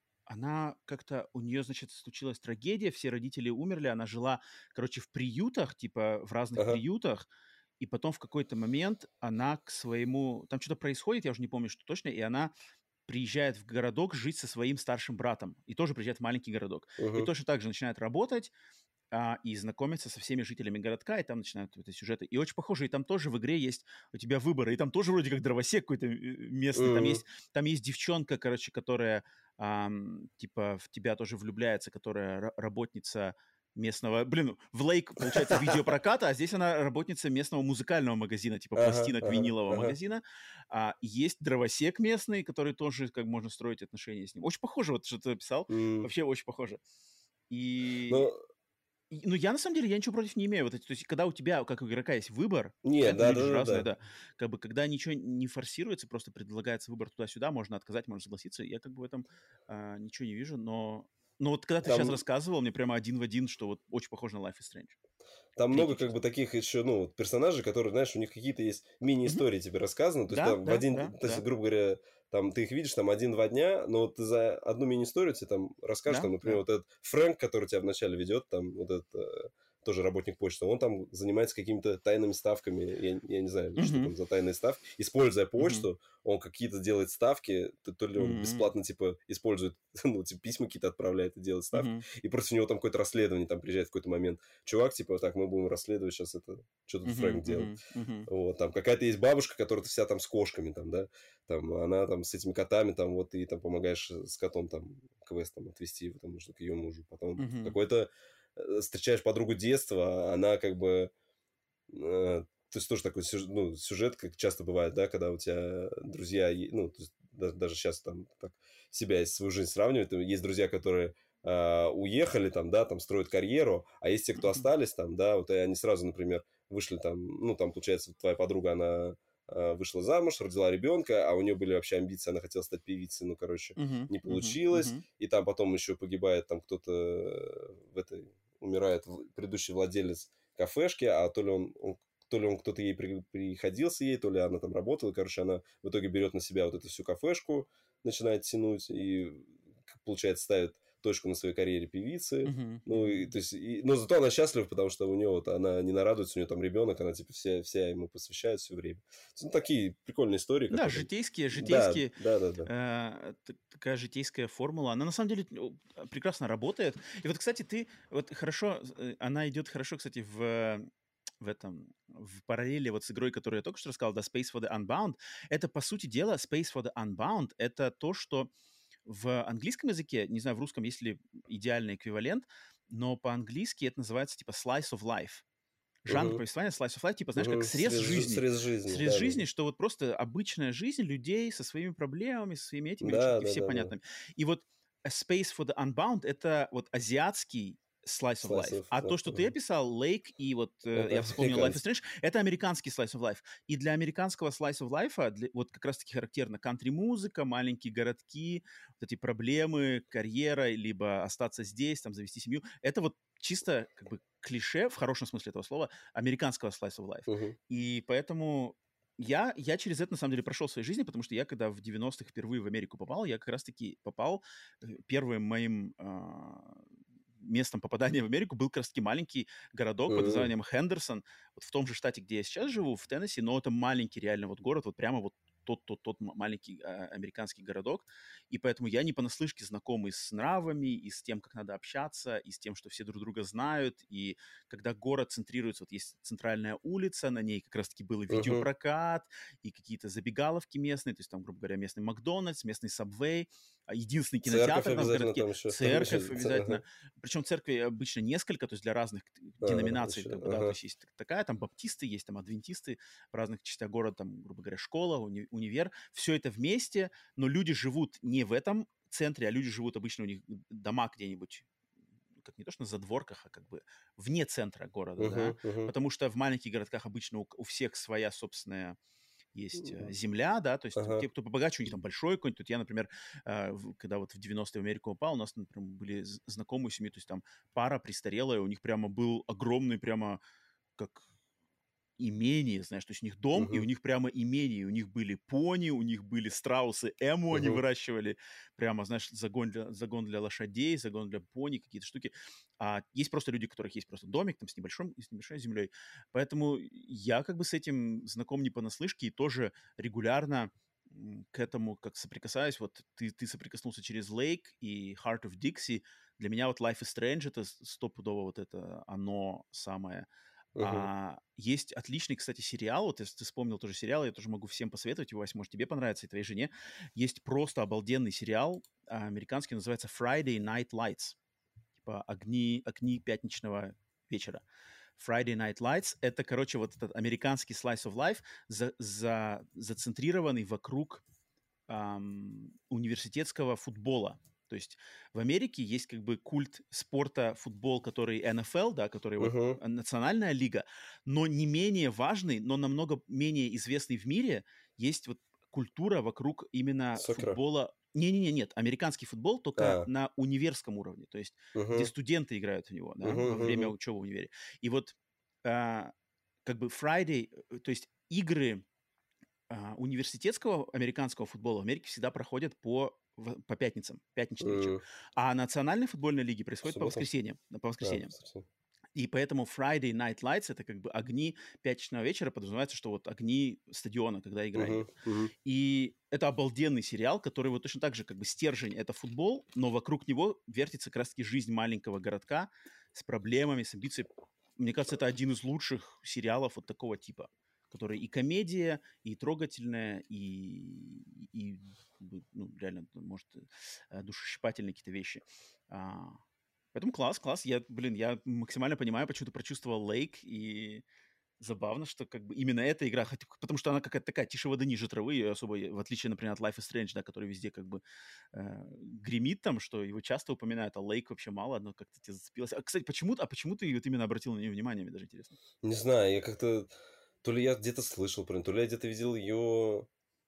Она как-то, у нее, значит, случилась трагедия, все родители умерли, она жила, короче, в приютах, типа в разных ага. приютах, и потом в какой-то момент она к своему, там что-то происходит, я уже не помню, что точно, и она приезжает в городок жить со своим старшим братом, и тоже приезжает в маленький городок, угу. и точно так же начинает работать, а, и знакомиться со всеми жителями городка, и там начинают эти сюжеты. И очень похоже, и там тоже в игре есть у тебя выборы, и там тоже вроде как Дровосек какой-то местный, mm-hmm. там, есть, там есть девчонка, короче, которая ам, типа в тебя тоже влюбляется, которая р- работница местного, блин, в Лейк, получается, видеопроката, а здесь она работница местного музыкального магазина, типа пластинок ага, винилового ага. магазина. А, есть Дровосек местный, который тоже, как можно строить отношения с ним. Очень похоже, вот что ты описал, mm. вообще очень похоже. И... Но... Ну, я, на самом деле, я ничего против не имею. Вот эти, то есть, когда у тебя, как у игрока, есть выбор, Нет, да, да, разные, да. да. Как бы, когда ничего не форсируется, просто предлагается выбор туда-сюда, можно отказать, можно согласиться. Я как бы в этом а, ничего не вижу, но... Но вот когда ты Там... сейчас рассказывал, мне прямо один в один, что вот очень похоже на Life is Strange. Там много как бы таких еще, ну, персонажей, которые, знаешь, у них какие-то есть мини-истории mm-hmm. тебе рассказаны. То есть, да, там да, в один, да, то есть, да. грубо говоря, там ты их видишь там один-два дня, но вот ты за одну мини-историю тебе там расскажешь, да, там, например, да. вот этот Фрэнк, который тебя вначале ведет, там, вот этот... тоже работник почты, он там занимается какими-то тайными ставками, я, я не знаю, mm-hmm. что там за тайные ставки. Используя почту, mm-hmm. он какие-то делает ставки, то, то ли он mm-hmm. бесплатно, типа, использует, ну, типа, письма какие-то отправляет и делает ставки, mm-hmm. и против него там какое-то расследование, там приезжает в какой-то момент чувак, типа, так, мы будем расследовать сейчас это, что тут mm-hmm. Фрэнк делал. Mm-hmm. Вот, там какая-то есть бабушка, которая вся там с кошками, там, да, там, она там с этими котами, там, вот, и там помогаешь с котом, там, квест там отвезти его, там, нужно к ее мужу, потом mm-hmm. какой-то встречаешь подругу детства, она как бы... Э, то есть тоже такой сюжет, ну, сюжет, как часто бывает, да, когда у тебя друзья... Ну, то есть, даже, даже сейчас там так себя и свою жизнь сравнивают. Есть друзья, которые э, уехали там, да, там строят карьеру, а есть те, кто остались там, да, вот и они сразу, например, вышли там... Ну, там, получается, твоя подруга, она... вышла замуж, родила ребенка, а у нее были вообще амбиции, она хотела стать певицей, ну, короче, uh-huh, не uh-huh, получилось. uh-huh. И там потом еще погибает там кто-то в этой, умирает предыдущий владелец кафешки, а то ли он, он то ли он кто-то ей при, приходился ей, то ли она там работала. Короче, она в итоге берет на себя вот эту всю кафешку, начинает тянуть и, получается, ставит точку на своей карьере певицы. Uh-huh, ну, uh-huh. И, то есть, и, но зато она счастлива, потому что у нее вот, она не нарадуется, у нее там ребенок, она типа вся, вся ему посвящает все время. Ну, такие прикольные истории. Да, которые... житейские, Да, житейские, да, да, да. э, такая житейская формула. Она на самом деле прекрасно работает. И вот, кстати, ты, вот хорошо, она идет хорошо, кстати, в... в этом, в параллели вот с игрой, которую я только что рассказал, да, Space for the Unbound, это, по сути дела, Space for the Unbound, это то, что в английском языке, не знаю, в русском есть ли идеальный эквивалент, но по-английски это называется типа slice of life. Жанр Угу. повествования, slice of life, типа, знаешь, угу. как срез, срез жизни. Срез жизни, Срез да, жизни, да. что вот просто обычная жизнь людей со своими проблемами, со своими этими, да, очень да, все да, понятными. Да. И вот A Space for the Unbound — это вот азиатский slice of Slice life. of А life, то, что ты ага. описал, Lake и вот э, Это я вспомнил Life is американский. Strange, это американский slice of life. И для американского slice of life для, вот как раз-таки характерна кантри-музыка, маленькие городки, вот эти проблемы, карьера, либо остаться здесь, там, завести семью. Это вот чисто как бы клише, в хорошем смысле этого слова, американского slice of life. Угу. И поэтому я, я через это, на самом деле, прошел в своей жизни, потому что я, когда в девяностых впервые в Америку попал, я как раз-таки попал, первым моим э, местом попадания в Америку был как раз-таки маленький городок mm-hmm. под названием Хендерсон, вот в том же штате, где я сейчас живу, в Теннесси, но это маленький реально вот город, вот прямо вот тот, тот, тот маленький э, американский городок, и поэтому я не понаслышке знакомый с нравами, и с тем, как надо общаться, и с тем, что все друг друга знают, и когда город центрируется, вот есть центральная улица, на ней как раз-таки был и видеопрокат, uh-huh. и какие-то забегаловки местные, то есть там, грубо говоря, местный Макдональдс, местный Сабвей, единственный кинотеатр церковь там в городке, там еще, церковь там еще, обязательно, uh-huh. причем церкви обычно несколько, то есть для разных uh-huh. деноминаций, как бы, uh-huh. да, то есть есть такая, там баптисты, есть там адвентисты в разных частях города, там, грубо говоря, школа, уни- универ, все это вместе, но люди живут не в этом центре, а люди живут обычно, у них дома где-нибудь, как не то что на задворках, а как бы вне центра города, uh-huh, да, uh-huh. потому что в маленьких городках обычно у, у всех своя собственная есть uh-huh. земля, да, то есть uh-huh. те, кто побогаче, у них там большой какой-нибудь, тут я, например, когда вот в девяностые в Америку попал, у нас, например, были знакомые семьи, то есть там пара престарелая, у них прямо был огромный прямо как имение, знаешь, то есть у них дом, uh-huh. и у них прямо имение, у них были пони, у них были страусы, эму uh-huh. они выращивали, прямо, знаешь, загон для, загон для лошадей, загон для пони, какие-то штуки. А есть просто люди, у которых есть просто домик там с, небольшим, с небольшой землей. Поэтому я как бы с этим знаком не понаслышке и тоже регулярно к этому как соприкасаюсь. Вот ты, ты соприкоснулся через Lake и Heart of Dixie. Для меня вот Life is Strange — это стопудово вот это оно самое. Uh-huh. А, есть отличный, кстати, сериал, вот если ты вспомнил тоже сериал, я тоже могу всем посоветовать его, Вась, может, тебе понравится и твоей жене. Есть просто обалденный сериал а, американский, называется Friday Night Lights, типа огни, огни пятничного вечера. Friday Night Lights — это, короче, вот этот американский slice of life, за, за, зацентрированный вокруг эм, университетского футбола. То есть в Америке есть как бы культ спорта, футбол, который эн эф эл, да, который uh-huh. вот национальная лига, но не менее важный, но намного менее известный в мире, есть вот культура вокруг именно Сокера. Футбола. Не-не-не, нет, американский футбол только а. на универском уровне, то есть uh-huh. где студенты играют в него, да, uh-huh, во время uh-huh. учебы в универе. И вот а, как бы Friday, то есть игры а, университетского американского футбола в Америке всегда проходят по по пятницам, пятничный mm. вечер. А национальной футбольной лиги происходит по воскресеньям. По воскресеньям. Yeah, и поэтому Friday Night Lights — это как бы огни пятничного вечера, подразумевается, что вот огни стадиона, когда игра идет. Uh-huh, uh-huh. И это обалденный сериал, который вот точно так же как бы стержень — это футбол, но вокруг него вертится как раз-таки жизнь маленького городка с проблемами, с амбициями. Мне кажется, это один из лучших сериалов вот такого типа, который и комедия, и трогательная, и, и ну, реально, может, душещипательные какие-то вещи. А, поэтому класс, класс. Я, блин, я максимально понимаю, почему ты прочувствовал Лейк, и забавно, что как бы именно эта игра, потому что она какая-то такая тише воды, ниже травы, и особо, в отличие, например, от Life is Strange, да, который везде как бы э, гремит там, что его часто упоминают, а Лейк вообще мало, но как-то тебе зацепилось. А, кстати, почему, а почему ты вот именно обратил на нее внимание, мне даже интересно? Не знаю, я как-то... То ли я где-то слышал про нее, то ли я где-то видел ее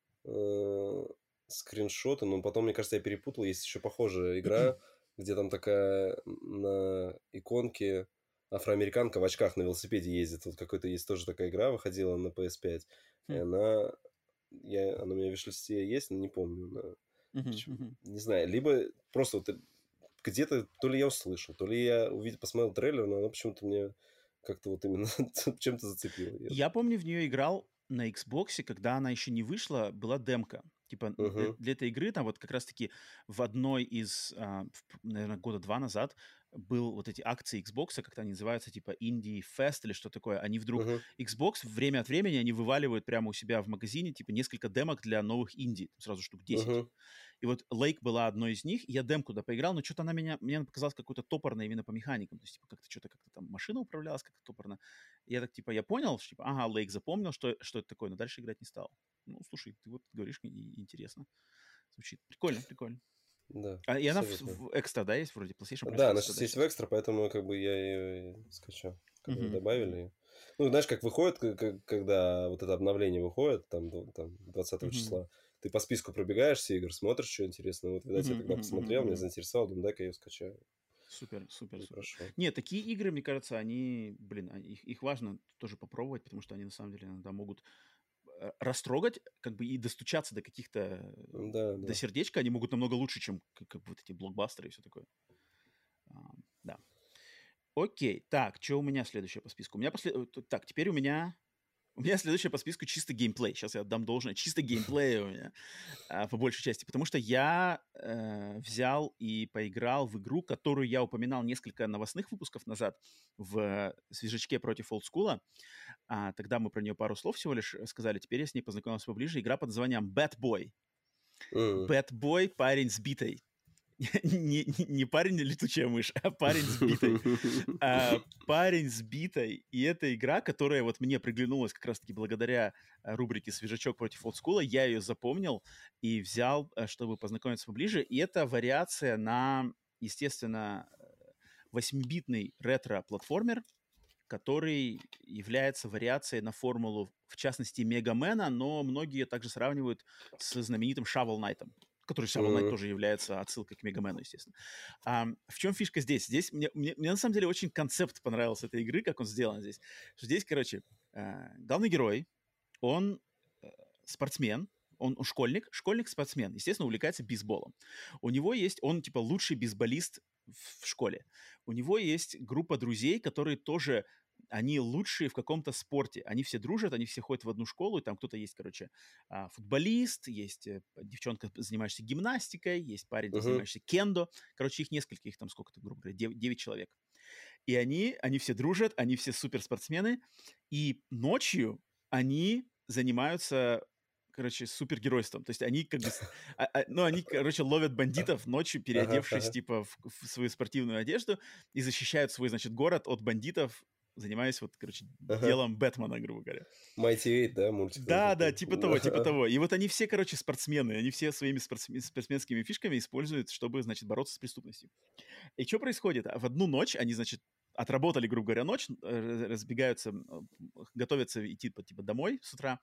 э, скриншоты, но потом, мне кажется, я перепутал. Есть еще похожая игра, где там такая на иконке афроамериканка в очках на велосипеде ездит. Вот какой-то есть тоже такая игра, выходила на пи эс пять. И Хм. она... Я, она у меня в виш-листе есть, но не помню. Она, Мгм, почему- мгм. не знаю, либо просто вот где-то то ли я услышал, то ли я увидел, посмотрел трейлер, но она почему-то мне как-то вот именно чем-то зацепила. Я- Я помню, в нее играл на Xbox, когда она еще не вышла, была демка. Типа для, Мгм, для этой игры там вот как раз-таки в одной из, а, наверное, года два назад был вот эти акции Xbox, как они называются, типа Indie Fest или что такое. Они вдруг... мгм, Xbox время от времени они вываливают прямо у себя в магазине типа несколько демок для новых инди, сразу штук десять. мгм. И вот Lake была одной из них, и я демку туда поиграл, но что-то она меня, мне она показалась какой-то топорной именно по механикам. То есть, типа, как-то что-то как-то там машина управлялась как-то топорно. И я так, типа, я понял, что, типа, ага, Lake запомнил, что, что это такое, но дальше играть не стал. Ну, слушай, ты вот говоришь, и, и интересно. Звучит. Прикольно, прикольно. Да, А, и она в, абсолютно. в экстра, да, есть вроде? PlayStation Plus Да, она экстра, сейчас да, есть в сейчас? экстра, поэтому как бы я ее и скачал, когда ее Мгм, мгм, добавили. Ну, знаешь, как выходит, к- к- когда вот это обновление выходит, там, ду- там двадцатого мгм, числа, ты по списку пробегаешь все игры, смотришь, что интересно. Вот, видать, я мгм, тогда мгм, мгм, посмотрел, меня мгм. заинтересовал, думаю, дай-ка я ее скачаю. Супер, супер, И супер. прошел. Не, такие игры, мне кажется, они, блин, они- их, их важно тоже попробовать, потому что они на самом деле иногда могут э, растрогать, как бы и достучаться до каких-то, э, Да, до да. сердечка, они могут намного лучше, чем как, как бы вот эти блокбастеры и все такое. А, да. Окей, так, что у меня следующее по списку? У меня после... э, т- Так, теперь у меня... У меня следующее по списку чисто геймплей. Сейчас я отдам должное. Чисто геймплей у меня, а, по большей части. Потому что я э, взял и поиграл в игру, которую я упоминал несколько новостных выпусков назад в свежачке против олдскула. А, тогда мы про нее пару слов всего лишь сказали. Теперь я с ней познакомился поближе. Игра под названием Bad Boy. М. Bad Boy, парень с битой. Не, не, не парень летучая мышь, а парень с битой. А, парень с битой. И это игра, которая вот мне приглянулась как раз-таки благодаря а, рубрике «Свежачок против олдскула». Я ее запомнил и взял, а, чтобы познакомиться поближе. И это вариация на, естественно, восьмибитный ретро-платформер, который является вариацией на формулу, в частности, Мегамена, но многие также сравнивают с знаменитым Shovel Knight, который Shovel Knight М. тоже является отсылкой к Мегамену, естественно. А, в чем фишка здесь? Здесь мне, мне, мне на самом деле очень концепт понравился этой игры, как он сделан здесь. Что здесь, короче, э, главный герой, он э, спортсмен, он, он школьник, школьник-спортсмен, естественно, увлекается бейсболом. У него есть, он типа лучший бейсболист в, в школе. У него есть группа друзей, которые тоже, они лучшие в каком-то спорте. Они все дружат, они все ходят в одну школу, и там кто-то есть, короче, а, футболист, есть э, девчонка, занимающаяся гимнастикой, есть парень, там, Мгм. занимающийся кендо. Короче, их несколько, их там сколько-то, грубо говоря, девять человек. И они, они все дружат, они все суперспортсмены, и ночью они занимаются, короче, супергеройством. То есть они как бы, с- а- а- ну, они, короче, ловят бандитов ночью, Ага, переодевшись, ага, типа, в, в свою спортивную одежду, и защищают свой, значит, город от бандитов, занимаясь вот, короче, ага. делом Бэтмена, грубо говоря. Mighty Eight, да, мультик там Да, да, такой. типа того, типа того. И вот они все, короче, спортсмены, они все своими спортсме- спортсменскими фишками используют, чтобы, значит, бороться с преступностью. И что происходит? В одну ночь они, значит, отработали, грубо говоря, ночь, э, разбегаются, м, готовятся идти, по- типа, домой с утра,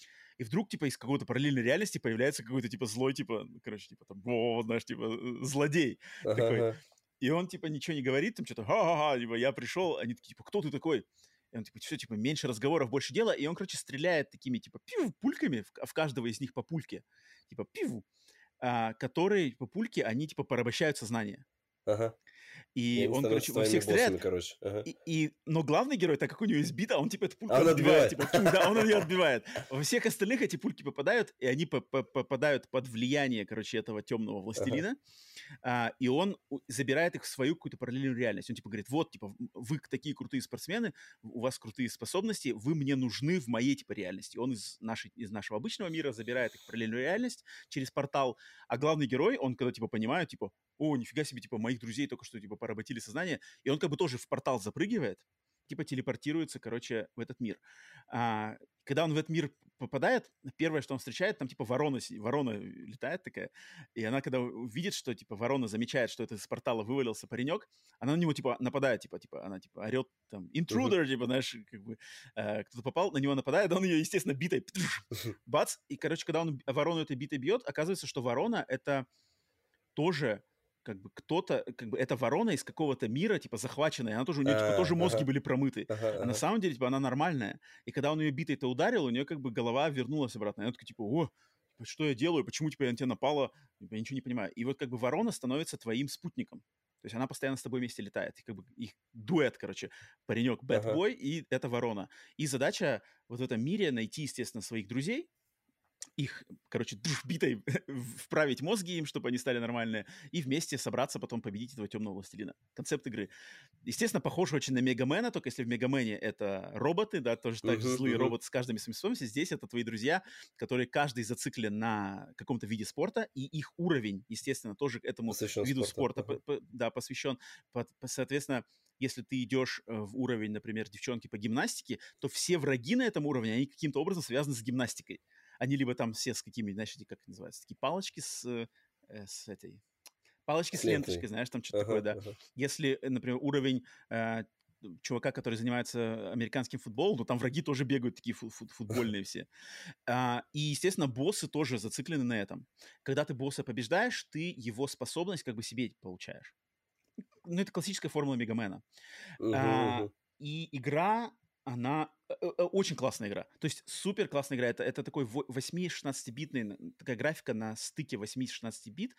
и вдруг, типа, из какой-то параллельной реальности появляется какой-то, типа, злой, типа, ну, короче, типа, там, во, знаешь, типа, э, злодей Ага, такой. ага. И он, типа, ничего не говорит, там, что-то, ха-ха-ха, типа, я пришел, они такие, типа, кто ты такой? И он, типа, все, типа, меньше разговоров, больше дела, и он, короче, стреляет такими, типа, пив, пульками, в, в каждого из них по пульке, типа, пив, а, которые, по пульке, они, типа, порабощают сознание. Ага. И И они он, становятся короче, во твоими всех боссами, стреляет, короче. Ага. и, и, но главный герой, так как у него избита, он типа эту пульку А он отбивает, отбивает. типа, тю, да, он ее отбивает. Во всех остальных эти пульки попадают, и они по- по- попадают под влияние, короче, этого темного Ага. властелина, а, и он у- забирает их в свою какую-то параллельную реальность. Он типа говорит, вот, типа, вы такие крутые спортсмены, у вас крутые способности, вы мне нужны в моей, типа, реальности. Он из, нашей, из нашего обычного мира забирает их в параллельную реальность через портал, а главный герой, он когда, типа, понимает, типа, о, нифига себе, типа, моих друзей только что, типа, поработили сознание, и он как бы тоже в портал запрыгивает, типа, телепортируется, короче, в этот мир. А, когда он в этот мир попадает, первое, что он встречает, там типа ворона, ворона летает такая, и она, когда видит, что типа ворона замечает, что это из портала вывалился паренек, она на него типа нападает, типа, типа она типа орет там «интрудер», типа, знаешь, как бы э, кто-то попал, на него нападает, он ее, естественно, битой, бац, и, короче, когда он ворону этой битой бьет, оказывается, что ворона — это тоже как бы кто-то, как бы эта ворона из какого-то мира, типа, захваченная, она тоже, у нее, типа, тоже мозги были промыты. А на самом деле, типа, она нормальная. И когда он ее битой-то ударил, у нее, как бы, голова вернулась обратно. И она такая, типа, о, типа, что я делаю? Почему, типа, я на тебя напала? Типа, я ничего не понимаю. И вот, как бы, ворона становится твоим спутником. То есть она постоянно с тобой вместе летает. И, как бы, их дуэт, короче, паренек Бэтбой и эта ворона. И задача вот в этом мире найти, естественно, своих друзей, их, короче, битой вправить мозги им, чтобы они стали нормальные, и вместе собраться потом победить этого темного властелина. Концепт игры. Естественно, похож очень на Мегамена, только если в Мегамене это роботы, да, тоже так же uh-huh, злые uh-huh. роботы с каждыми своими способностями. Здесь это твои друзья, которые каждый зациклен на каком-то виде спорта, и их уровень, естественно, тоже этому посвящен виду спорта, uh-huh. по, по, да, посвящен. По, по, соответственно, если ты идешь в уровень, например, девчонки по гимнастике, то все враги на этом уровне, они каким-то образом связаны с гимнастикой. Они либо там все с какими, знаешь, как называется, такие палочки с, э, с этой... Палочки с, с ленточкой, знаешь, там что-то uh-huh, такое, да. Uh-huh. Если, например, уровень э, чувака, который занимается американским футболом, то там враги тоже бегают такие фу- фу- футбольные все. А, и, естественно, боссы тоже зациклены на этом. Когда ты босса побеждаешь, ты его способность как бы себе получаешь. Ну, это классическая формула Мегамена. Uh-huh, а, uh-huh. И игра... Она очень классная игра. То есть супер классная игра. Это, это такой восемь-шестнадцатибитный, такая графика на стыке восемь-шестнадцать бит,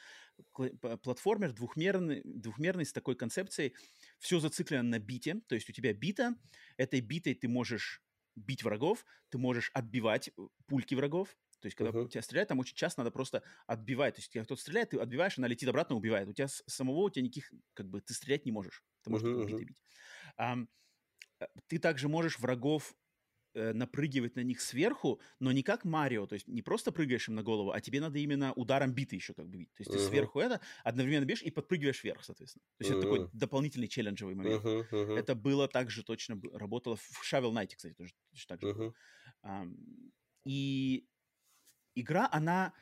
платформер двухмерный, двухмерный с такой концепцией. Все зациклено на бите. То есть у тебя бита. Этой битой ты можешь бить врагов, ты можешь отбивать пульки врагов. То есть, когда uh-huh. тебя стреляют, там очень часто надо просто отбивать. То есть, когда кто-то стреляет, ты отбиваешь, она летит обратно, убивает. У тебя самого, у тебя никаких, как бы, ты стрелять не можешь. Ты можешь uh-huh. только битой бить. Um, ты также можешь врагов э, напрыгивать на них сверху, но не как Марио, то есть не просто прыгаешь им на голову, а тебе надо именно ударом биты еще как бы бить. То есть uh-huh. ты сверху это одновременно бьешь и подпрыгиваешь вверх, соответственно. То есть uh-huh. это такой дополнительный челленджевый момент. Uh-huh. Uh-huh. Это было также точно, работало в Shovel Knight, кстати, тоже точно так же uh-huh. было. Um, и игра, она,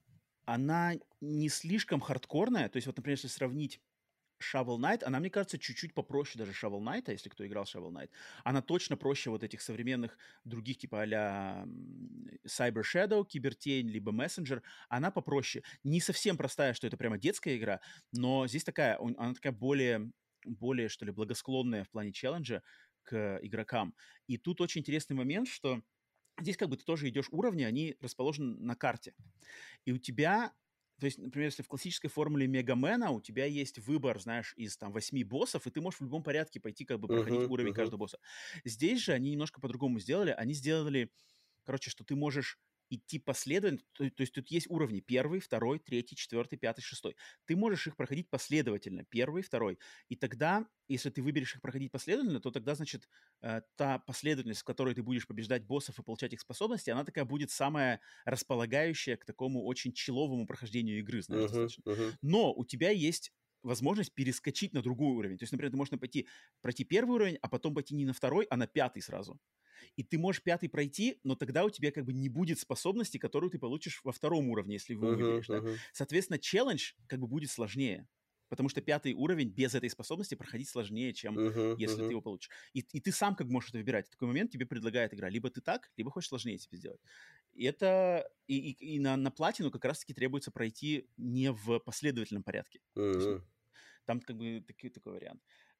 она не слишком хардкорная, то есть вот, например, если сравнить Shovel Knight, она, мне кажется, чуть-чуть попроще даже Shovel Knight, если кто играл Shovel Knight. Она точно проще вот этих современных других, типа а-ля Cyber Shadow, Кибертень, либо Messenger. Она попроще. Не совсем простая, что это прямо детская игра, но здесь такая, она такая более, более, что ли, благосклонная в плане челленджа к игрокам. И тут очень интересный момент, что здесь как бы ты тоже идешь уровни, они расположены на карте. И у тебя... То есть, например, если в классической формуле Мегамена у тебя есть выбор, знаешь, из там восьми боссов, и ты можешь в любом порядке пойти как бы проходить uh-huh, уровень uh-huh. каждого босса. Здесь же они немножко по-другому сделали. Они сделали, короче, что ты можешь идти последовательно. То, то есть тут есть уровни. Первый, второй, третий, четвертый, пятый, шестой. Ты можешь их проходить последовательно. Первый, второй. И тогда, если ты выберешь их проходить последовательно, то тогда, значит, э, та последовательность, в которой ты будешь побеждать боссов и получать их способности, она такая будет самая располагающая к такому очень чиловому прохождению игры, знаешь, uh-huh, достаточно. Uh-huh. Но у тебя есть возможность перескочить на другой уровень. То есть, например, ты можешь пойти, пройти первый уровень, а потом пойти не на второй, а на пятый сразу. И ты можешь пятый пройти, но тогда у тебя как бы не будет способности, которую ты получишь во втором уровне, если его uh-huh, выберешь. Да? Uh-huh. Соответственно, челлендж как бы будет сложнее. Потому что пятый уровень без этой способности проходить сложнее, чем uh-huh, если uh-huh. ты его получишь. И, и ты сам как можешь это выбирать. В такой момент тебе предлагает игра. Либо ты так, либо хочешь сложнее себе сделать. И это... И, и, и на, на платину как раз-таки требуется пройти не в последовательном порядке. Uh-huh. То есть, там как бы такой, такой вариант.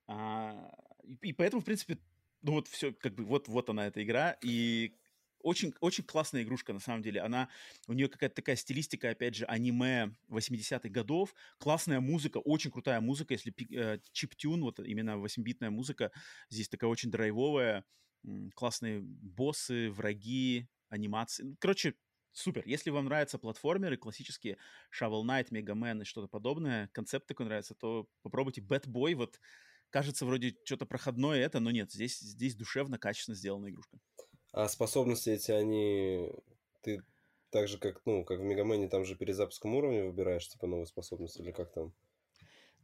А, и, и поэтому, в принципе, ну вот все, как бы, вот, вот она, эта игра. И очень, очень классная игрушка, на самом деле. Она, у нее какая-то такая стилистика, опять же, аниме восьмидесятых годов. Классная музыка, очень крутая музыка. Если э, чиптюн, вот именно восьмибитная музыка, здесь такая очень драйвовая. Классные боссы, враги, анимации. Короче, супер. Если вам нравятся платформеры классические, Shovel Knight, Mega Man и что-то подобное, концепт такой нравится, то попробуйте Bad Boy. Вот кажется, вроде что-то проходное это, но нет, здесь, здесь душевно, качественно сделана игрушка. А способности эти, они... Ты так же, как, ну, как в Мегамене, там же перед запуском уровня выбираешь, типа, новые способности, или как там?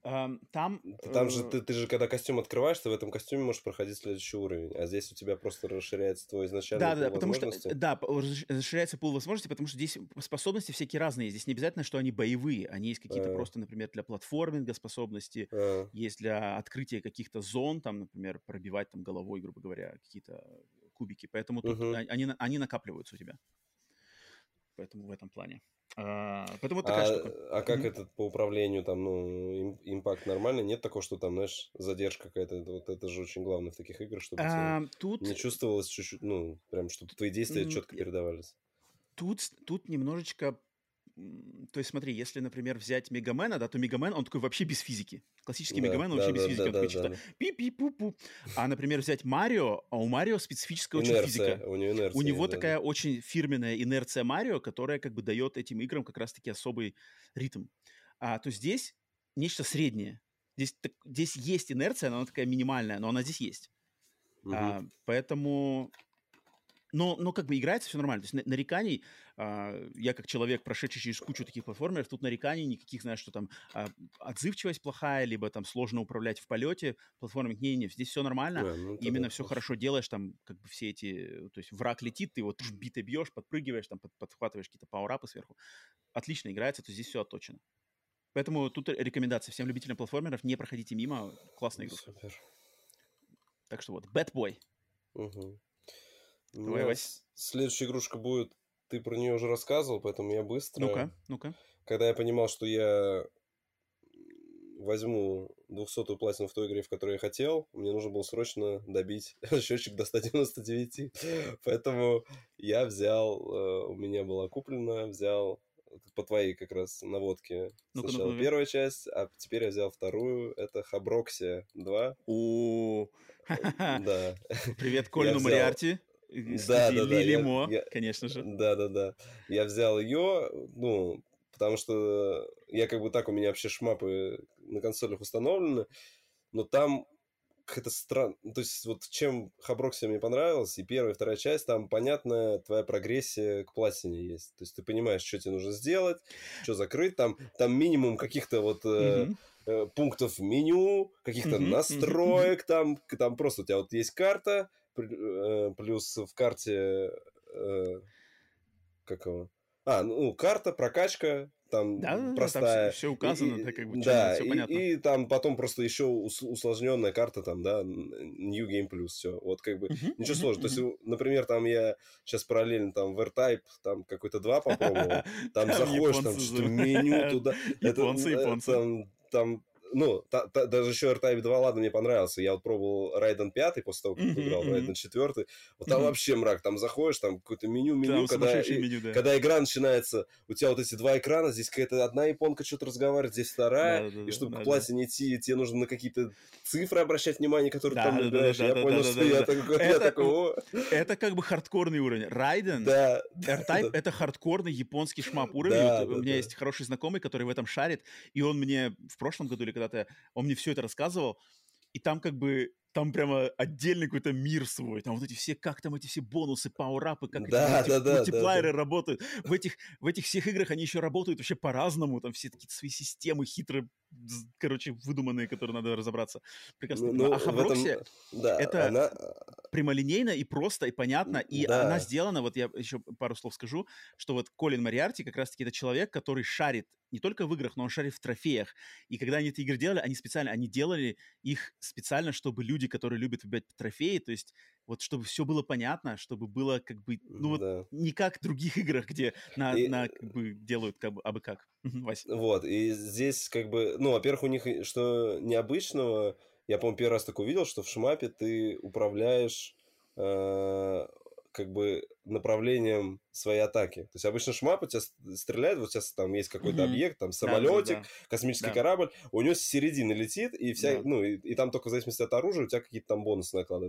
Эм, Там... Там же э, ты, ты же, когда костюм открываешь, ты в этом костюме можешь проходить следующий уровень, а здесь у тебя просто расширяется твой изначальный Да, да, пул да, потому что, возможностей. э, да, п- разш- расширяется пул возможностей, потому что здесь способности всякие разные. Здесь не обязательно, что они боевые. Они есть какие-то А, просто, например, для платформинга способности, а, есть для открытия каких-то зон, там, например, пробивать там головой, грубо говоря, какие-то кубики. Поэтому тут мгм. а- они, на- они накапливаются у тебя. Поэтому в этом плане. А, поэтому вот такая А, штука. а как Мгм. этот по управлению там, ну, им- импакт нормальный? Нет такого, что там, знаешь, задержка какая-то? Это, вот это же очень главное в таких играх, чтобы у тебя А, тут, не чувствовалось чуть-чуть, ну, прям, чтобы твои действия м, четко передавались. Тут, с- тут немножечко... м, То есть смотри, если, например, взять Мегамена, да, то Мегамен, он такой вообще без физики. Классический Да, Мегамен, он да, вообще без да, физики, да, он да, такой да, чисто да. пи-пи-пу-пу. А, например, взять Марио, а у Марио специфическая очень Инерция, физика. у нее У инерция него есть, да, да. такая очень фирменная инерция Марио, которая как бы дает этим играм как раз-таки особый ритм. А то здесь нечто среднее. Здесь, так- здесь есть инерция, но она такая минимальная, но она здесь есть. Мгм. А, поэтому но, но как бы играется все нормально. То есть на- нареканий, а, я как человек, прошедший через кучу таких платформеров, тут нареканий никаких, знаешь, что там а, отзывчивость плохая, либо там сложно управлять в полете. Платформинг, не-не, здесь все нормально. А, ну тогда Именно все хорошо. хорошо делаешь, там как бы все эти... То есть враг летит, ты его тш, битой бьешь, подпрыгиваешь, там под- подхватываешь какие-то пауэрапы сверху. Отлично играется, то есть здесь все отточено. Поэтому тут рекомендация всем любителям платформеров, не проходите мимо, классная игрушка. Супер. Так что вот, Bad Boy. Мгм. У Давай, меня Вась. с- следующая игрушка будет, ты про нее уже рассказывал, поэтому я быстро. Ну-ка, ну-ка. Когда я понимал, что я возьму двухсотую платину в той игре, в которой я хотел, мне нужно было срочно добить счетчик до ста девяноста девяти. Поэтому я взял, э, у меня была куплена, взял по твоей как раз наводке Ну-ка, ну-ка, сначала ну-ка. первая часть, а теперь я взял вторую, это Хаброксия два. О, Да, привет я Колину взял. Мориарти из Да, студии да, да, я, Лилимо, я, конечно же. да, да, да, я взял ее, ну, потому что я как бы так, у меня вообще шмапы на консолях установлены, но там как-то странно, то есть вот чем Хаброксия мне понравилось, и первая, и вторая часть, там понятная твоя прогрессия к платине есть, то есть ты понимаешь, что тебе нужно сделать, что закрыть, там, там минимум каких-то вот... э, Мгм, э, пунктов меню, каких-то мгм, мгм, мгм. настроек там, к- там просто у тебя вот есть карта, пр- э, плюс в карте э, как его? А, ну, карта, прокачка, там Да-да-да, там все, простая. все И, указано, и- да, как бы, что надо, да, все и, понятно. и там потом просто еще ус- усложненная карта, там, да, New Game Plus, все. Вот как бы Мгм, ничего мгм, сложного. То есть, мгм. у- например, там я сейчас параллельно там в R-Type там какой-то два попробовал, там Там заходишь, там японцы, что-то зов- меню туда, это японцы, э, японцы. там, там ну, та- та- даже еще R-Type два, ладно, мне понравился. Я вот пробовал Raiden пять после того, как Мгм, поиграл в мгм, Raiden четыре. Вот там мгм. вообще мрак. Там заходишь, там какое-то меню-меню, Там когда, сумасшедшее и, меню, да. когда игра начинается, у тебя вот эти два экрана, здесь какая-то одна японка что-то разговаривает, здесь вторая, и Да-да-да, чтобы к да-да. платине идти, тебе нужно на какие-то цифры обращать внимание, которые ты там Да, да, да, набираешь. И да, я да, да, понял, да, что да, да, я да. такой, я Это, такой, в- о, это как бы хардкорный уровень. Райден, да, R-Type — да, это хардкорный японский шмап уровень. Вот да, у да, меня да. есть хороший знакомый, который в этом шарит, и он мне в прошлом году или когда-то, он мне все это рассказывал, и там как бы, там прямо отдельный какой-то мир свой, там вот эти все, как там эти все бонусы, пауэрапы, как эти Да, мульти, да, да, да, да. мультиплееры работают. В этих, в этих всех играх они еще работают вообще по-разному, там все такие свои системы хитро, з- короче, выдуманные, которые надо разобраться. Прекрасно Ну, понимаю. А ну, в этом, Хаброксия — да, это она, прямолинейно и просто, и понятно. И она да, сделана, вот я еще пару слов скажу, что вот Колин Мориарти как раз-таки это человек, который шарит не только в играх, но он шарит в трофеях. И когда они эти игры делали, они специально, они делали их специально, чтобы люди, которые любят выбирать трофеи, то есть вот чтобы все было понятно, чтобы было как бы, ну вот да. не как в других играх, где на, И на как бы делают как бы абы как. Мгм, Вась. вот, и здесь как бы, ну, во-первых, у них и- что необычного, я, по-моему, первый раз так увидел, что в шмапе ты управляешь э, как бы направлением своей атаки. То есть обычно шмап у тебя с- стреляет, вот сейчас там есть какой-то Мгм. объект, там Да, да, да, самолетик, да, космический да, корабль, у него с середины летит, и вся, да. ну, и, и там только в зависимости от оружия у тебя какие-то там бонусы накладываются.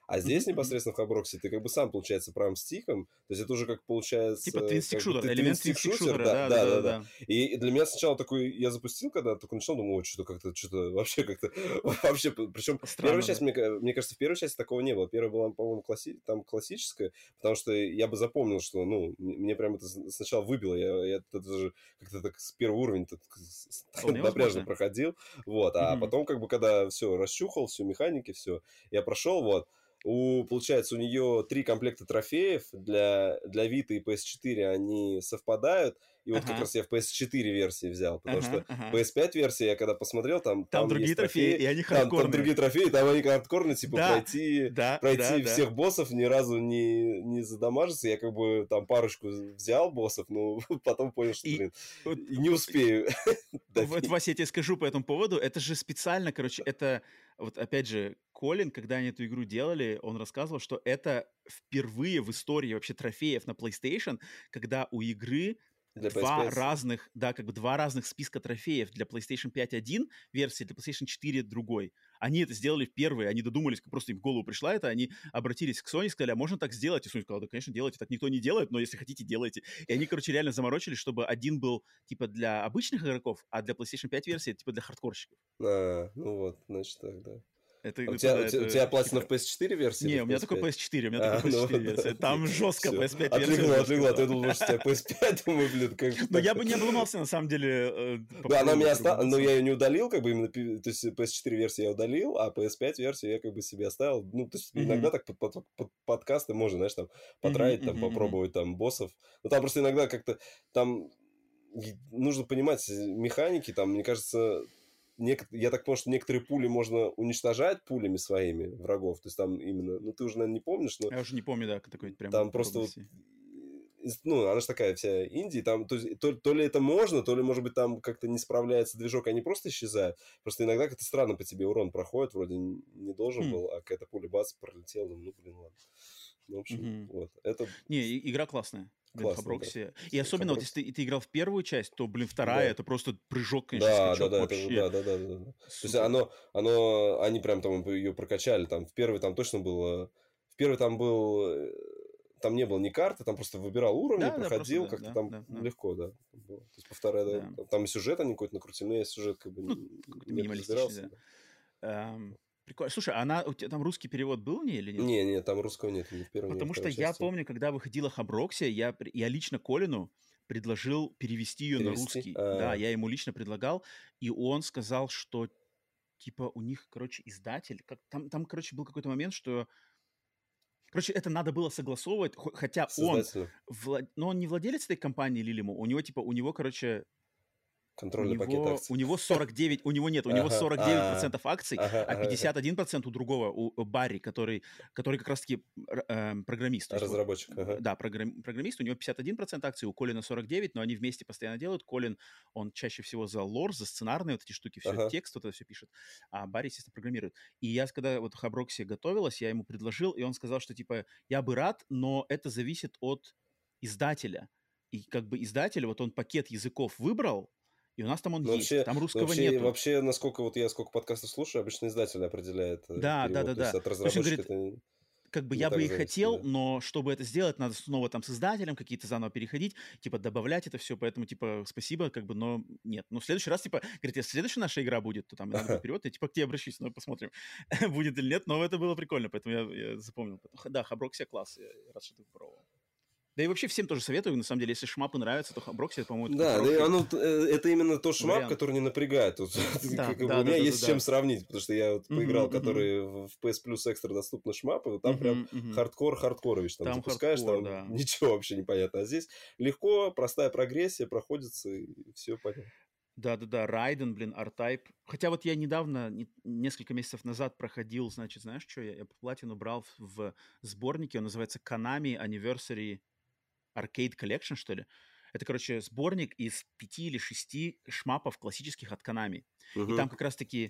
А здесь Мгм, мгм. непосредственно в Хаброксе ты как бы сам, получается, правым стиком, то есть это уже как Типа получается, как бы твинстик-шутер, ты элемент твинстик-шутер, твинстик-шутера, да, да, да, да. да-да-да. И для меня сначала такой, я запустил, когда только начал, думал, вот что-то как-то, что-то вообще как-то, вообще, причем первая Странно, часть, да. мне, ка- мне кажется, в первой части такого не было. Первая была, по-моему, класси- там классическая, потому что я бы запомнил, что, ну, м- мне прям это с- сначала выбило, я, я это даже как-то так с первого уровня так с- с- Вполне напряжно возможно. проходил, вот, а Мгм. потом, как бы, когда все расчухал, все механики, все, я прошел, вот, у, получается, у нее три комплекта трофеев для, для Vita и пи эс четыре, они совпадают, и вот как Ага, раз я в пи эс четыре версии взял, потому ага, что ага. пи эс пять версии я когда посмотрел, там, Там там другие есть трофеи, трофеи, и они там, там хардкорные. другие трофеи, там они хардкорные, типа Да, пройти, да, да, пройти да. всех боссов ни разу не, не задамажиться. Я как бы там парочку взял боссов, но потом понял, что, И блин, вот, не успею вот, добить. Вася, я тебе скажу по этому поводу, это же специально, короче, это, вот опять же, Колин, когда они эту игру делали, он рассказывал, что это впервые в истории вообще трофеев на PlayStation, когда у игры Для два пи эс пять. разных, да, как бы два разных списка трофеев для PlayStation пять один версии, для PlayStation четыре другой. Они это сделали первые, они додумались, просто им в голову пришла это, они обратились к Sony, сказали, а можно так сделать? И Sony сказал, да, конечно, делайте, так никто не делает, но если хотите, делайте. И они, короче, реально заморочились, чтобы один был, типа, для обычных игроков, а для PlayStation пять версии, типа, для хардкорщиков. А, ну вот, значит так, да. Это, А у это тебя, да, у тебя, у тебя это платина в хитро. пи эс четыре версии или Не, в у меня только пи эс пять? пи эс четыре, у меня только А, ну пи эс четыре вот, да, версия. окей. Там жестко Все. пи эс пять версия Отлегло, жесткая, отлегло. А то я да. думал, может, у тебя пи эс пять, думаю, блин, как Но я так-то. бы не обломался, на самом деле, э, Ну, она у меня попробовать осталась, но рубануться. я ее не удалил, как бы именно, пи- то есть пи эс четыре версию я удалил, а пи эс пять версию я как бы себе оставил. Ну, то есть иногда Мгм. так под, под- под подкасты можно, знаешь, там Мгм, потратить, там мгм, мгм. попробовать там боссов. Ну, там просто иногда как-то, там и нужно понимать механики, там, мне кажется, нек- я так понял, что некоторые пули можно уничтожать пулями своими врагов, то есть там именно, ну, ты уже, наверное, не помнишь, но Я уже не помню, да, такой прям там просто вот, подробности. из- ну, она же такая вся инди, там, то, есть, то, то ли это можно, то ли, может быть, там как-то не справляется движок, они просто исчезают. Просто иногда как-то странно по тебе урон проходит, вроде н- не должен Хм. был, а какая-то пуля бац, пролетела, думаю, ну, блин, ладно. Ну, в общем, Мгм. вот, это Не, и- игра классная. Блин, классно, да. Хаброкси. И особенно, вот Хаброкс. если ты, ты играл в первую часть, то, блин, вторая, Да. это просто прыжок, конечно, Да, да, скачок да, это, вообще да, да, да, да, да. То есть супер. оно, оно, они прям там ее прокачали, там в первый там точно было, в первый там был, э, там не было ни карты, там просто выбирал уровни, Да, да, просто проходил, да, как-то да, там да, да, легко, да. было. То есть повторяю, да. да, там и сюжет они какой-то накрутили, но я сюжет как бы Ну, н- какой-то не минималистичный, разбирался, да. да. Эм, прикольно. Слушай, а она, у тебя там русский перевод был не или нет? Не, не, там русского нет, ни в первой, ни во Потому что второй я части. помню, когда выходила Хаброксия, я, при- я лично Колину предложил перевести ее на Перевести? русский. Да, А, я ему лично предлагал, и он сказал, что типа у них, короче, издатель, как, там, там, короче, был какой-то момент, что, короче, это надо было согласовывать, хо- хотя он, создательно. вла- но он не владелец этой компании Лилиму, у него, типа, у него, короче, у Контрольный пакет него, у акций. него сорок девять, у него нет, у него Ага, сорок девять а, процентов акций, ага, а ага, ага. пятьдесят один процент у другого, у у Барри, который, который как раз-таки р- эм, программист. То есть вот, Разработчик, ага. да, программ- программист, у него пятьдесят один процент акций, у Колина сорок девять процентов, но они вместе постоянно делают. Колин, он чаще всего за лор, за сценарные вот эти штуки, все, Ага. текст вот это все пишет, а Барри, естественно, программирует. И я, когда вот Хаброкси готовилась, я ему предложил, и он сказал, что, типа, я бы рад, но это зависит от издателя. И как бы издатель, вот он пакет языков выбрал, и у нас там он Ну, есть. вообще, Там ну, русского вообще, нету. вообще, насколько вот я сколько подкастов слушаю, обычно издатель определяет э, Да, да, перевод. да, То есть да. от То есть он разработчика говорит, это не, как бы не я бы так и зависит, хотел, да. но чтобы это сделать, надо снова там с издателем какие-то заново переходить, типа добавлять это все, поэтому типа спасибо, как бы, но нет. Ну, в следующий раз, типа, говорит, если следующая наша игра будет, то там и надо будет перевод, я типа к тебе обращусь, ну, посмотрим, будет или нет, но это было прикольно, поэтому я, я запомнил. Х- Да, Хаброксия класс, я, я рад, что ты попробовал. Да и вообще всем тоже советую, на самом деле, если шмапы нравятся, то Хаброксия, по-моему, такой Да, да, и хороший оно, э, это именно тот шмап, вариант. который не напрягает. Тут, Да, как бы да, у да, меня да, да, есть с чем да. сравнить, потому что я вот Мгм, поиграл, мгм, которые в в пи эс Plus экстра доступны шмапы, вот там прям мгм, мгм. хардкор хардкорович, там Там запускаешь, хардкор, там да. ничего вообще не понятно. А здесь легко, простая прогрессия, проходится, и все понятно. Да-да-да, Райден, блин, R-Type. Хотя вот я недавно, не- несколько месяцев назад проходил, значит, знаешь, что я? Я платину брал в, в сборнике, он называется Konami Anniversary Arcade Collection, что ли. Это, короче, сборник из пяти или шести шмапов классических от Konami. И Мгм. там как раз-таки,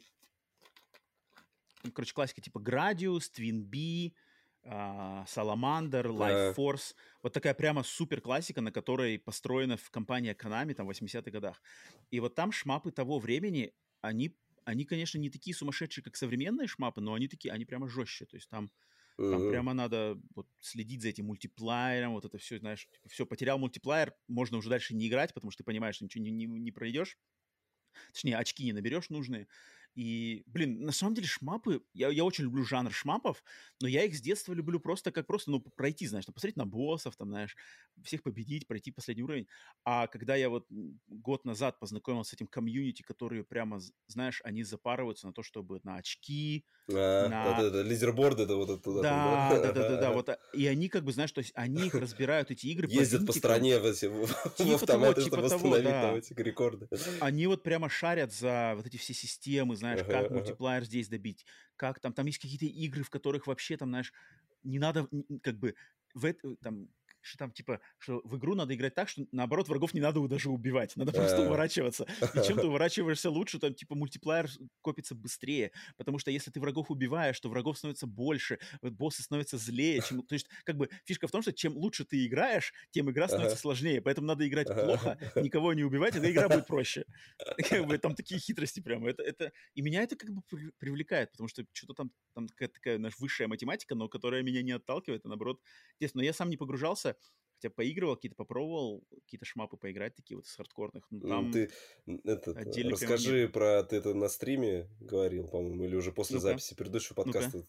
ну, короче, классика типа Gradius, Twin Bee, а, Salamander, Life А, Force. Вот такая прямо супер классика, на которой построена в компания Konami там в восьмидесятых годах. И вот там шмапы того времени, они, они, конечно, не такие сумасшедшие, как современные шмапы, но они такие, они прямо жестче. То есть там Там Мгм. прямо надо вот следить за этим мультиплеером, вот это все, знаешь, типа, все, потерял мультиплеер, можно уже дальше не играть, потому что ты понимаешь, что ничего не, не, не пройдешь. Точнее, очки не наберешь нужные. И, блин, на самом деле шмапы, я, я очень люблю жанр шмапов, но я их с детства люблю просто как просто, ну, пройти, знаешь, там, посмотреть на боссов, там, знаешь, всех победить, пройти последний уровень. А когда я вот м, год назад познакомился с этим комьюнити, которые прямо, з- знаешь, они запарываются на то, чтобы на очки, А, вот на это, лидерборд, это вот это туда там, да? да, да-да-да-да, вот, а, и они как бы, знаешь, то есть они их разбирают, эти игры, по Ездят по винтикам, стране в, эти, в, в типа того, автоматы, чтобы типа того, восстановить там да. эти рекорды. Они вот прямо шарят за вот эти все системы, знаешь, Ага, как ага. мультиплеер здесь добить, как там, там есть какие-то игры, в которых вообще там, знаешь, не надо, н- н- как бы, в это, там, что там, типа, что в игру надо играть так, что, наоборот, врагов не надо даже убивать, надо просто А. уворачиваться. И чем ты уворачиваешься лучше, там, типа, мультиплеер с- копится быстрее, потому что если ты врагов убиваешь, то врагов становится больше, вот боссы становятся злее, чем, то есть, как бы, фишка в том, что чем лучше ты играешь, тем игра становится Ага, сложнее, поэтому надо играть плохо, ага. никого не убивать, тогда игра будет проще. Как бы там такие хитрости прямо. Это, это... И меня это как бы при- привлекает, потому что что-то там, там какая-то такая, знаешь, высшая математика, но которая меня не отталкивает, а наоборот, интересно. Но я сам не погружался, хотя поигрывал, какие-то попробовал, какие-то шмапы поиграть, такие вот из хардкорных. Ну, М, там Ты м, этот, э, отдельный прямо мир. расскажи про ты это на стриме говорил, по-моему, или уже после Ну-ка, записи предыдущего ну-ка. подкаста.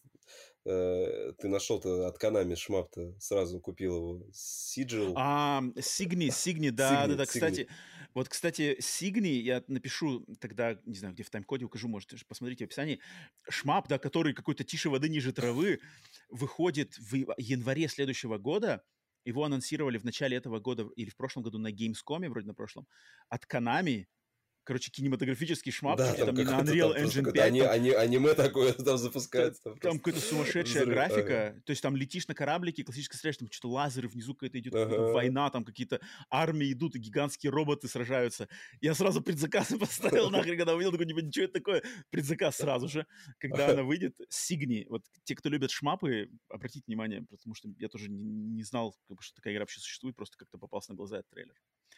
Э, ты нашел-то от Konami шмап-то, сразу купил его. Sigil, А, Сигни, Сигни, Сигни, да-да-да, Сигни. кстати, вот, кстати, Сигни, я напишу тогда, не знаю, где в тайм-коде укажу, можете ж посмотрите в описании, шмап, да, который какой-то тише воды ниже травы, выходит в январе следующего года, его анонсировали в начале этого года или в прошлом году на Gamescom, вроде на прошлом, от Konami, короче, кинематографический шмап, Да, чуть ли там там не на какой-то Unreal там просто Engine какое-то пять, ани, там ани, аниме такое там та- запускается, там там просто какая-то сумасшедшая взрыв. Ага. графика, то есть там летишь на кораблике, классическая стрельба, там что-то лазеры, внизу какая-то идет какая-то Ага. война, там какие-то армии идут, и гигантские роботы сражаются. Я сразу предзаказ поставил нахрен, когда увидел, такой, ничего это такое, предзаказ сразу же, когда она выйдет, Сигни, вот те, кто любят шмапы, обратите внимание, потому что я тоже не, не знал, как бы, что такая игра вообще существует, просто как-то попался на глаза этот трейлер.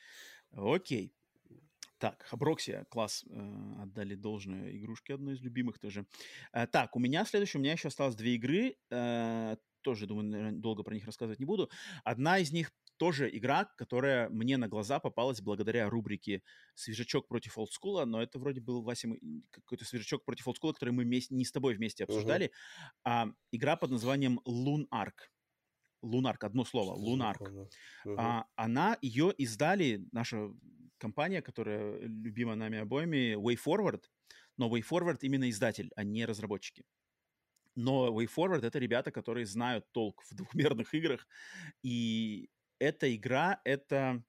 Окей. Так, Хаброксия, класс, э, отдали должное, игрушки одной из любимых тоже. Э, так, у меня следующее, у меня еще осталось две игры, э, тоже, думаю, наверно, долго про них рассказывать не буду. Одна из них тоже игра, которая мне на глаза попалась благодаря рубрике «Свежачок против олдскула», но это вроде был, Вася, мы- какой-то свежачок против олдскула, который мы вместе, не с тобой вместе Мгм. обсуждали, а игра под названием Loon Ark. Лунарк, одно слово, Что-то Лунарк. знакомое. Мгм. А, она, ее издали, наша компания, которая любима нами обоими, WayForward, но WayForward именно издатель, а не разработчики. Но WayForward — это ребята, которые знают толк в двухмерных играх, и эта игра — это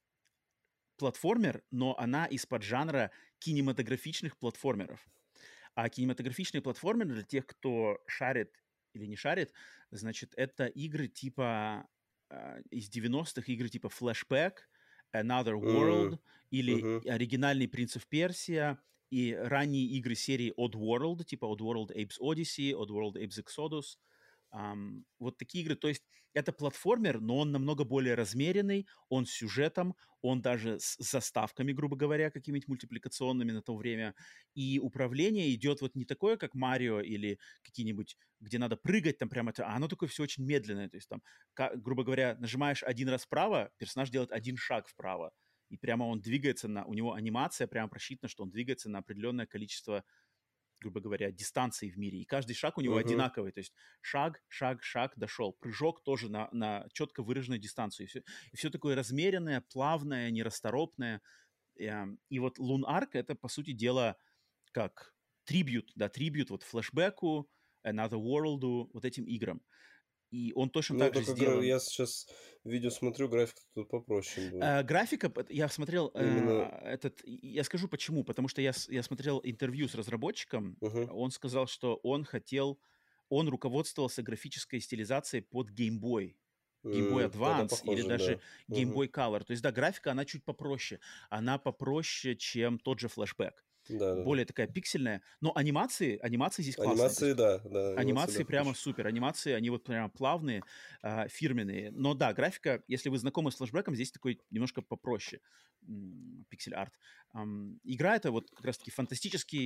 платформер, но она из-под жанра кинематографичных платформеров. А кинематографичные платформеры, для тех, кто шарит или не шарит, значит, это игры типа а, из девяностых, игры типа Flashback, Another М, World или мгм. оригинальный «Принц of Персия» и ранние игры серии Oddworld, типа Oddworld Apes Odyssey, Oddworld Apes Exodus. Ам, вот такие игры. То есть это платформер, но он намного более размеренный, он с сюжетом, он даже с заставками, грубо говоря, какими-нибудь мультипликационными на то время. И управление идет вот не такое, как Марио или какие-нибудь, где надо прыгать там прямо, а оно такое все очень медленное. То есть там, ка- грубо говоря, нажимаешь один раз вправо, персонаж делает один шаг вправо. И прямо он двигается на... У него анимация прямо просчитана, что он двигается на определенное количество, грубо говоря, дистанции в мире. И каждый шаг у него Мгм. одинаковый. То есть шаг, шаг, шаг, дошел. Прыжок тоже на, на четко выраженную дистанцию. И все, и все такое размеренное, плавное, нерасторопное. И, а, и вот Loon Ark — это, по сути дела, как трибют, да, трибют вот флешбеку, Another World, вот этим играм. И он точно Ну, так же только гра- сделан. я сейчас видео смотрю, график тут попроще будет. Э, графика, пот- я смотрел Именно. э, этот, я скажу почему, потому что я, с- я смотрел интервью с разработчиком, Мгм. он сказал, что он хотел, он руководствовался графической стилизацией под Game Boy. Game Boy М, Тогда Advance или похоже, даже да. Game Мгм. Boy Color. То есть, да, графика, она чуть попроще. Она попроще, чем тот же Flashback. Да, да, да. Более такая пиксельная. Но анимации, анимации здесь классные. То Анимации, есть да, да, анимации, анимации да, прямо хорошо. супер. Анимации, они вот прямо плавные, а, фирменные. Но да, графика, если вы знакомы с флешбеком, здесь такой немножко попроще пиксель-арт. Игра — это вот как раз-таки фантастический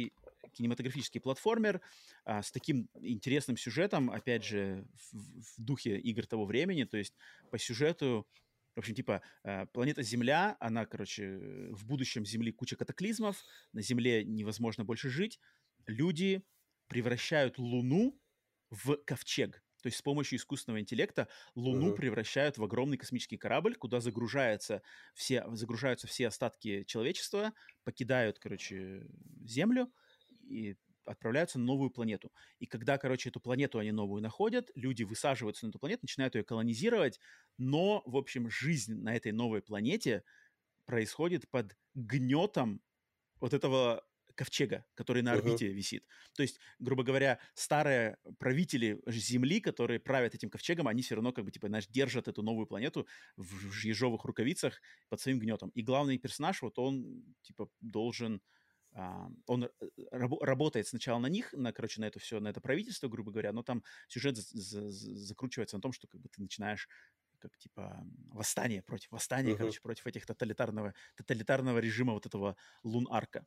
кинематографический платформер а, с таким интересным сюжетом, опять же, в, в духе игр того времени. То есть по сюжету, в общем, типа, э, планета Земля, она, короче, в будущем Земли куча катаклизмов, на Земле невозможно больше жить. Люди превращают Луну в ковчег. То есть с помощью искусственного интеллекта Луну Мгм. превращают в огромный космический корабль, куда загружаются все, загружаются все остатки человечества, покидают, короче, Землю и отправляются на новую планету. И когда, короче, эту планету они новую находят, люди высаживаются на эту планету, начинают ее колонизировать, но, в общем, жизнь на этой новой планете происходит под гнетом вот этого ковчега, который на Мгм. орбите висит. То есть, грубо говоря, старые правители Земли, которые правят этим ковчегом, они все равно, как бы, типа, знаешь, держат эту новую планету в в ежовых рукавицах под своим гнетом. И главный персонаж, вот он, типа, должен... а, он э, рабо- работает сначала на них, на, короче, на это все, на это правительство, грубо говоря, но там сюжет за- за- за- закручивается на том, что, как бы, ты начинаешь как типа восстание против восстания, Мгм. короче, против этих тоталитарного тоталитарного режима вот этого Лун-арка.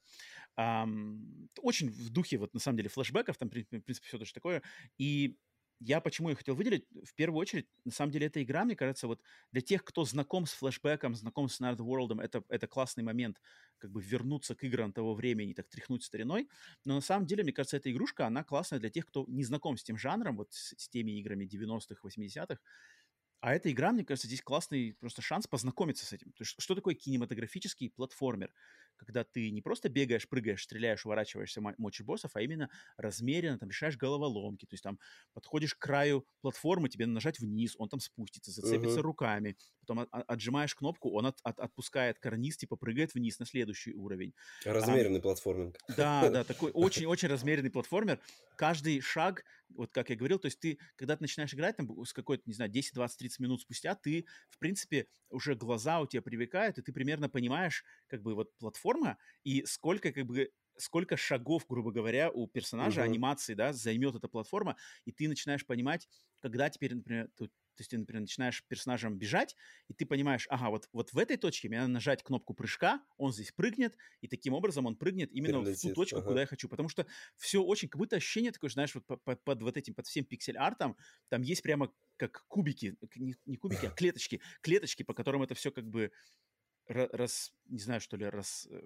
Ам, очень в духе, вот, на самом деле, флешбеков, там, при- в принципе, все тоже такое. И я почему ее хотел выделить? В первую очередь, на самом деле, эта игра, мне кажется, вот для тех, кто знаком с флешбеком, знаком с Nerd World, это, это классный момент, как бы вернуться к играм того времени, так тряхнуть стариной. Но на самом деле, мне кажется, эта игрушка, она классная для тех, кто не знаком с тем жанром, вот с, с теми играми девяностых, восьмидесятых. А эта игра, мне кажется, здесь классный просто шанс познакомиться с этим. То есть, что такое кинематографический платформер? Когда ты не просто бегаешь, прыгаешь, стреляешь, уворачиваешься, мо- мочишь боссов, а именно размеренно там решаешь головоломки. То есть там подходишь к краю платформы, тебе надо нажать вниз, он там спустится, зацепится Мгм. руками. Потом от- от- отжимаешь кнопку, он от- от- отпускает карниз, типа прыгает вниз на следующий уровень. Ам, Размеренный платформинг. да, да, такой очень-очень размеренный платформер. Каждый шаг, вот как я говорил, то есть ты, когда ты начинаешь играть, там, с какой-то, не знаю, десять, двадцать, тридцать минут спустя, ты, в принципе, уже глаза у тебя привыкают, и ты примерно понимаешь, как бы, вот платформа, и сколько, как бы, сколько шагов, грубо говоря, у персонажа, Мгм. анимации, да, займет эта платформа, и ты начинаешь понимать, когда теперь, например, ты- то есть ты, например, начинаешь персонажем бежать, и ты понимаешь, ага, вот, вот в этой точке мне надо нажать кнопку прыжка, он здесь прыгнет, и таким образом он прыгнет именно в ту Перелетит. точку, куда Ага. я хочу. Потому что все очень, как будто ощущение такое, знаешь, вот по- по- под вот этим, под всем пиксель-артом, там есть прямо как кубики, к- не, не кубики, а клеточки, клеточки, по которым это все как бы ра- рас, не знаю, что ли, рас, э,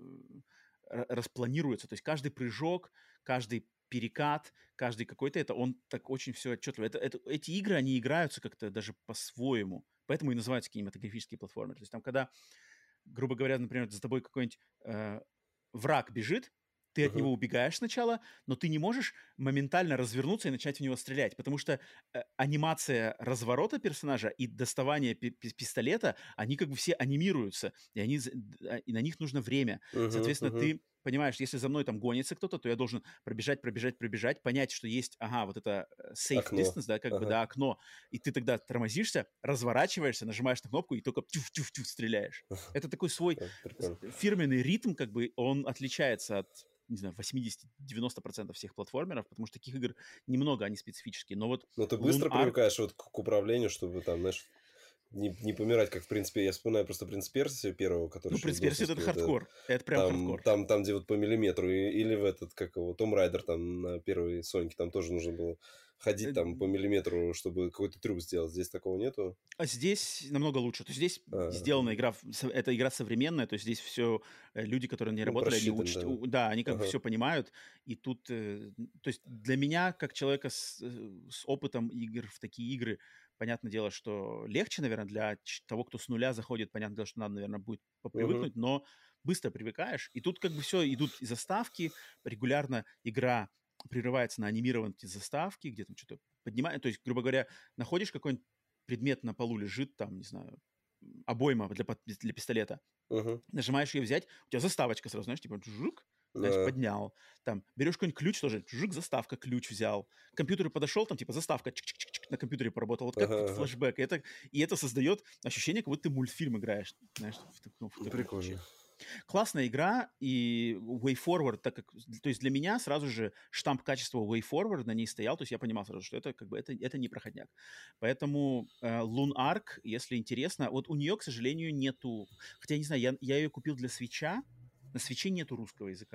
ра- распланируется. То есть каждый прыжок, каждый перекат, каждый какой-то, это он так очень все отчетливо. Это, это, эти игры, они играются как-то даже по-своему. Поэтому и называются кинематографические платформы. То есть там, когда, грубо говоря, например, за тобой какой-нибудь э, враг бежит, ты от Мгм. него убегаешь сначала, но ты не можешь моментально развернуться и начать в него стрелять, потому что э, анимация разворота персонажа и доставания пи- пи- пистолета, они как бы все анимируются, и, они, за- д- а, и на них нужно время. Мгм. Соответственно, Мгм. ты понимаешь, если за мной там гонится кто-то, то я должен пробежать, пробежать, пробежать, понять, что есть, ага, вот это э, safe Окно. distance, да, как бы, Ага. да, окно, и ты тогда тормозишься, разворачиваешься, нажимаешь на кнопку и только тюф-тюф-тюф стреляешь. Это такой свой Да, с- прикольно. фирменный ритм, как бы, он отличается от, не знаю, восемьдесят-девяносто процентов всех платформеров, потому что таких игр немного, они специфические. Но вот Но ты Loon быстро Ark, привыкаешь вот к, к управлению, чтобы там, знаешь, не, не помирать, как, в принципе, я вспоминаю просто «Принц Персии» первого, который ну, еще принц Персия — это досовский, вот этот. хардкор. Это прям Там, хардкор. там, там, где вот по миллиметру, и- или в этот, как его, Том Райдер там на первой Соньке, там тоже нужно было ходить Э, там по миллиметру, чтобы какой-то трюк сделать. Здесь такого нету. А здесь намного лучше. То есть здесь А, сделана игра, в- со- это игра современная, то есть здесь все люди, которые не ну, работали, они просчитан, учат, да. у- да, они как бы Ага. все понимают, и тут, э, то есть для меня, как человека с, э, с опытом игр в такие игры, понятное дело, что легче, наверное, для ч- того, кто с нуля заходит, понятное дело, что надо, наверное, будет Мгм. попривыкнуть, но быстро привыкаешь, и тут как бы все, идут и заставки, регулярно игра прерывается на анимированные заставки, где там что-то поднимает, то есть, грубо говоря, находишь какой-нибудь предмет на полу лежит, там, не знаю, обойма для, под- для пистолета. Мгм. Нажимаешь ее взять, у тебя заставочка сразу, знаешь, типа жук, знаешь, Да. поднял. Там берешь какой-нибудь ключ тоже, жук, заставка, ключ взял. К компьютеру подошел, там типа заставка, чик-чик-чик, на компьютере поработал. Вот как Ага, вот ага. флешбэк. И это, и это создает ощущение, как будто ты мультфильм играешь, знаешь, в таком, в таком ключе. Прикольно. Классная игра, и Way Forward, так как, то есть для меня сразу же штамп качества Way Forward на ней стоял, то есть я понимал сразу, что это как бы это, это не проходняк. Поэтому э, Loon Ark, если интересно, вот у нее, к сожалению, нету, хотя я не знаю, я, я ее купил для свитча, на свитче нету русского языка.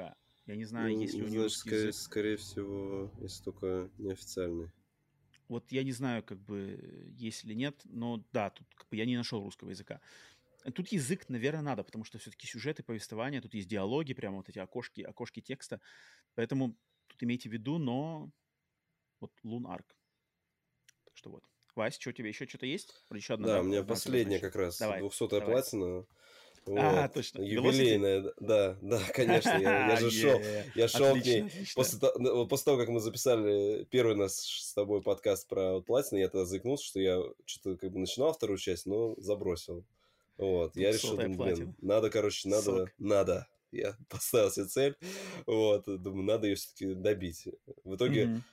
Я не знаю, Ну, есть ли у нее значит, русский скорее, язык. скорее всего, если только неофициальный. Вот я не знаю, как бы, есть или нет, но да, тут как бы я не нашел русского языка. Тут язык, наверное, надо, потому что все-таки сюжеты, повествования, тут есть диалоги, прямо вот эти окошки, окошки текста. Поэтому тут имейте в виду, но вот Лун Арк. Так что вот. Вась, что у тебя еще что-то есть? Вроде еще одна, Да, да? у меня Одна у тебя последняя значит. как раз, Давай, двухсотая давай. платина. А, Вот, точно. Velocity? юбилейная, да, да, конечно, я, я же шел, Е, я шел к отлично, ней отлично. после, то- ну, после того, как мы записали первый наш с тобой подкаст про платину, я тогда заикнулся, что я что-то как бы начинал вторую часть, но забросил. Вот, я решил, Двухсотая думаю, блин, платина. надо, короче, надо, Сок. надо. Я поставил себе цель, вот, думаю, надо ее все-таки добить. В итоге Мгм.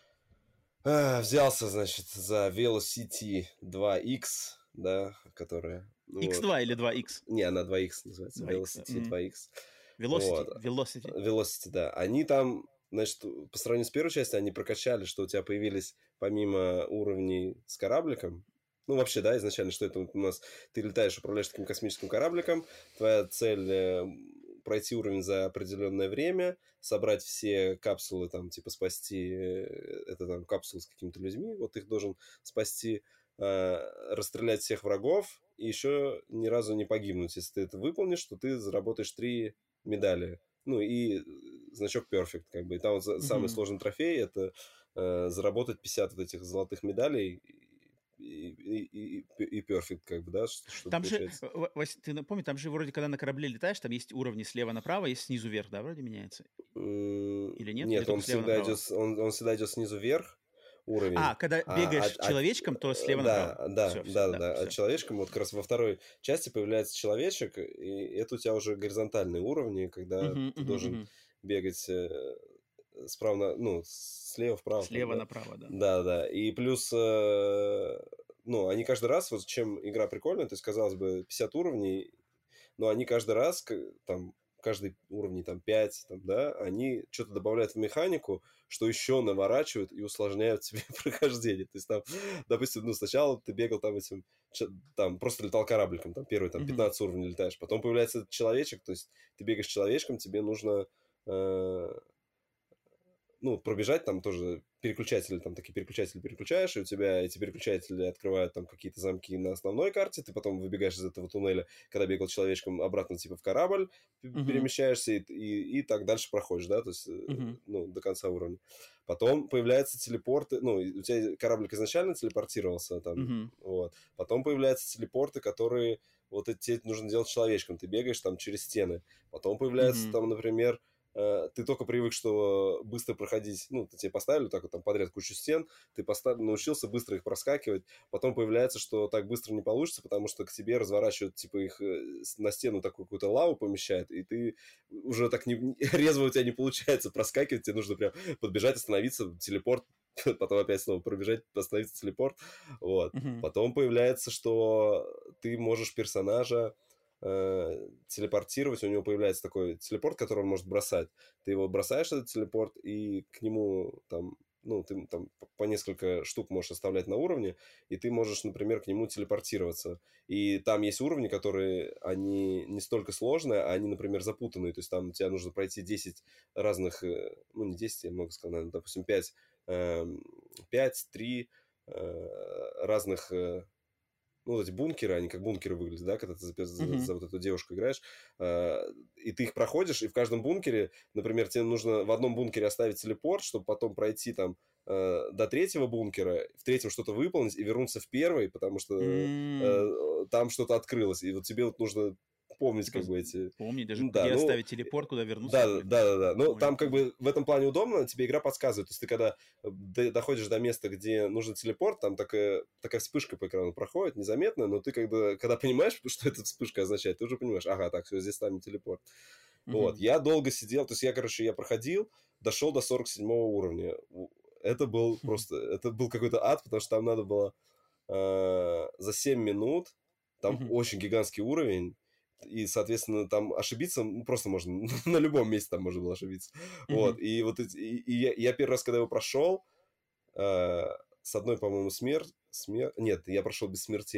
а, взялся, значит, за Velocity два икс, да, которая, вот. икс два или два икс? Не, она два икс называется, два икс. Velocity Мгм. два икс. Вот. Velocity. Velocity. Velocity, да. Они там, значит, по сравнению с первой частью, они прокачали, что у тебя появились помимо уровней с корабликом, ну, вообще, да, изначально, что это у нас, ты летаешь, управляешь таким космическим корабликом, твоя цель э, пройти уровень за определенное время, собрать все капсулы, там, типа, спасти, э, это там капсулы с какими-то людьми, вот их должен спасти, э, расстрелять всех врагов и еще ни разу не погибнуть. Если ты это выполнишь, то ты заработаешь три медали. Ну и значок Perfect, как бы. И там вот за- самый Мгм. сложный трофей это э, заработать пятьдесят вот этих золотых медалей и, и, и, и Perfect, как бы, да, ш- чтобы Там же, получается. э, Ва- Вась, ты напомни, там же вроде, когда на корабле летаешь, там есть уровни слева направо, есть снизу вверх, да, вроде меняется? М, Или нет? Или Нет, он только слева всегда идет, направо? с- он, он всегда идет снизу вверх А, уровень, когда а, бегаешь от, от- человечком, то э, слева да, направо. да, Все, все, да, да, да, от все. человечком, вот как раз во второй части появляется человечек, и это у тебя уже горизонтальные уровни, когда Мгм, ты мгм, должен мгм. бегать э, справа, на- ну, слева вправо, там, Слева да, направо, да. да, да, и плюс, э, ну, они каждый раз, вот чем игра прикольная, то есть, казалось бы, пятьдесят уровней, но они каждый раз, к- там, каждый уровень, там, пять, там, да, они что-то добавляют в механику, что еще наворачивают и усложняют тебе прохождение. То есть, там, допустим, ну, сначала ты бегал там этим, чё- там, просто летал корабликом, там, первый, там, Мгм, пятнадцать уровней летаешь, потом появляется этот человечек, то есть, ты бегаешь человечком, тебе нужно э, ну, пробежать там тоже переключатели, там такие переключатели переключаешь, и у тебя эти переключатели открывают там какие-то замки на основной карте, ты потом выбегаешь из этого туннеля, когда бегал человечком, обратно типа в корабль п- мгм, перемещаешься и, и, и так дальше проходишь, да, то есть, э, мгм, ну, до конца уровня. Потом появляются телепорты, ну, и у тебя кораблик изначально телепортировался там, мгм, вот. Потом появляются телепорты, которые вот эти тебе нужно делать человечком, ты бегаешь там через стены. Потом появляется мгм, там, например, э, ты только привык, что быстро проходить, ну, ты тебе поставили так вот там подряд кучу стен, ты постав... научился быстро их проскакивать, потом появляется, что так быстро не получится, потому что к тебе разворачивают, типа, их э, с- на стену такую какую-то лаву помещают, и ты уже так не... резво у тебя не получается проскакивать, тебе нужно прям подбежать, остановиться, телепорт, потом опять снова пробежать, остановиться, телепорт, вот. мгм, Потом появляется, что ты можешь персонажа э, телепортировать, у него появляется такой телепорт, который он может бросать. Ты его бросаешь, этот телепорт, и к нему там, ну, ты там по несколько штук можешь оставлять на уровне, и ты можешь, например, к нему телепортироваться. И там есть уровни, которые, они не столько сложные, а они, например, запутанные. То есть там тебе нужно пройти десять разных, э, ну, не десять, я много сказал, наверное, допустим, пять, пять, три разных э, ну, вот эти бункеры, они как бункеры выглядят, да, когда ты за, за- мгм. за вот эту девушку играешь, э, и ты их проходишь, и в каждом бункере, например, тебе нужно в одном бункере оставить телепорт, чтобы потом пройти там э, до третьего бункера, в третьем что-то выполнить и вернуться в первый, потому что М, э, там что-то открылось, и вот тебе вот нужно помнить Типа, как з- бы эти... помни даже, Ну да, где ну, оставить телепорт, куда вернуться, да, что ли, там. да, да, да. Ну, Понял, там как понял. бы в этом плане удобно, тебе игра подсказывает. То есть ты когда э, д- доходишь до места, где нужен телепорт, там такая, такая вспышка по экрану проходит, незаметно, но ты когда, когда понимаешь, что эта вспышка означает, ты уже понимаешь, ага, так, все, здесь ставим телепорт. Вот, Мгм, я долго сидел, то есть я, короче, я проходил, дошел до сорок седьмого уровня. У- Это был мгм, просто, это был какой-то ад, потому что там надо было э, за семь минут, там мгм, очень гигантский уровень, и, соответственно, там ошибиться ну, просто можно, на любом месте там можно было ошибиться. Вот, мгм. и вот эти, и, и я, я первый раз, когда его прошел, э, с одной, по-моему, смерть, смер... нет, я прошел без смертей.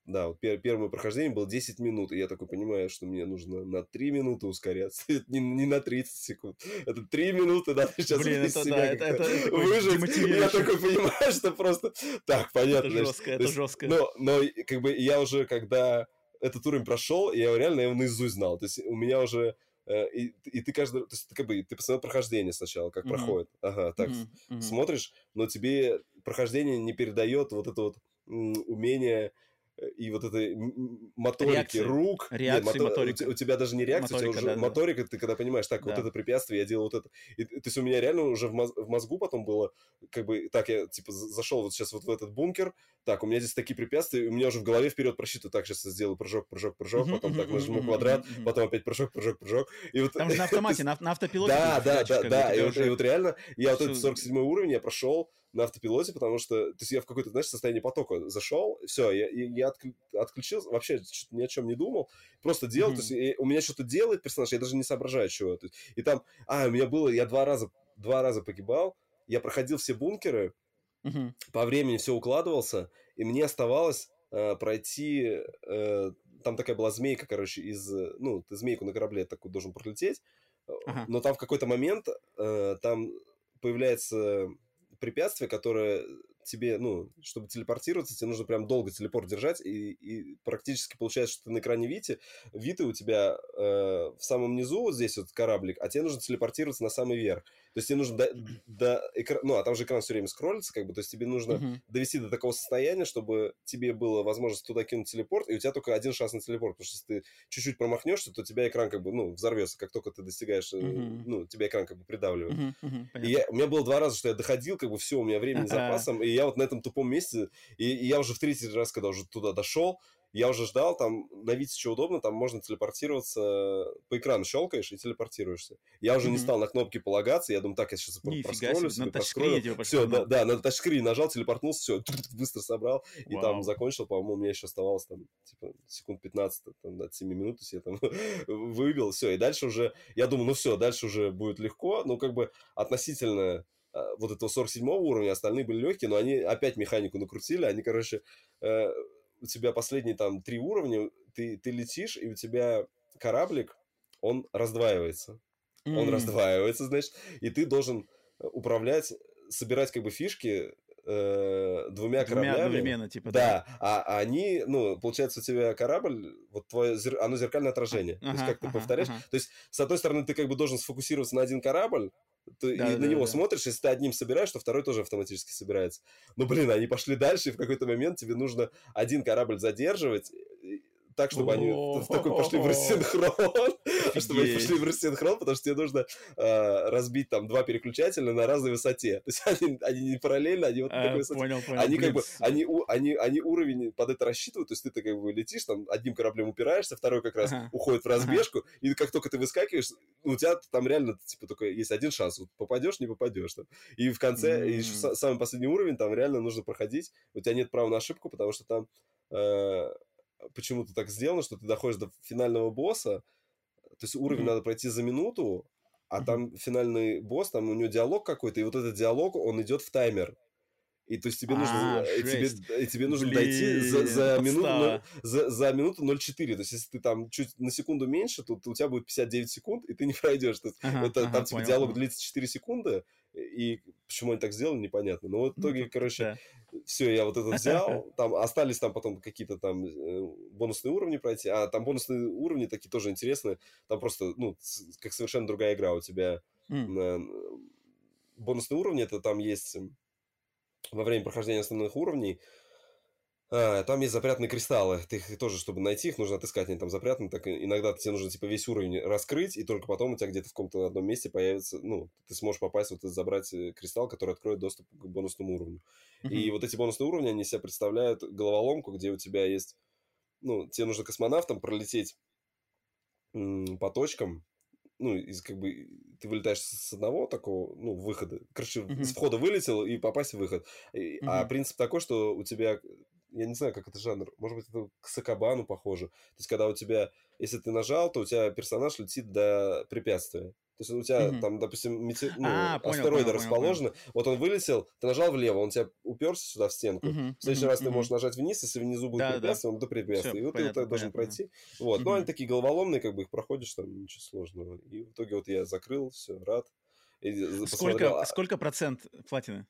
да, вот пер- первое прохождение было десять минут, и я такой понимаю, что мне нужно на три минуты ускоряться, не, не на тридцать секунд. Это три минуты, надо сейчас Блин, из это себя да, это, как-то это, это такой выжить. И я демотивирующий. такой понимаю, что просто... Так, понятно. Это значит, жестко, то это есть, жестко. но, но как бы я уже, когда этот уровень прошел, я реально его наизусть знал. То есть у меня уже... э, И, и ты каждый... То есть ты как бы ты посмотрел прохождение сначала, как Мгм. проходит. Ага, так, Мгм. Мгм. смотришь, но тебе прохождение не передает вот это вот м, умение э, и вот этой м- м- моторики Реакции. рук. Нет, Реакции, мото- у, те- моторика. у тебя даже не реакция, у тебя Моторика, уже да-да-да. моторика, ты когда понимаешь, так, вот Да. это препятствие, я делал вот это. И, то есть у меня реально уже в, моз- в мозгу потом было, как бы, так, я, типа, за- зашел вот сейчас вот в этот бункер, так, у меня здесь такие препятствия, и у меня уже в голове вперед просчитываю, так, сейчас я сделаю прыжок, прыжок, прыжок, Мгм, потом мгм, так мгм, нажму мгм, квадрат, мгм, мгм. потом опять прыжок, прыжок, прыжок. И вот... Там же на то автомате, есть- на, на автопилоте ты Да, будешь да, фигачить, да, как бы, у да, и тебя вот, и уже вот реально, я вот всё- этот сорок седьмой уровень я прошел на автопилоте, потому что, то есть я в какое-то, знаешь, состояние потока зашел, все, я, я, я отклю- отключился, вообще что-то ни о чем не думал, просто делал, то есть Мгм. и у меня что-то делает персонаж, я даже не соображаю, чего. То есть, и там, а, у меня было, я два раза, два раза погибал, я проходил все бункеры, Мгм. по времени все укладывался, и мне оставалось э, пройти, э, там такая была змейка, короче, из, э, ну, ты змейку на корабле такую должен пролететь, э, Ага. но там в какой-то момент э, там появляется препятствие, которое тебе, ну, чтобы телепортироваться, тебе нужно прям долго телепорт держать, и, и практически получается, что ты на экране Вити, Виты у тебя э, в самом низу, вот здесь вот кораблик, а тебе нужно телепортироваться на самый верх. То есть тебе нужно до, до экрана, ну, а там же экран все время скроллится, как бы, то есть тебе нужно Мгм. довести до такого состояния, чтобы тебе было возможность туда кинуть телепорт, и у тебя только один шанс на телепорт, потому что если ты чуть-чуть промахнешься, то у тебя экран как бы, ну, взорвется, как только ты достигаешь, э, Мгм. ну, тебя экран как бы придавливает. Мгм. Мгм. И Понятно. я, у меня было два раза, что я доходил, как бы все, у меня времени запасом, и я вот на этом тупом месте, и, и я уже в третий раз, когда уже туда дошел, я уже ждал, там на Вите что удобно, там можно телепортироваться, по экрану щелкаешь и телепортируешься. Я уже не Мгм. стал на кнопки полагаться, я думаю, так, я сейчас Нифига проскроллю себе. На себе, тачскрине проскроллю. типа больше Все, да, погнал. да, на тачскрин нажал, телепортнулся, все, быстро собрал, и там Вау. закончил, по-моему, у меня еще оставалось там, типа, секунд пятнадцать, там, от семи минут, то есть я там выбил, все, и дальше уже, я думаю, ну все, дальше уже будет легко, ну, как бы относительно а, вот этого сорок седьмого уровня, остальные были легкие, но они опять механику накрутили, они, короче, э, у тебя последние там три уровня, ты, ты летишь, и у тебя кораблик, он раздваивается. Он М. раздваивается, значит, и ты должен управлять, собирать как бы фишки э, двумя Двумя кораблями. одновременно, типа, да? Да, а а они, ну, получается, у тебя корабль, вот твое, зер- оно зеркальное А, отражение. То есть, ага, как ты ага, повторяешь. ага. То есть, с одной стороны, ты как бы должен сфокусироваться на один корабль, ты- и на него Да-да-да-да. смотришь, если ты одним собираешь, то второй тоже автоматически собирается. Ну, блин, они пошли дальше, и в какой-то момент тебе нужно один корабль задерживать, и- так, чтобы они в такой пошли в О, рассинхрон, чтобы они пошли в офигеть. рассинхрон, потому что тебе нужно э, разбить там два переключателя на разной высоте. То есть они, они не параллельно, они вот на такой А, высоте. понял, понял. Они как Блин, бы, с- они, у- они, они уровень под это рассчитывают, то есть ты как бы летишь, там одним кораблем упираешься, второй как раз Ага, уходит в ага. разбежку, и как только ты выскакиваешь, ну, у тебя там реально типа только есть один шанс, вот попадешь, не попадешь. Там. И в конце, и еще М. са- самый последний уровень, там реально нужно проходить, у тебя нет права на ошибку, потому что там э, почему-то так сделано, что ты доходишь до финального босса, то есть уровень Мгм, надо пройти за минуту, а мгм. там финальный босс, там у него диалог какой-то, и вот этот диалог, он идет в таймер. И то есть тебе нужно, А, э, тебе, жесть. э, тебе нужно дойти за, Блин, за минуту, ноль- подстава. за, за минуту ноль четыре. То есть если ты там чуть на секунду меньше, то, то у тебя будет пятьдесят девять секунд, и ты не пройдешь. То есть Ага, это, там ага, типа понял, диалог понял. длится четыре секунды, и почему они так сделали, непонятно. Но вот в Ну, итоге, тут, короче, да. все, я вот это взял, там остались там потом какие-то там э, бонусные уровни пройти, а там бонусные уровни такие тоже интересные, там просто, ну, с- как совершенно другая игра у тебя. М, э, Бонусные уровни, это там есть м, во время прохождения основных уровней, а, там есть запрятанные кристаллы. Ты их тоже, чтобы найти их, нужно отыскать. Они там запрятаны. Так и иногда тебе нужно типа весь уровень раскрыть, и только потом у тебя где-то в каком-то одном месте появится, ну, ты сможешь попасть вот и забрать э, кристалл, который откроет доступ к бонусному уровню. И мгм. вот эти бонусные уровни, они себя представляют головоломку, где у тебя есть, ну, тебе нужно космонавтом пролететь м, по точкам, ну, из как бы ты вылетаешь с одного такого, ну, выхода, короче, с Мгм, входа вылетел и попасть в выход. И- а мгм. принцип такой, что у тебя, я не знаю, как это жанр, может быть, это к Сакабану похоже. То есть, когда у тебя если ты нажал, то у тебя персонаж летит до препятствия. То есть у тебя Мгм. там, допустим, мете... ну, А, понял, астероиды понял, понял, понял. расположены. Вот он вылетел, ты нажал влево, он тебя уперся сюда в стенку. Мгм, В следующий мгм, раз ты мгм. можешь нажать вниз, если внизу будет Да-да-да. препятствие, он до Все, препятствия. И вот ты вот понятно, так должен понятно. пройти. Вот. Ну, они Мгм. такие головоломные, как бы их проходишь, там ничего сложного. И в итоге вот я закрыл, все, рад. И за- посмотрел. Сколько, а, сколько процент платины?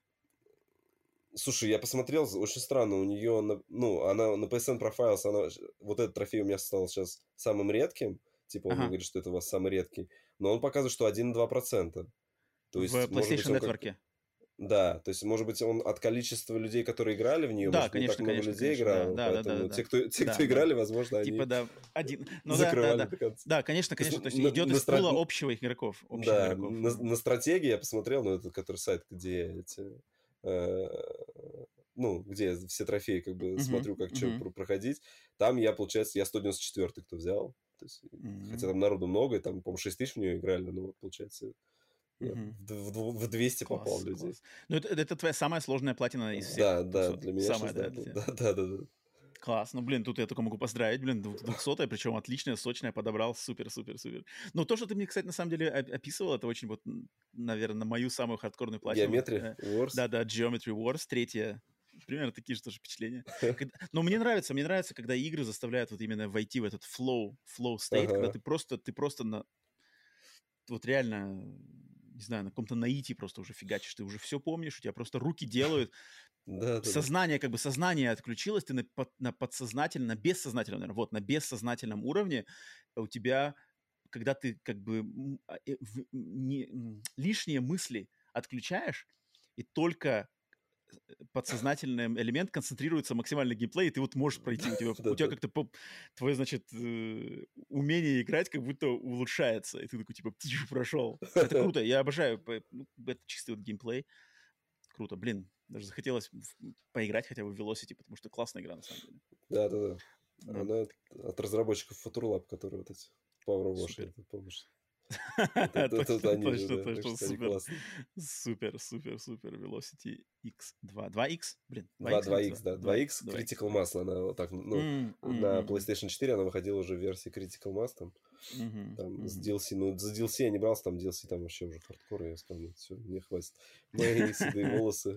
Слушай, я посмотрел, очень странно, у нее, на- ну, она на пи эс эн Profiles, она, ж- вот этот трофей у меня стал сейчас самым редким, типа он мне Ага. говорит, что это у вас самый редкий, но он показывает, что один и два процента. То В есть, может быть, PlayStation он как-то, Network. да, то есть, может быть, он от количества людей, которые играли в нее, Да, может, не так конечно, много конечно, людей конечно, да, играло, да, да, да, да, поэтому те, да, кто, те, да, кто да. играли, возможно, Типа, они да, один, ну да, да, закрывали да, до конца. да, конечно, То есть, конечно, то есть на, идет на из пула стра- общего игроков, общих да, игроков. на, на стратегии я посмотрел, ну, это который сайт, где эти, э, ну, где все трофеи, как бы, Мгм, смотрю, как что мгм, проходить. Там я, получается, я сто девяносто четвёртый, кто взял. То есть, хотя мгм, там народу много, и там, по-моему, шесть тысяч в нее играли, но вот, получается, я мгм. в, д- в д- в двести попал Класс, людей. класс. Ну, это, это твоя самая сложная платина из всех Да, да, двухсот. для меня Самая, сейчас, да, да, для да, тебя? да, да, да, да. Класс. Ну, блин, тут я только могу поздравить, блин, двух- двухсотая, причем отличная, сочная, подобрал, супер, супер, супер. Ну, то, что ты мне, кстати, на самом деле о- описывал, это очень вот, наверное, мою самую хардкорную платину. Вот, Геометрия, э, Wars. да-да, Geometry Wars, третья. Примерно такие же тоже впечатления. Когда- Но мне нравится, мне нравится, когда игры заставляют вот именно войти в этот flow, flow state, когда Ага, ты просто, ты просто на, вот реально, не знаю, на каком-то наитии просто уже фигачишь, ты уже все помнишь, у тебя просто руки делают, да, да, да. сознание, как бы сознание отключилось, ты на, под- на подсознательном, на бессознательном, наверное, вот, на бессознательном уровне у тебя, когда ты как бы м, а, э, в- не- м, лишние мысли отключаешь, и только подсознательный элемент концентрируется максимально на геймплее, и ты вот можешь пройти, у тебя, Да, у тебя да. как-то по- твое, значит, э, умение играть как будто улучшается, и ты такой, типа, птичь, прошел. Это круто, я обожаю, по- ну, это чистый вот геймплей. Круто, блин, даже захотелось в- поиграть хотя бы в Velocity, потому что классная игра на самом деле. Да, да, да. Да, Она от разработчиков Futurlab, которые вот эти Power Wash, супер. это помнишь? Это, это, это вот Точно, они же, точно, да, так точно, что они супер. классные. Супер, супер, супер. Velocity икс два. два икс? Блин, два Два, икс или два икс икс, два? да. два два икс, икс два икс, Critical два икс. Mass, она вот так, ну, М, м, на м, м. PlayStation четыре она выходила уже в версии Critical Mass, там, Мгм, там с мгм. ди эл си, ну, за ди эл си я не брался, там ди эл си там вообще уже хардкор, я сказал, нет, все, мне хватит. Мои седые волосы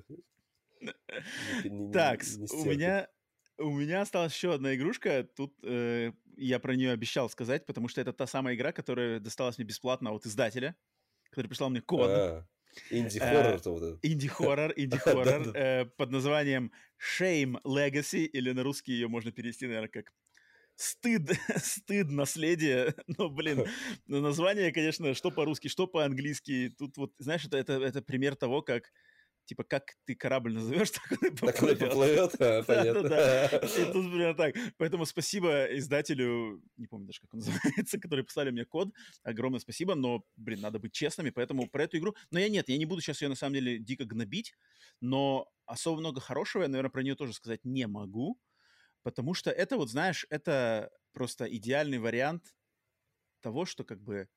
не, пи- не, не, Так, не у стерпят. меня у меня осталась еще одна игрушка. Тут э, я про нее обещал сказать, потому что это та самая игра, которая досталась мне бесплатно от издателя, который прислал мне код. А, Э, инди-хоррор-то вот этот. Инди-хоррор, Да, инди-хоррор да. э, под названием Shame Legacy, или на русский ее можно перевести, наверное, как Стыд, стыд, наследие. Но, блин, ну, название, конечно, что по-русски, что по-английски. Тут вот, знаешь, это, это, это пример того, как, типа, как ты корабль назовешь, так он и Так он и поплывет. поплывет, а, понятно. Да-да-да. И тут примерно так. Поэтому спасибо издателю, не помню даже, как он называется, который послали мне код. Огромное спасибо, но, блин, надо быть честными, поэтому про эту игру... Но я нет, я не буду сейчас ее, на самом деле, дико гнобить, но особо много хорошего я, наверное, про нее тоже сказать не могу, потому что это, вот знаешь, это просто идеальный вариант того, что как бы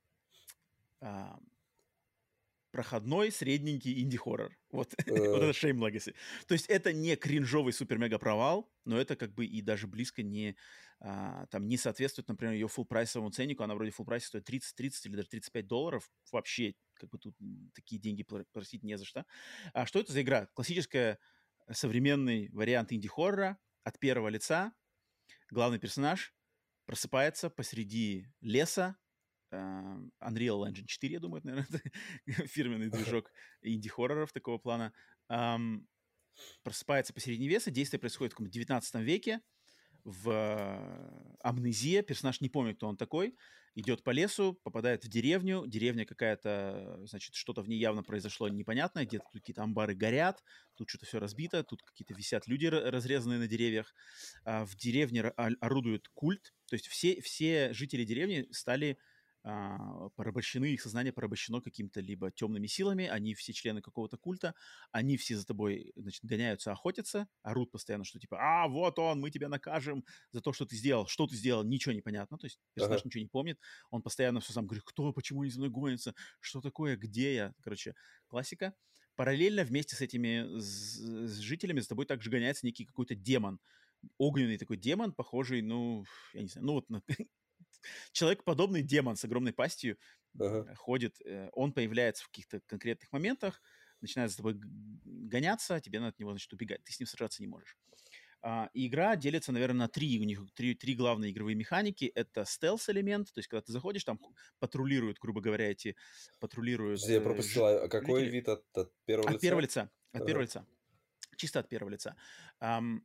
а, проходной средненький инди-хоррор. Вот, вот это Э, Shame Legacy. То есть это не кринжовый супер-мега-провал, но это как бы и даже близко не, а, там, не соответствует, например, ее фулл-прайсовому ценнику. Она вроде фулл-прайсе стоит тридцать, тридцать или даже тридцать пять долларов. Вообще, как бы тут м, такие деньги пла- просить не за что. А что это за игра? Классическая э, современный вариант инди-хоррора от первого лица. Главный персонаж просыпается посреди леса. а, Unreal Engine четыре, я думаю, это, наверное, это фирменный движок инди-хорроров такого плана. Ам, Просыпается посреди леса. Действие происходит в каком-то девятнадцатом веке. В э, амнезия. Персонаж не помнит, кто он такой. Идет по лесу, попадает в деревню. Деревня какая-то, значит, что-то в ней явно произошло непонятное. Где-то тут какие-то амбары горят, тут что-то все разбито, тут какие-то висят люди, р- разрезанные на деревьях. А, в деревне р- а- орудует культ. То есть все, все жители деревни стали а, порабощены, их сознание порабощено какими-то либо темными силами, они все члены какого-то культа, они все за тобой, значит, гоняются, охотятся, орут постоянно, что типа, а, вот он, мы тебя накажем за то, что ты сделал. Что ты сделал, ничего не понятно, то есть персонаж Ага. ничего не помнит, он постоянно все сам говорит, кто, почему они за мной гонятся, что такое, где я, короче, классика. Параллельно вместе с этими с, с жителями за тобой также гоняется некий какой-то демон, огненный такой демон, похожий, ну, я не знаю, ну вот на человекоподобный демон с огромной пастью Ага. ходит, он появляется в каких-то конкретных моментах, начинает за тобой гоняться, тебе надо от него, значит, убегать, ты с ним сражаться не можешь. Uh, и игра делится, наверное, на три, у них три, три главные игровые механики. Это стелс-элемент, то есть когда ты заходишь, там патрулируют, грубо говоря, эти патрулируют... Я пропустил, Ж... а какой жители... вид от, от первого от лица? Первого лица? От ага. первого лица. Чисто от первого лица. Um,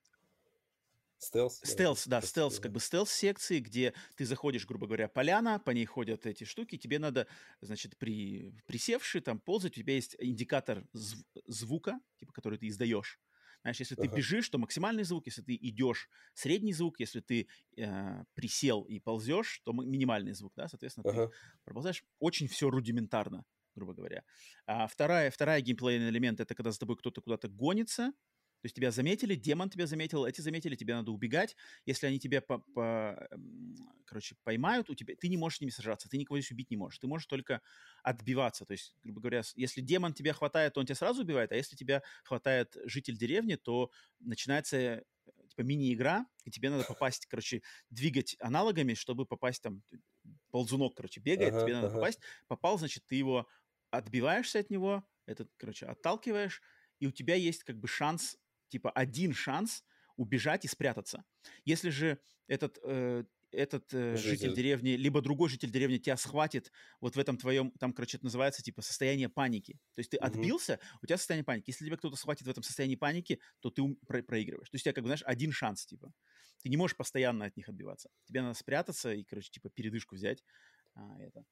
Стелс? Стелс, да, стелс, как бы стелс-секции, где ты заходишь, грубо говоря, поляна, по ней ходят эти штуки, тебе надо, значит, при, присевши, там, ползать, у тебя есть индикатор зв- звука, типа, который ты издаешь. Знаешь, если ты ага. бежишь, то максимальный звук, если ты идешь, средний звук, если ты э, присел и ползешь, то минимальный звук, да, соответственно, ага. ты проползаешь. Очень все рудиментарно, грубо говоря. А вторая, вторая геймплейный элемент — это когда за тобой кто-то куда-то гонится. То есть тебя заметили, демон тебя заметил, эти заметили, тебе надо убегать. Если они тебя, по, по, короче, поймают, у тебя, ты не можешь с ними сражаться, ты никого здесь убить не можешь. Ты можешь только отбиваться. То есть, грубо говоря, если демон тебя хватает, то он тебя сразу убивает, а если тебя хватает житель деревни, то начинается типа мини-игра, и тебе надо попасть, короче, двигать аналогами, чтобы попасть там, ползунок, короче, бегает, ага, тебе надо ага. попасть. Попал, значит, ты его отбиваешься от него, этот, короче, отталкиваешь, и у тебя есть как бы шанс, типа один шанс убежать и спрятаться. Если же этот, э, этот э, житель. житель деревни, либо другой житель деревни тебя схватит вот в этом твоем, там, короче, это называется типа состояние паники. То есть ты угу. отбился, у тебя состояние паники. Если тебя кто-то схватит в этом состоянии паники, то ты про- проигрываешь. То есть у тебя, как бы, знаешь, один шанс, типа. Ты не можешь постоянно от них отбиваться. Тебе надо спрятаться и, короче, типа передышку взять. А, это.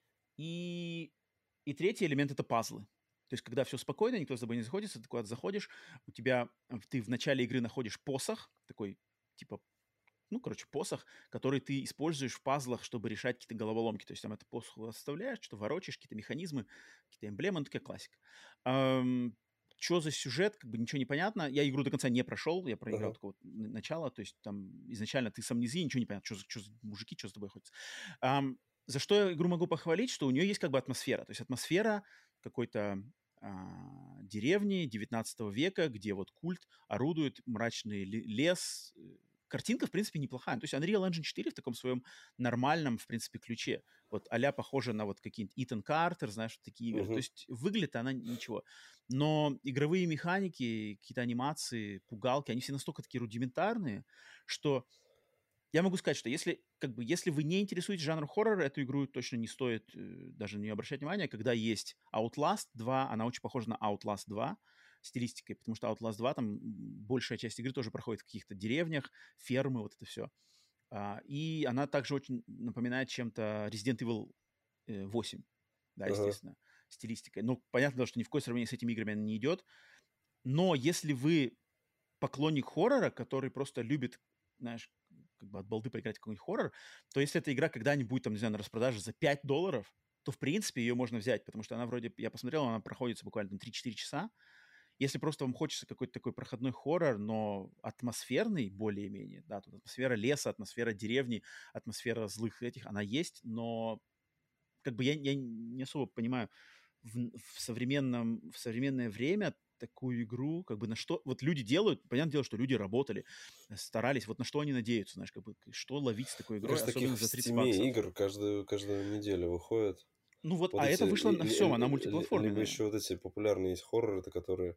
И, и третий элемент — это пазлы. То есть, когда все спокойно, никто с тобой не заходится, ты куда-то заходишь, у тебя, ты в начале игры находишь посох, такой, типа, ну, короче, посох, который ты используешь в пазлах, чтобы решать какие-то головоломки. То есть, там это посох оставляешь, что-то ворочаешь, какие-то механизмы, какие-то эмблемы, ну, такая классика. Эм, что за сюжет, как бы ничего не понятно. Я игру до конца не прошел, я проиграл uh-huh. только вот начало, то есть, там, изначально ты сам низи, ничего не понятно, что за, что за мужики, что с тобой ходят. Эм, за что я игру могу похвалить, что у нее есть как бы атмосфера. То есть, атмосфера какой-то а, деревни девятнадцатого века, где вот культ орудует, мрачный лес. Картинка, в принципе, неплохая. То есть Unreal Engine четыре в таком своем нормальном, в принципе, ключе. Вот а-ля похожа на вот какие-нибудь Итан Картер, знаешь, вот такие игры. Uh-huh. То есть выглядит она ничего. Но игровые механики, какие-то анимации, пугалки, они все настолько такие рудиментарные, что я могу сказать, что если, как бы, если вы не интересуетесь жанром хоррора, эту игру точно не стоит э, даже на нее обращать внимание. Когда есть Outlast два, она очень похожа на Outlast два стилистикой, потому что Outlast два, там большая часть игры тоже проходит в каких-то деревнях, фермы, вот это все. А, и она также очень напоминает чем-то Resident Evil восемь, да, uh-huh. естественно, стилистикой. Ну, понятно, что ни в коем сравнении с этими играми она не идет. Но если вы поклонник хоррора, который просто любит, знаешь, как бы от балды поиграть в какой-нибудь хоррор, то если эта игра когда-нибудь будет, там, не знаю, на распродаже за пять долларов, то, в принципе, ее можно взять, потому что она вроде, я посмотрел, она проходится буквально там три-четыре часа. Если просто вам хочется какой-то такой проходной хоррор, но атмосферный более-менее, да, тут атмосфера леса, атмосфера деревни, атмосфера злых этих, она есть, но как бы я, я не особо понимаю, в, в, современном, в современное время такую игру, как бы на что... Вот люди делают, понятное дело, что люди работали, старались, вот на что они надеются, знаешь, как бы, что ловить с такой игрой, Просто особенно таких за тридцать в баксов. игр каждую, каждую неделю выходят. Ну вот, вот а эти, это вышло на всем, она мультиплатформенная. Либо еще вот эти популярные есть хорроры, которые...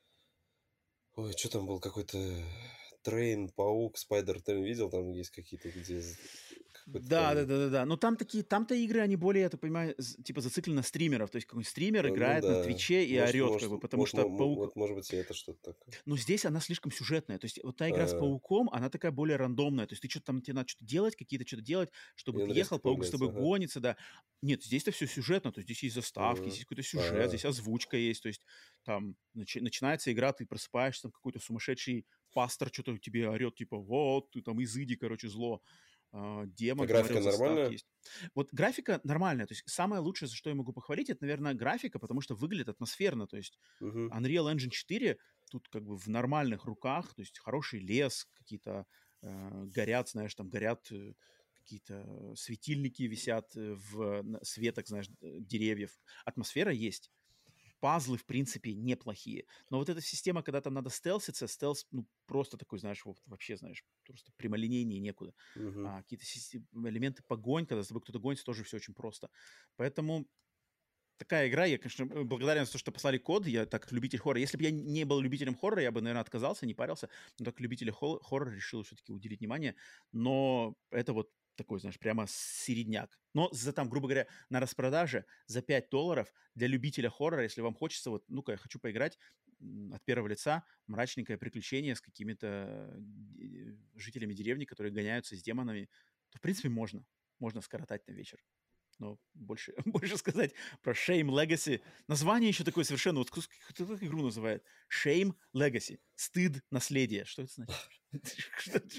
Ой, что там был какой-то... Трейн, Паук, Спайдер Трейн, видел, там есть какие-то, где... Да, там... да, да, да, да. Но там такие, там-то игры, они более, я так понимаю, типа зациклены на стримеров. То есть какой-нибудь стример ну, играет ну, да. на Твиче и может, орет, может, как бы, потому вот, что вот, Паук... Вот, может быть, и это что-то такое. Но здесь она слишком сюжетная. То есть вот та игра А-а-а. с Пауком, она такая более рандомная. То есть ты что-то там, тебе надо что-то делать, какие-то что-то делать, чтобы ты ехал, Паук с тобой ага. гонится, да. Нет, здесь-то все сюжетно. То есть здесь есть заставки, А-а-а. здесь какой-то сюжет, А-а-а. здесь озвучка есть. То есть там начи- начинается игра, ты просыпаешься, там какой-то сумасшедший пастор что-то тебе орет, типа, вот, ты там изыди, короче, зло. Uh, демон, а графика говорил, нормальная? Есть. Вот графика нормальная. То есть самое лучшее, за что я могу похвалить, это, наверное, графика, потому что выглядит атмосферно. То есть uh-huh. Unreal Engine четыре тут как бы в нормальных руках, то есть хороший лес, какие-то э, горят, знаешь, там горят э, какие-то светильники висят в на, светок, знаешь, деревьев. Атмосфера есть. пазлы, в принципе, неплохие. Но вот эта система, когда там надо стелситься, стелс, ну, просто такой, знаешь, вот, вообще, знаешь, просто прямолинейнее некуда. Мгм. А, какие-то систем- элементы погонь, когда с тобой кто-то гонится, тоже все очень просто. Поэтому такая игра, я, конечно, э, благодарен за то, что послали код, я так как любитель хоррора. Если бы я не был любителем хоррора, я бы, наверное, отказался, не парился, но так как любитель хо- хоррора решил все-таки уделить внимание. Но это вот такой, знаешь, прямо середняк. Но за там, грубо говоря, на распродаже за пять долларов для любителя хоррора, если вам хочется, вот, ну-ка, я хочу поиграть м, от первого лица, мрачненькое приключение с какими-то э, жителями деревни, которые гоняются с демонами, то, в принципе, можно. Можно скоротать на вечер. Но больше, больше сказать про Shame Legacy. Название еще такое совершенно... Вот кто, кто так игру называет? Shame Legacy. Стыд, наследие. Что это значит? Что это?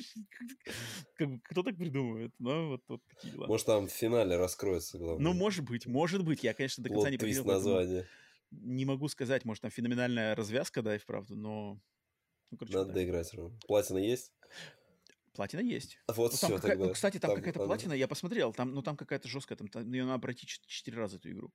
Как бы, кто так придумывает? Ну, вот, вот такие дела. Может, там в финале раскроется, Ну, главное, может быть, может быть. Я, конечно, до конца не плот-твист проверил, поэтому названия. не могу сказать. Может, там феноменальная развязка, да, и вправду, но... Ну, короче, вот Надо так. доиграть, Ром. Платина есть? Платина есть. Вот Ну, там все какая... ну, тогда. кстати, там Там какая-то она... платина, я посмотрел, там, ну, там какая-то жесткая, там, там ее надо пройти чет- четыре раза, эту игру.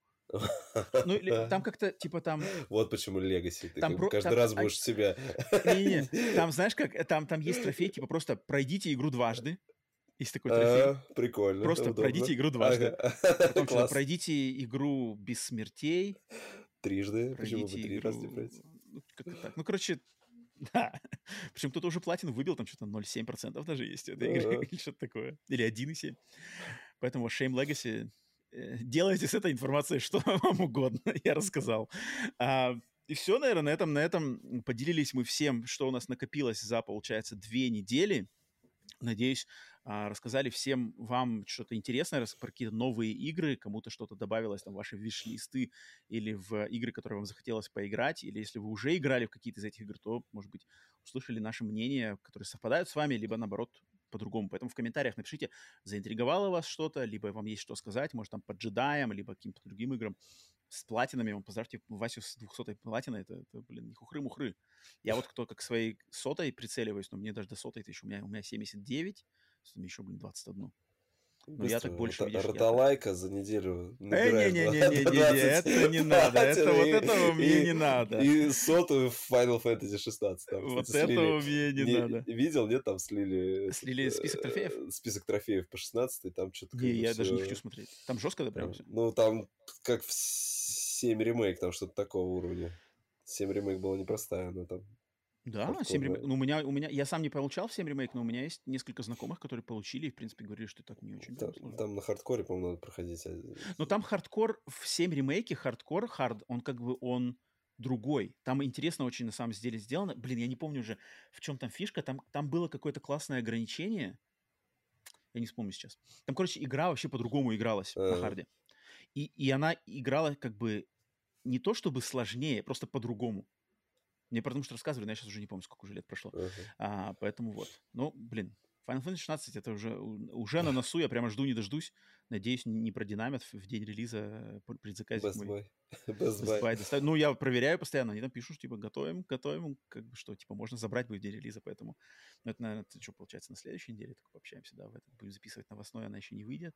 Ну, или там как-то, типа, там... Вот почему Legacy. Ты Там как бы про... каждый Там... раз а, будешь себя... Не-не-не, там, знаешь, как... Там, там есть трофей, типа, просто пройдите игру дважды. Есть такой трофей. А, прикольно, Просто удобно. пройдите игру дважды. Ага. Потом что-то Класс. пройдите игру без смертей. Трижды. Почему бы Пройдите три раза не игру... пройти? Ну, как-то так. Ну, короче, да. Причем кто-то уже платину выбил, там что-то ноль целых семь десятых процента даже есть в этой игре. Ага. Или что-то такое. Или один целых семь десятых. Поэтому Shame Legacy... э, Делайте с этой информацией что вам угодно. Я рассказал. А, и все, наверное, на этом, на этом поделились мы всем, что у нас накопилось за, получается, две недели. Надеюсь, а, рассказали всем вам что-то интересное, рас- про какие-то новые игры, кому-то что-то добавилось там в ваши виш-листы или в игры, которые вам захотелось поиграть, или если вы уже играли в какие-то из этих игр, то, может быть, услышали наши мнения, которые совпадают с вами, либо, наоборот, по-другому. Поэтому в комментариях напишите, заинтриговало вас что-то, либо вам есть что сказать, может, там, по джедаям, либо каким-то другим играм. С платинами, вам поздравьте Васю с двухсотой платиной, это, это, блин, не хухры-мухры. Я вот кто как своей сотой прицеливаюсь, но мне даже до сотой-то еще, у меня, у меня семьдесят девять, мне еще, блин, двадцать один. Но я так Быстро. больше, Рота- видишь, я так... Роталайка за неделю Эй, набираешь не-не-не-не-не-не, двадцать это не надо, платин это вот и, этого мне не надо. и, и сотую в Final Fantasy шестнадцать. Там, кстати, Вот слили. этого мне не Не, надо. видел, нет, там слили этот, Слили список трофеев? э, список трофеев по шестнадцатой, там что-то Не, как бы я даже не хочу все... смотреть. Там жестко, да, прям все? Ну, там как в семь ремейк, там что-то такого уровня. семь ремейк была непростая, но там Да, семь ремейк. хардкорная. Ну, у меня, у меня, я сам не получал в семь ремейк, но у меня есть несколько знакомых, которые получили и, в принципе, говорили, что так не очень Там, прям сложно. там на хардкоре, по-моему, надо проходить. а, Но там хардкор в семь ремейке, хардкор, хард, он как бы, он другой. Там интересно очень на самом деле сделано. Блин, я не помню уже, в чем там фишка. Там, там было какое-то классное ограничение. Я не вспомню сейчас. Там, короче, игра вообще по-другому игралась на а, харде. И, и она играла как бы не то чтобы сложнее, просто по-другому. Мне потому что рассказывали, но я сейчас уже не помню, сколько уже лет прошло. ага. А, поэтому вот. Ну, блин, Final Fantasy шестнадцать это уже, у- уже на носу, я прямо жду, не дождусь. Надеюсь, не не продинамят в, в день релиза э, п- предзаказик Best мой Buy. Best Best Buy. Buy доставить. Ну, я проверяю постоянно, они там пишут, что, типа, готовим, готовим, как бы, что, типа, можно забрать будет в день релиза, поэтому... Ну, это, наверное, это что, получается, на следующей неделе, так пообщаемся, да, в этот, будем записывать новостной, она еще не выйдет.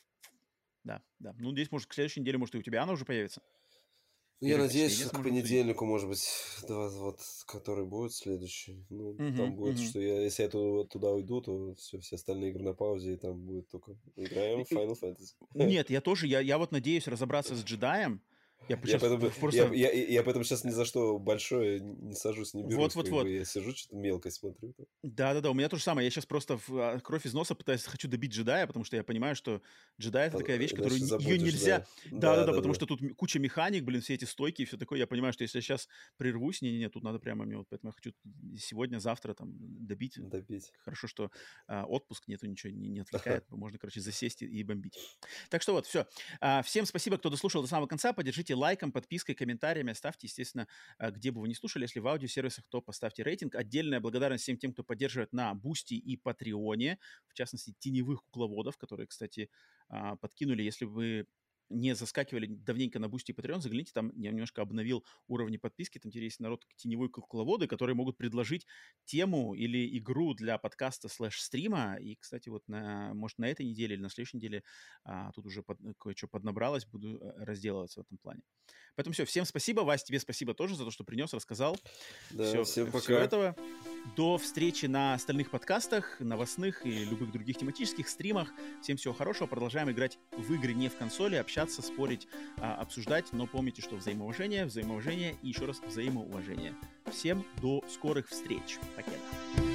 Да, да. Ну, здесь, может, к следующей неделе, может, и у тебя она уже появится. Ну, я Первые надеюсь, впечатления что к сможем обсудить. понедельнику, может быть, да, вот, который будет следующий. Ну, там Мгм, будет, мгм. что я, если я туда, туда уйду, то все, все остальные игры на паузе, и там будет только играем в И- Final Fantasy. Нет, я тоже, я, я вот надеюсь разобраться с джедаем. Я Я сейчас поэтому, я, просто... я, я поэтому сейчас ни за что большое не сажусь, не берусь, как бы Вот-вот-вот. я сижу, что-то мелко смотрю. Там. Да-да-да, у меня то же самое. Я сейчас просто в, а, кровь из носа пытаюсь, хочу добить джедая, потому что я понимаю, что джедай — это По- такая вещь, которую Иначе ее забудешь, нельзя... да. Да, Да-да-да, да, потому да. что тут м- куча механик, блин, все эти стойки и все такое. Я понимаю, что если я сейчас прервусь, не-не-не, тут надо прямо мне... Вот поэтому я хочу сегодня, завтра там добить. Добить. Хорошо, что а, отпуск, нету ничего, не, не отвлекает. Можно, короче, засесть и, и бомбить. Так что вот, все. А, всем спасибо, кто дослушал до самого конца. Поддержите лайком, подпиской, комментариями. Оставьте, естественно, а, где бы вы ни слушали. Если в аудиосервисах, то поставьте рейтинг. Отдельная благодарность всем тем, кто поддерживает на Бусти и Патреоне. В частности, теневых кукловодов, которые, кстати, а, подкинули. Если вы не заскакивали давненько на Boosty и Patreon, загляните, там я немножко обновил уровни подписки, там теперь есть народ теневой кукловоды, которые могут предложить тему или игру для подкаста слэш-стрима, и, кстати, вот, на, может, на этой неделе или на следующей неделе а, тут уже под, кое-что поднабралось, буду разделываться в этом плане. Поэтому все, всем спасибо, Вась, тебе спасибо тоже за то, что принес, рассказал. Да, все, всем пока. Всего этого. До встречи на остальных подкастах, новостных и любых других тематических стримах. Всем всего хорошего. Продолжаем играть в игры не в консоли, общаться, спорить, а, обсуждать. Но помните, что взаимоуважение, взаимоуважение и еще раз взаимоуважение. Всем до скорых встреч. Пока.